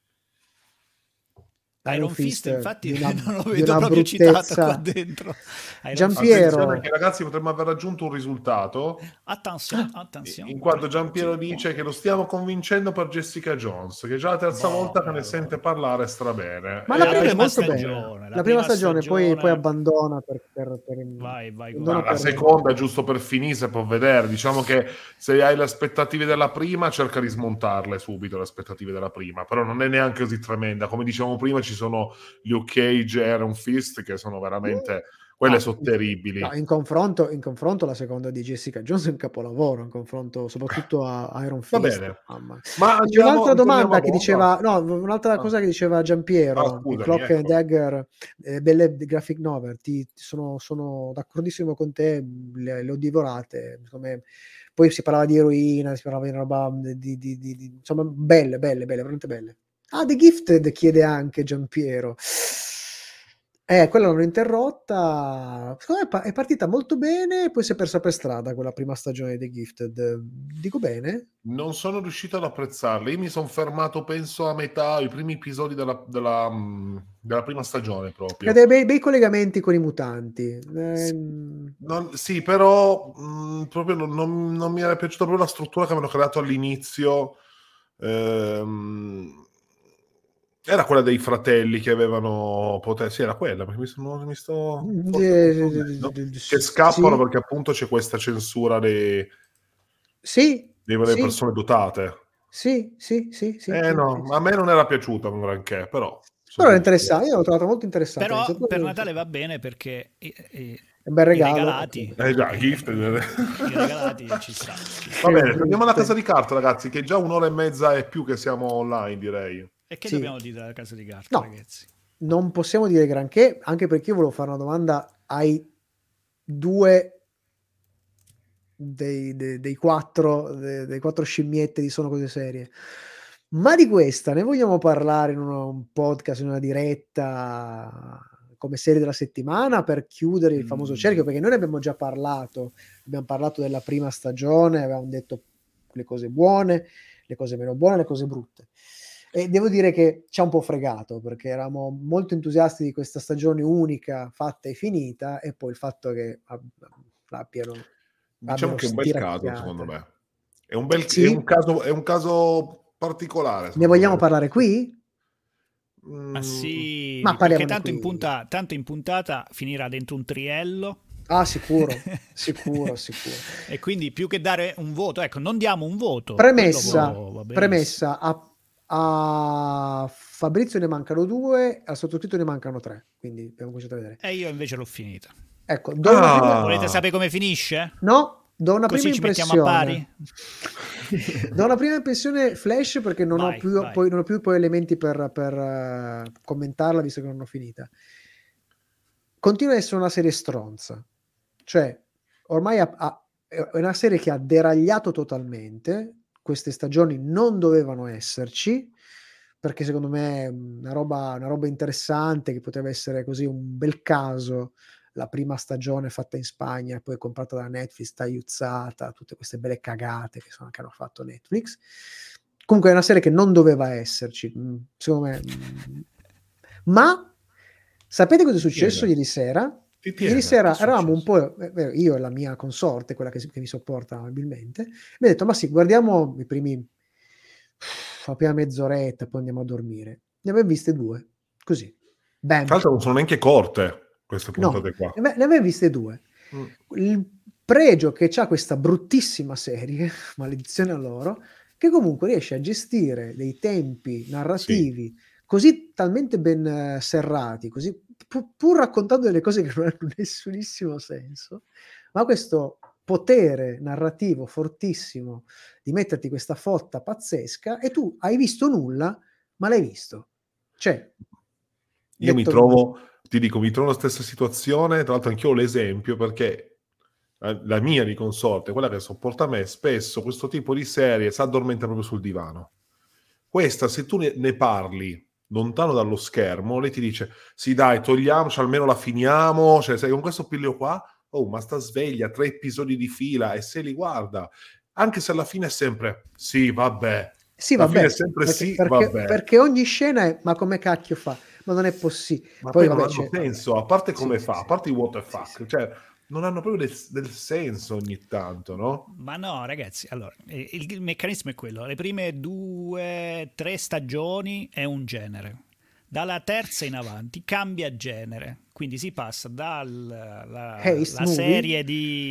Iron Fist, infatti, di una, non lo di vedo una proprio citato bruttezza. qua dentro. Iron Giampiero. Attenzione che ragazzi potremmo aver raggiunto un risultato, Attenzione, attenzione. in quanto Giampiero Sì. dice che lo stiamo convincendo per Jessica Jones, che è già la terza Boh, volta che ne allora. sente parlare strabene. Ma E la La prima è prima molto stagione, bella. la La prima prima stagione, poi, stagione- poi abbandona per, per, per Vai, vai, abbandona Ma la per- seconda, giusto per finire, si può vedere. Diciamo che se hai le aspettative della prima, cerca di smontarle subito le aspettative della prima, però non è neanche così tremenda. Come dicevamo prima, ci sono Luke Cage e Iron Fist che sono veramente... Quelle No, sono terribili. no, in confronto, in confronto la seconda di Jessica Jones è un capolavoro, in confronto soprattutto a Iron Va Fist. bene. Mamma. Ma C'è andiamo, un'altra domanda torniamo a che bomba? diceva, no, un'altra Ah. cosa che diceva Giampiero, Ah, di scusami, Clock ecco. and Dagger, eh, belle graphic novel, ti, ti sono, sono d'accordissimo con te, le, le ho divorate. Come, poi si parlava di eroina, si parlava di roba, di, di, di, di, insomma, belle, belle, belle, veramente belle. Ah, The Gifted chiede anche Giampiero. Eh, quella l'hanno interrotta. Secondo me è pa- è partita molto bene, poi si è persa per strada quella prima stagione di The Gifted. Dico bene? Non sono riuscito ad apprezzarle. Io mi sono fermato, penso, a metà, i primi episodi della, della, mh, della prima stagione proprio. Ha dei bei, bei collegamenti con i mutanti. Sì. Ehm, Non- sì, però mh, proprio non, non- non mi era piaciuta proprio la struttura che avevano creato all'inizio. Ehm, era quella dei fratelli che avevano potere. Sì, era quella, perché mi, sono, mi sto forse eh, confondendo. eh, Che scappano sì, perché appunto c'è questa censura dei, sì, delle sì, persone dotate. sì, sì, sì, sì, Eh sì, no, sì, ma a sì. me non era piaciuta un granché, però... Però sono è interessante, io l'ho trovato molto interessante. Però all'inizio. per Poi- Natale va bene perché i, i- È un bel i regalo. regalati, Eh già, gift. i regalati ci sta. ci sta. Va bene, torniamo alla casa di carta, ragazzi, che già un'ora e mezza e più che siamo online, direi. E che Sì. dobbiamo dire della casa di carta, No. ragazzi? Non possiamo dire granché, anche perché io volevo fare una domanda ai due dei, dei, dei quattro dei, dei quattro scimmiette di Sono Cose Serie. Ma di questa ne vogliamo parlare in uno un podcast, in una diretta come serie della settimana per chiudere il famoso cerchio? Mm. Perché noi ne abbiamo già parlato, abbiamo parlato della prima stagione, avevamo detto le cose buone, le cose meno buone, le cose brutte. E devo dire che ci ha un po' fregato, perché eravamo molto entusiasti di questa stagione unica, fatta e finita, e poi il fatto che ab- l'abbiano Diciamo abbiano che è un bel caso, secondo stiracchiata. me. È un bel è Sì? un caso, è un caso particolare, Ne secondo vogliamo me. parlare qui? Ma Mm, sì, Ma perché parliamone tanto in, qui. punta- tanto in puntata finirà dentro un triello. Ah, sicuro, sicuro, sicuro. E quindi più che dare un voto, ecco, non diamo un voto. Premessa, quello va benissimo. premessa a, a Fabrizio ne mancano due, al sottoscritto ne mancano tre, quindi abbiamo cominciato a vedere. E io invece l'ho finita. Ecco, do una prima... Ah, Volete sapere come finisce? No, do una Così prima ci mettiamo a pari? impressione. Do una prima impressione flash perché non ho Vai, più vai. poi non ho più poi elementi per, per eh, commentarla, visto che non ho finita. Continua a essere una serie stronza, cioè ormai ha- ha- è una serie che ha deragliato totalmente. Queste stagioni non dovevano esserci, perché secondo me è una roba, una roba interessante, che poteva essere così un bel caso, la prima stagione fatta in Spagna e poi comprata da Netflix, tagliuzzata, tutte queste belle cagate che, sono, che hanno fatto Netflix. Comunque è una serie che non doveva esserci, mm, secondo me. mm. Ma sapete cosa è successo tiene. ieri sera? Ti tiene. Ieri sera Che è eravamo un successo? po', eh, io e la mia consorte, quella che, si- che mi sopporta amabilmente, mi ha detto, ma sì, guardiamo i primi, la prima mezz'oretta, poi andiamo a dormire. Ne abbiamo viste due, così. Bam. Tra l'altro non sono neanche corte queste No, puntate qua. ne ne abbiamo viste due. Mm. Il pregio che c'ha questa bruttissima serie, maledizione a loro, che comunque riesce a gestire dei tempi narrativi così talmente ben eh, serrati, così pu- pur raccontando delle cose che non hanno nessunissimo senso, ma questo potere narrativo fortissimo di metterti questa fotta pazzesca e tu hai visto nulla, ma l'hai visto. Cioè, Io mi detto- trovo, ti dico, mi trovo nella stessa situazione, tra l'altro anch'io ho l'esempio, perché eh, la mia di consorte, quella che sopporta me, spesso questo tipo di serie si addormenta proprio sul divano. Questa, se tu ne, ne parli lontano dallo schermo, lei ti dice, sì dai, togliamoci, almeno la finiamo, cioè sai, con questo piglio qua, oh, ma sta sveglia, tre episodi di fila, e se li guarda, anche se alla fine è sempre, sì, vabbè, Sì, alla fine vabbè, è sempre perché, sì, perché, vabbè. perché ogni scena è, ma come cacchio fa? Ma non è possibile. Ma Poi, poi non vabbè, hanno c'è, senso, a parte sì, come sì, fa, sì. a parte i what the Sì, fuck, sì. cioè non hanno proprio del, del senso ogni tanto, no? Ma no, ragazzi, allora, eh, il, il meccanismo è quello. Le prime due, tre stagioni è un genere. Dalla terza in avanti cambia genere. Quindi si passa dalla Heist movie, serie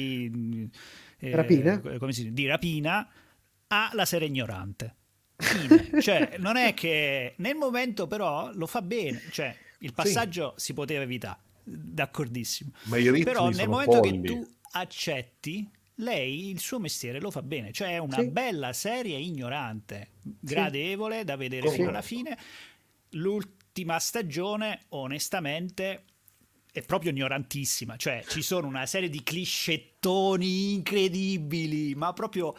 di, eh, rapine. come si dice, di rapina alla serie ignorante. Fine. Cioè, non è che nel momento però lo fa bene. Cioè, il passaggio si poteva evitare, d'accordissimo. Ma i ritmi Però nel sono momento che folli. tu accetti, lei il suo mestiere lo fa bene, cioè è una Sì. bella serie ignorante, gradevole da vedere Sì. fino alla fine. L'ultima stagione, onestamente, è proprio ignorantissima, cioè ci sono una serie di cliscettoni incredibili, ma proprio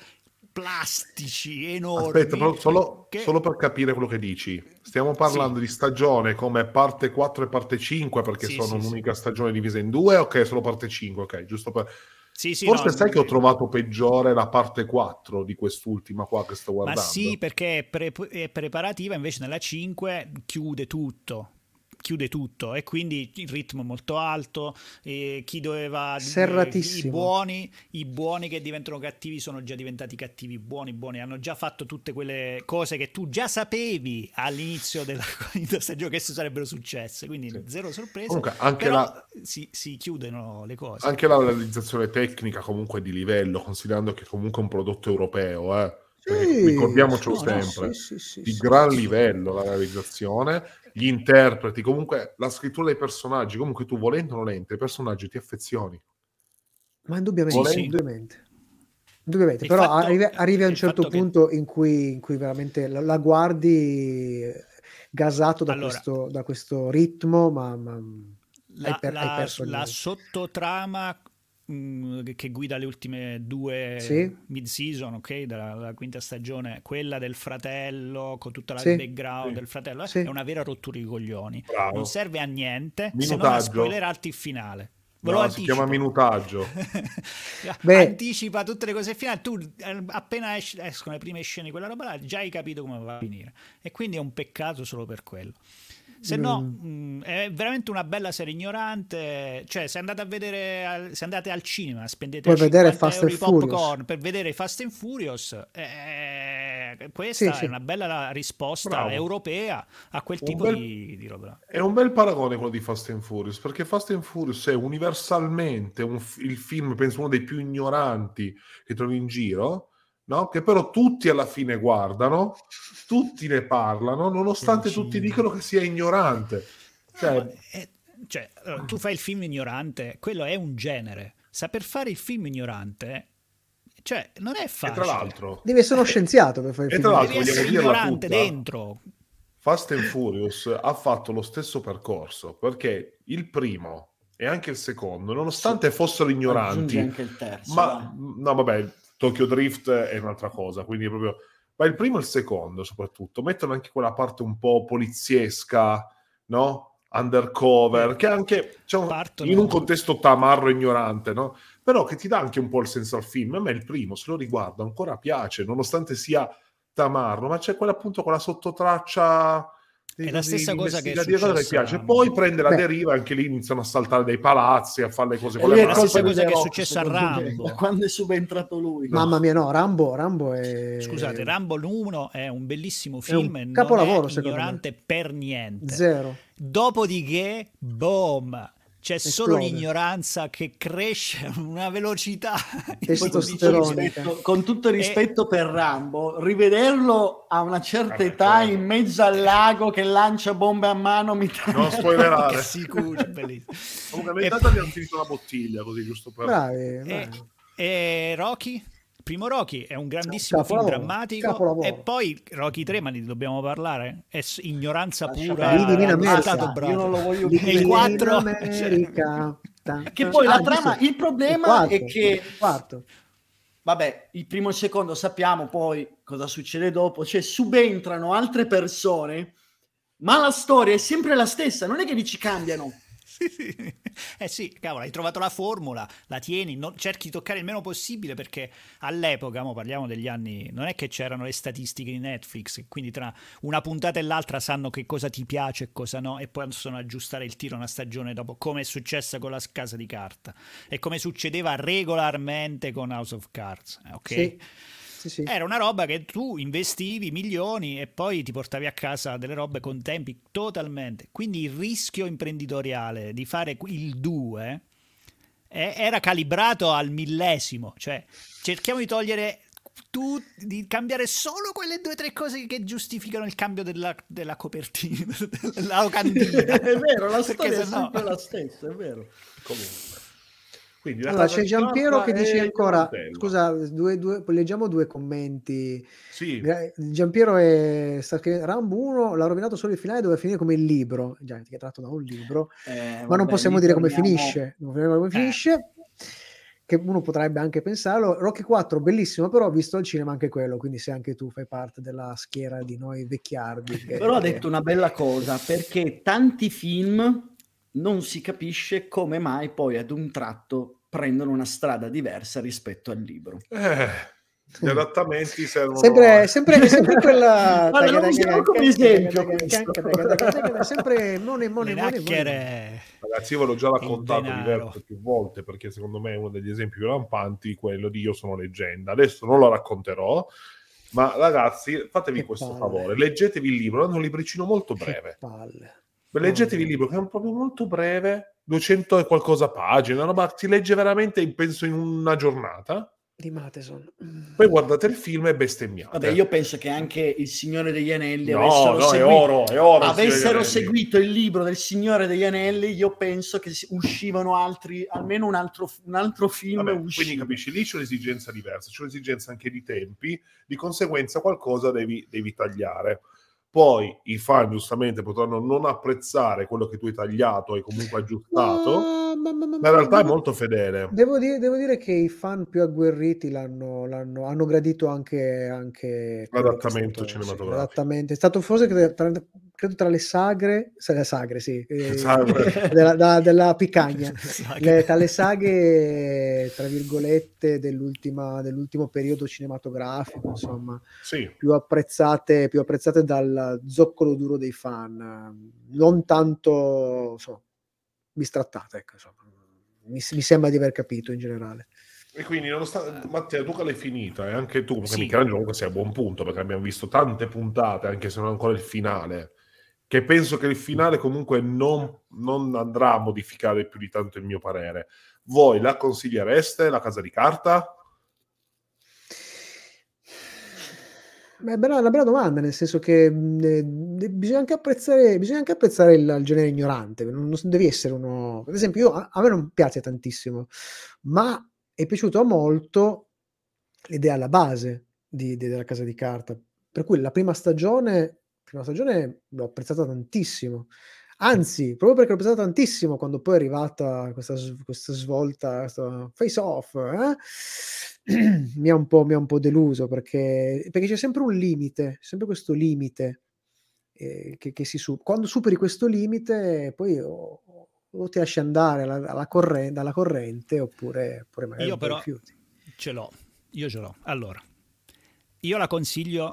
plastici, enormi. Aspetta, però solo, che- solo per capire quello che dici. Stiamo parlando Sì. di stagione come parte quattro e parte cinque, perché Sì, sono sì, un'unica stagione divisa in due, ok, solo parte cinque, ok, giusto per... Sì, sì, Forse no, sai che ho trovato peggiore la parte quattro di quest'ultima qua che sto ma guardando. sì, perché è, pre- è preparativa, invece nella cinque chiude tutto. Chiude tutto e quindi il ritmo è molto alto. E chi doveva Serratissimo. i buoni, i buoni che diventano cattivi sono già diventati cattivi buoni, buoni hanno già fatto tutte quelle cose che tu già sapevi all'inizio della quinta stagione che sarebbero successe, quindi Sì. zero sorprese. Comunque, anche però la- si, si chiudono le cose. Anche la realizzazione tecnica comunque di livello, considerando che comunque è un prodotto europeo, eh. Perché Sì, ricordiamocelo sì, sempre, sì, sì, sì, di sì, gran sì, sì. livello la realizzazione, gli interpreti, comunque la scrittura dei personaggi, comunque tu volendo o nolente, i personaggi ti affezioni. Ma indubbiamente, Volendo- indubbiamente. Indubbiamente, Il però fatto- arrivi, arrivi a un il certo fatto che- punto in cui, in cui veramente la, la guardi gasato da, Allora, questo, da questo ritmo, ma, ma hai, La, per- hai la- perso il la niente. sottotrama mh, che guida le ultime due Sì. mid-season, ok, dalla, dalla quinta stagione, quella del fratello, con tutta la Sì. background Sì. del fratello, eh, Sì. è una vera rottura di coglioni. Bravo. Non serve a niente se non a Minutaggio. spoilerarti il finale. Ve lo No, si anticipo. chiama minutaggio. Beh. Anticipa tutte le cose finali. Tu eh, appena es- escono le prime scene di quella roba là, già hai capito come va a finire. E quindi è un peccato solo per quello. Se no, Mm. mh, è veramente una bella serie ignorante. Cioè, se andate a vedere, al- se andate al cinema, spendete Puoi vedere cinquanta Fast euro and di Furious. popcorn per vedere Fast and Furious. eh, Sì, questa sì. è una bella risposta Bravo. europea a quel Un tipo bel- di, di roba. È un bel paragone quello di Fast and Furious, perché Fast and Furious è universalmente un f- il film, penso, uno dei più ignoranti che trovi in giro, no? Che però tutti alla fine guardano, tutti ne parlano, nonostante tutti dicono che sia ignorante. Cioè, No, ma è- cioè, allora, tu fai il film ignorante, quello è un genere. Saper fare il film ignorante, cioè, non è e facile. tra l'altro, Devi essere uno scienziato per fare il E film. tra Devi l'altro, essere vogliamo dirla ignorante tutta? dentro. Fast and Furious ha fatto lo stesso percorso, perché il primo e anche il secondo, nonostante fossero Aggiunge ignoranti, anche il terzo. ma dai. no, vabbè, Tokyo Drift è un'altra cosa, quindi è proprio. Ma il primo e il secondo, soprattutto, mettono anche quella parte un po' poliziesca, no? Undercover, che anche c'è un- Partono- in un contesto tamarro e ignorante, no? Però che ti dà anche un po' il senso al film. A me il primo, se lo riguardo, ancora piace, nonostante sia tamarro, ma c'è quella appunto con la sottotraccia di È la così, stessa cosa che è investigativa, che successa- piace. Poi prende la Beh. deriva, anche lì iniziano a saltare dai palazzi, a fare le cose E con lì le è la mani. stessa colpa di cosa The che è Rock, successa a secondo me, Rambo. da quando è subentrato lui. No. Mamma mia, no, Rambo, Rambo è... Scusate, Rambo uno è un bellissimo un film e non capolavoro, è secondo ignorante per niente. Zero. Dopodiché, boom, c'è solo Esplode. l'ignoranza che cresce a una velocità Testosteronica. Rispetto- con tutto il rispetto per Rambo, rivederlo a una certa Vabbè, età certo. in mezzo al lago che lancia bombe a mano mi Non spoilerare. Che sicuro, bellissimo. Comunque, E- intanto abbiamo finito la bottiglia, così giusto per. Bravi, E, bravi. e Rocky? Il primo Rocky è un grandissimo film Capolavoro, drammatico capolavoro. e poi Rocky tre, ma ne dobbiamo parlare? È s- ignoranza Lascia pura. Vivi in perdere, America. è stato bravo. io non lo voglio E il vedere. quattro? In America. Che poi la Ah, trama, giusto. il problema quarto, è che il quarto. vabbè, il primo e il secondo sappiamo poi cosa succede dopo, cioè subentrano altre persone, ma la storia è sempre la stessa, non è che dici cambiano. Sì, sì. Eh sì, cavolo, hai trovato la formula, la tieni, non- cerchi di toccare il meno possibile perché all'epoca, mo parliamo degli anni, non è che c'erano le statistiche di Netflix, quindi tra una puntata e l'altra sanno che cosa ti piace e cosa no e poi possono aggiustare il tiro una stagione dopo, come è successa con la Casa di Carta e come succedeva regolarmente con House of Cards, eh, ok? Sì, sì, sì. Era una roba che tu investivi milioni e poi ti portavi a casa delle robe con tempi totalmente. Quindi il rischio imprenditoriale di fare il due era calibrato al millesimo. Cioè, cerchiamo di togliere tu, di cambiare solo quelle due o tre cose che giustificano il cambio della, della copertina, della locandina. È vero, la Perché storia è sennò- sempre la stessa, è vero. Comunque. Quindi, la Allora, casa c'è di Giampiero carta che dice e ancora, Donatello. scusa, due, due, leggiamo due commenti. Sì, Gra- Giampiero è, sta scrivendo, Rambo uno l'ha rovinato solo il finale, doveva finire come il libro, già che è tratto da un libro, Eh, ma vabbè, non possiamo lì dire come torniamo- finisce, non sappiamo come Eh. finisce, che uno potrebbe anche pensarlo. Rocky quattro, bellissimo, però ho visto al cinema anche quello, quindi se anche tu fai parte della schiera di noi vecchiardi. che- Però ha che- detto una bella cosa, perché tanti film non si capisce come mai poi ad un tratto prendono una strada diversa rispetto al libro. eh, gli adattamenti servono. Sempre, sempre, sempre quella Guarda, lo usiamo come esempio questo. sempre money, money, Le money, nacchere. Ragazzi, io ve l'ho già raccontato denaro. diverse più volte, perché secondo me è uno degli esempi più lampanti, quello di Io sono leggenda. Adesso non lo racconterò, ma ragazzi, fatevi Che questo palle. favore, leggetevi il libro, è un libricino molto Che breve. palle. Leggetevi il libro, che è un- proprio molto breve, duecento e qualcosa pagine, una roba si legge veramente, penso, in una giornata. Di Matheson. Poi guardate il film e bestemmiate. Vabbè, io penso che anche il Signore degli Anelli No, avessero, no, è seguito, oro, è oro il Signore degli avessero Anelli. seguito il libro del Signore degli Anelli, io penso che si- uscivano altri, almeno un altro, un altro film Vabbè, quindi usciva. capisci, lì c'è un'esigenza diversa, c'è un'esigenza anche di tempi, di conseguenza qualcosa devi, devi tagliare. Poi i fan giustamente potranno non apprezzare quello che tu hai tagliato e comunque aggiustato, Ma, ma, ma, ma, ma in realtà devo, è molto fedele. Devo dire, devo dire che i fan più agguerriti l'hanno, l'hanno, hanno gradito anche, anche quello che è L'adattamento stato sì, cinematografico. l'adattamento. È stato forse credo tra, credo tra le sagre, le sagre sì, eh, Sagre. della, da, della Picagna, Sagre. le, tra le saghe tra virgolette dell'ultima, dell'ultimo periodo cinematografico, insomma, Sì. più apprezzate, più apprezzate dal zoccolo duro dei fan, non tanto insomma, bistrattate, ecco, insomma. Mi, mi sembra di aver capito in generale. E quindi, nonostante Matteo, tu che l'hai finita e anche tu, perché Sì. Michelangelo comunque sei a buon punto, perché abbiamo visto tante puntate, anche se non ancora il finale, che penso che il finale comunque non, non andrà a modificare più di tanto il mio parere. Voi la consigliereste, La Casa di Carta? Beh, bella, una bella domanda, nel senso che eh, bisogna anche apprezzare, bisogna anche apprezzare il, il genere ignorante, non, non devi essere uno... Ad esempio, io, a, a me non piace tantissimo, ma è piaciuto molto l'idea alla base di, di, della Casa di Carta, per cui la prima stagione, prima stagione l'ho apprezzata tantissimo, anzi, proprio perché l'ho apprezzata tantissimo, quando poi è arrivata questa, questa svolta, questo face off, eh? mi, ha un po', mi ha un po' deluso, perché, perché c'è sempre un limite, sempre questo limite eh, che, che si su quando superi questo limite, poi o, o ti lasci andare alla, alla corrente, dalla corrente, oppure, oppure magari Io un po' però rifiuti. ce l'ho, io ce l'ho. Allora, io la consiglio,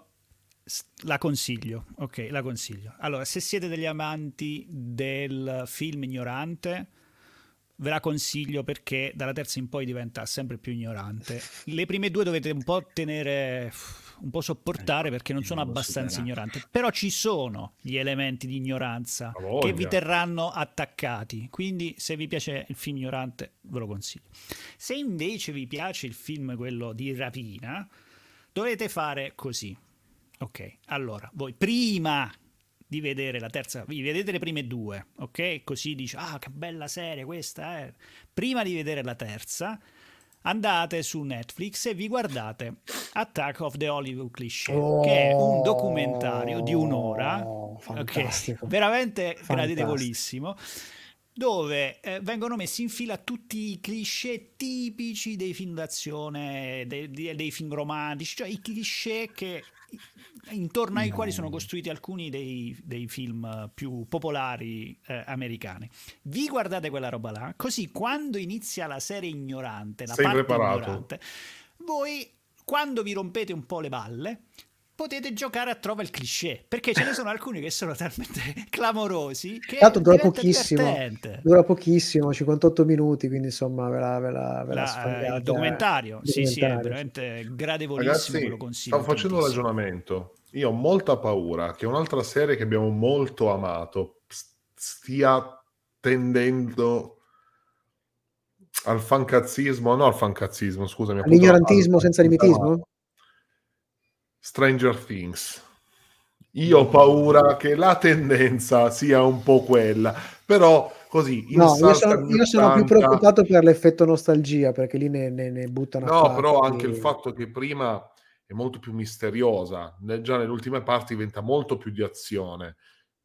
la consiglio, ok, la consiglio. Allora, se siete degli amanti del film ignorante, ve la consiglio perché dalla terza in poi diventa sempre più ignorante. Le prime due dovete un po' tenere, un po' sopportare perché non sono abbastanza ignoranti, però ci sono gli elementi di ignoranza che vi terranno attaccati, quindi se vi piace il film ignorante ve lo consiglio. Se invece vi piace il film quello di rapina, dovete fare così. Ok, allora, voi prima di vedere la terza, vi vedete le prime due, ok? Così dice, ah, che bella serie questa, eh. Prima di vedere la terza, andate su Netflix e vi guardate Attack of the Hollywood Cliché, oh, che è un documentario di un'ora, fantastico, okay, veramente fantastico, gradevolissimo, dove eh, vengono messi in fila tutti i cliché tipici dei film d'azione, dei, dei, dei film romantici, cioè i cliché che intorno ai no. quali sono costruiti alcuni dei, dei film più popolari eh, americani. Vi guardate quella roba là, così quando inizia la serie ignorante, la Sei parte preparato. ignorante, voi quando vi rompete un po' le balle potete giocare a trova il cliché, perché ce ne sono alcuni che sono talmente clamorosi che tanto dura diventa pochissimo, divertente. Dura pochissimo, cinquantotto minuti, quindi insomma ve la, ve la, ve la, la sfangate. Il documentario, il sì, sì, è documentario, veramente gradevolissimo, Ragazzi, ve lo consiglio. stavo facendo un ragionamento. Io ho molta paura che un'altra serie che abbiamo molto amato stia tendendo al fancazzismo, no al fancazzismo, scusami, all'ignorantismo al, senza al, limitismo? Stranger Things. Io ho paura che la tendenza sia un po' quella, però così in no, io salsa sono, io sono più preoccupato per l'effetto nostalgia, perché lì ne, ne, ne buttano no, a però anche il fatto che prima è molto più misteriosa, già nelle ultime parti diventa molto più di azione,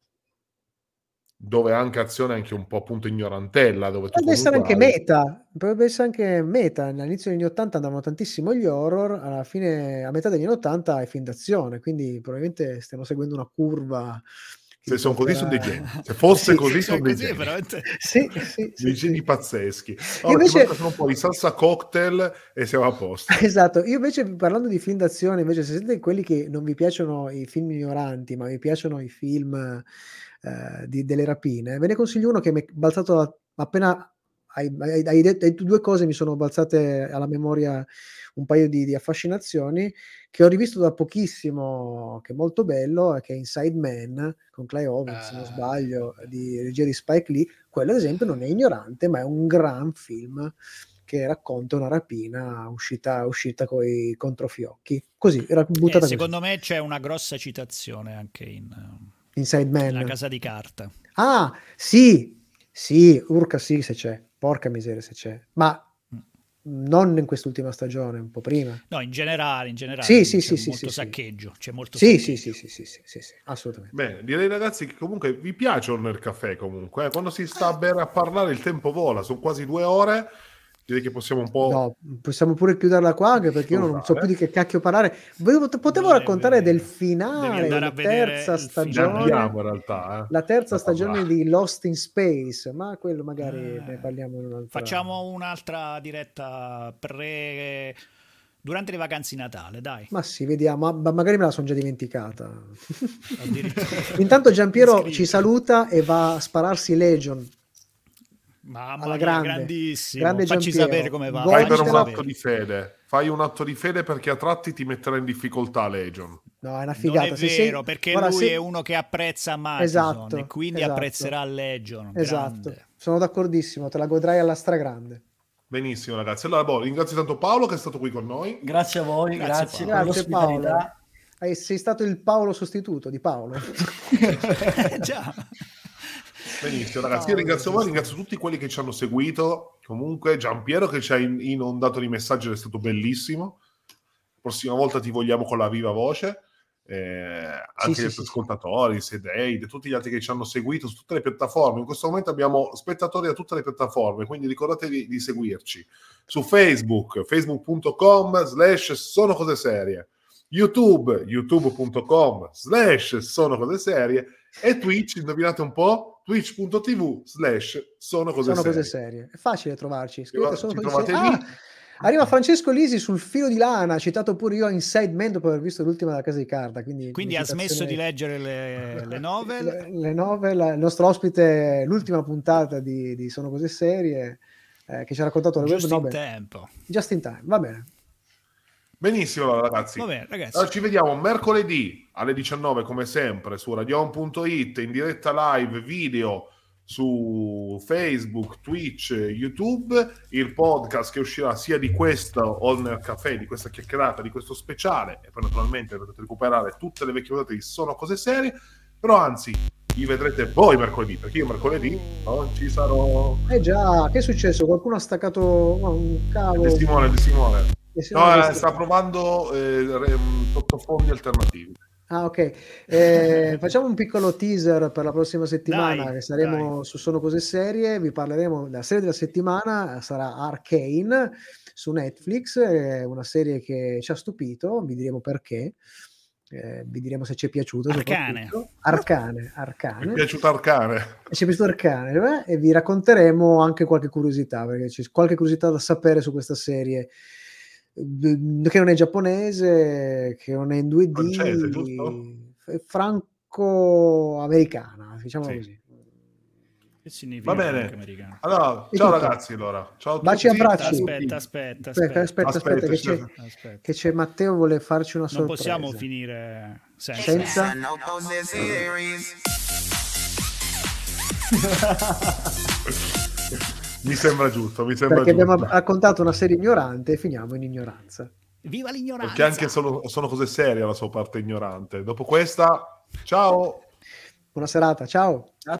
dove anche azione è anche un po' appunto ignorantella, dove tu potrebbe essere anche hai... meta, potrebbe essere anche meta. All'inizio degli anni ottanta andavano tantissimo gli horror, alla fine, a metà degli anni ottanta è film d'azione, quindi probabilmente stiamo seguendo una curva. Se sono così sono dei geni. Se fosse sì, così sì, sono dei così geni. Veramente... Sì, sì, dei sì, geni sì. pazzeschi. Allora, invece... ci un po' di salsa cocktail e siamo a posto. Esatto, io invece parlando di film d'azione, invece se siete quelli che non vi piacciono i film ignoranti, ma vi piacciono i film eh, di, delle rapine, ve ne consiglio uno che mi è balzato appena hai, hai, hai detto hai due cose, mi sono balzate alla memoria un paio di, di affascinazioni, che ho rivisto da pochissimo, che è molto bello, che è Inside Man con Clive Owen, se non sbaglio, di regia di Spike Lee. Quello ad esempio non è ignorante, ma è un gran film che racconta una rapina uscita, uscita con i controfiocchi. Così, era buttata eh, secondo così. me c'è una grossa citazione anche in Inside Man. La Casa di Carta. Ah, sì, sì, urca sì se c'è, porca miseria se c'è. Ma non in quest'ultima stagione, un po' prima. No, in generale, in generale Sì, c'è sì, sì, sì, molto sì, saccheggio, c'è molto sì, saccheggio. sì, sì, sì, sì, sì, sì, sì, assolutamente. Bene, direi ragazzi che comunque vi piace Horner Café comunque, eh? Quando si sta a bere a parlare il tempo vola, sono quasi due ore, direi che possiamo un po'... No, possiamo pure chiuderla qua anche perché io non so più di che cacchio parlare. Volevo- Potevo Non è raccontare vero. del Devi finale andare a della vedere terza il Ne stagione, abbiamo in realtà, eh. la terza Da stagione parlare. di Lost in Space, ma quello magari Eh, ne parliamo in un'altra. Facciamo un'altra diretta pre... durante le vacanze di Natale, dai. Ma sì, vediamo, ma magari me la sono già dimenticata. Addirittura. Intanto Giampiero Iscritto. ci saluta e va a spararsi Legion. Mamma alla mia, grande. grandissimo. Grande Facci Giampiero. sapere come va. Fai per facci un atto sapere. di fede, fai un atto di fede perché a tratti ti metterà in difficoltà Legion. No, è una Non figata. è Se vero, sei- perché guarda, lui se- è uno che apprezza Madison Esatto, e quindi esatto. apprezzerà Legion. Esatto, Grande. sono d'accordissimo, te la godrai alla stragrande. Benissimo ragazzi, allora boh, ringrazio tanto Paolo che è stato qui con noi. Grazie a voi, Grazie, grazie, Paolo. per Grazie Paolo. l'ospitalità. Eh, sei stato il Paolo sostituto di Paolo. Eh, già. Benissimo ragazzi, io Paolo, ringrazio voi, giusto. ringrazio tutti quelli che ci hanno seguito, comunque Giampiero che ci ha in- inondato di messaggi, è stato bellissimo. Prossima volta ti vogliamo con la viva voce. Eh, anche sì, gli altri sì, ascoltatori, Sedate, tutti gli altri che ci hanno seguito su tutte le piattaforme. In questo momento abbiamo spettatori da tutte le piattaforme, quindi ricordatevi di seguirci su Facebook, facebook.com slash sono cose serie, YouTube, youtube.com slash sono cose serie e Twitch, indovinate un po', twitch.tv slash sono cose Sono serie. cose serie. È facile trovarci. Scrivete Ci sono cose trovate serie. lì. Ah, arriva Francesco Lisi sul filo di lana, citato pure io in Inside Man dopo aver visto l'ultima della casa di carta. Quindi, Quindi ha smesso di leggere le, le novel. Le, le novel, il nostro ospite, l'ultima puntata di, di Sono cose serie, eh, che ci ha raccontato le web Just in novel. tempo. Just in time, va bene. Benissimo allora, ragazzi. Va bene, ragazzi. Allora, ci vediamo mercoledì alle diciannove come sempre su radion punto it in diretta live video su Facebook, Twitch, YouTube, il podcast che uscirà sia di questo Horner Café, di questa chiacchierata, di questo speciale, e poi naturalmente potete recuperare tutte le vecchie puntate di Sono cose serie, però anzi vi vedrete voi mercoledì, perché io mercoledì non ci sarò. Eh già, che è successo? Qualcuno ha staccato oh, un cavo. Di Simone, di Simone. E se No, non eh, avessi- sta provando eh, re- sottofondi alternativi. Ah, ok. Eh, facciamo un piccolo teaser per la prossima settimana, Dai, che saremo dai. su Sono cose serie. Vi parleremo della serie della settimana, sarà Arcane su Netflix, è una serie che ci ha stupito, vi diremo perché. Eh, vi diremo se ci è piaciuto. Arcane. soprattutto. Arcane, Mi è Arcane. piaciuto Arcane. E ci è piaciuto Arcane, eh? E vi racconteremo anche qualche curiosità, perché c'è qualche curiosità da sapere su questa serie, eh, che non è giapponese, che non è in due D, Francese, giusto? è franco-americana, diciamo Sì. così. Che significa Va bene. anche americano? Allora, È ciao tutto. ragazzi, allora. Ciao a Baci e tutti. abbracci. Aspetta, aspetta, Aspetta, aspetta. aspetta, aspetta, Aspetta, che, sì. c'è, Aspetta. che c'è Matteo, vuole farci una Non sorpresa. possiamo finire senza. Senza? Mi sembra giusto, mi sembra Perché abbiamo giusto. raccontato una serie ignorante e finiamo in ignoranza. Viva l'ignoranza! Perché anche sono, sono cose serie la sua parte ignorante. Dopo questa, ciao! Buona serata, ciao.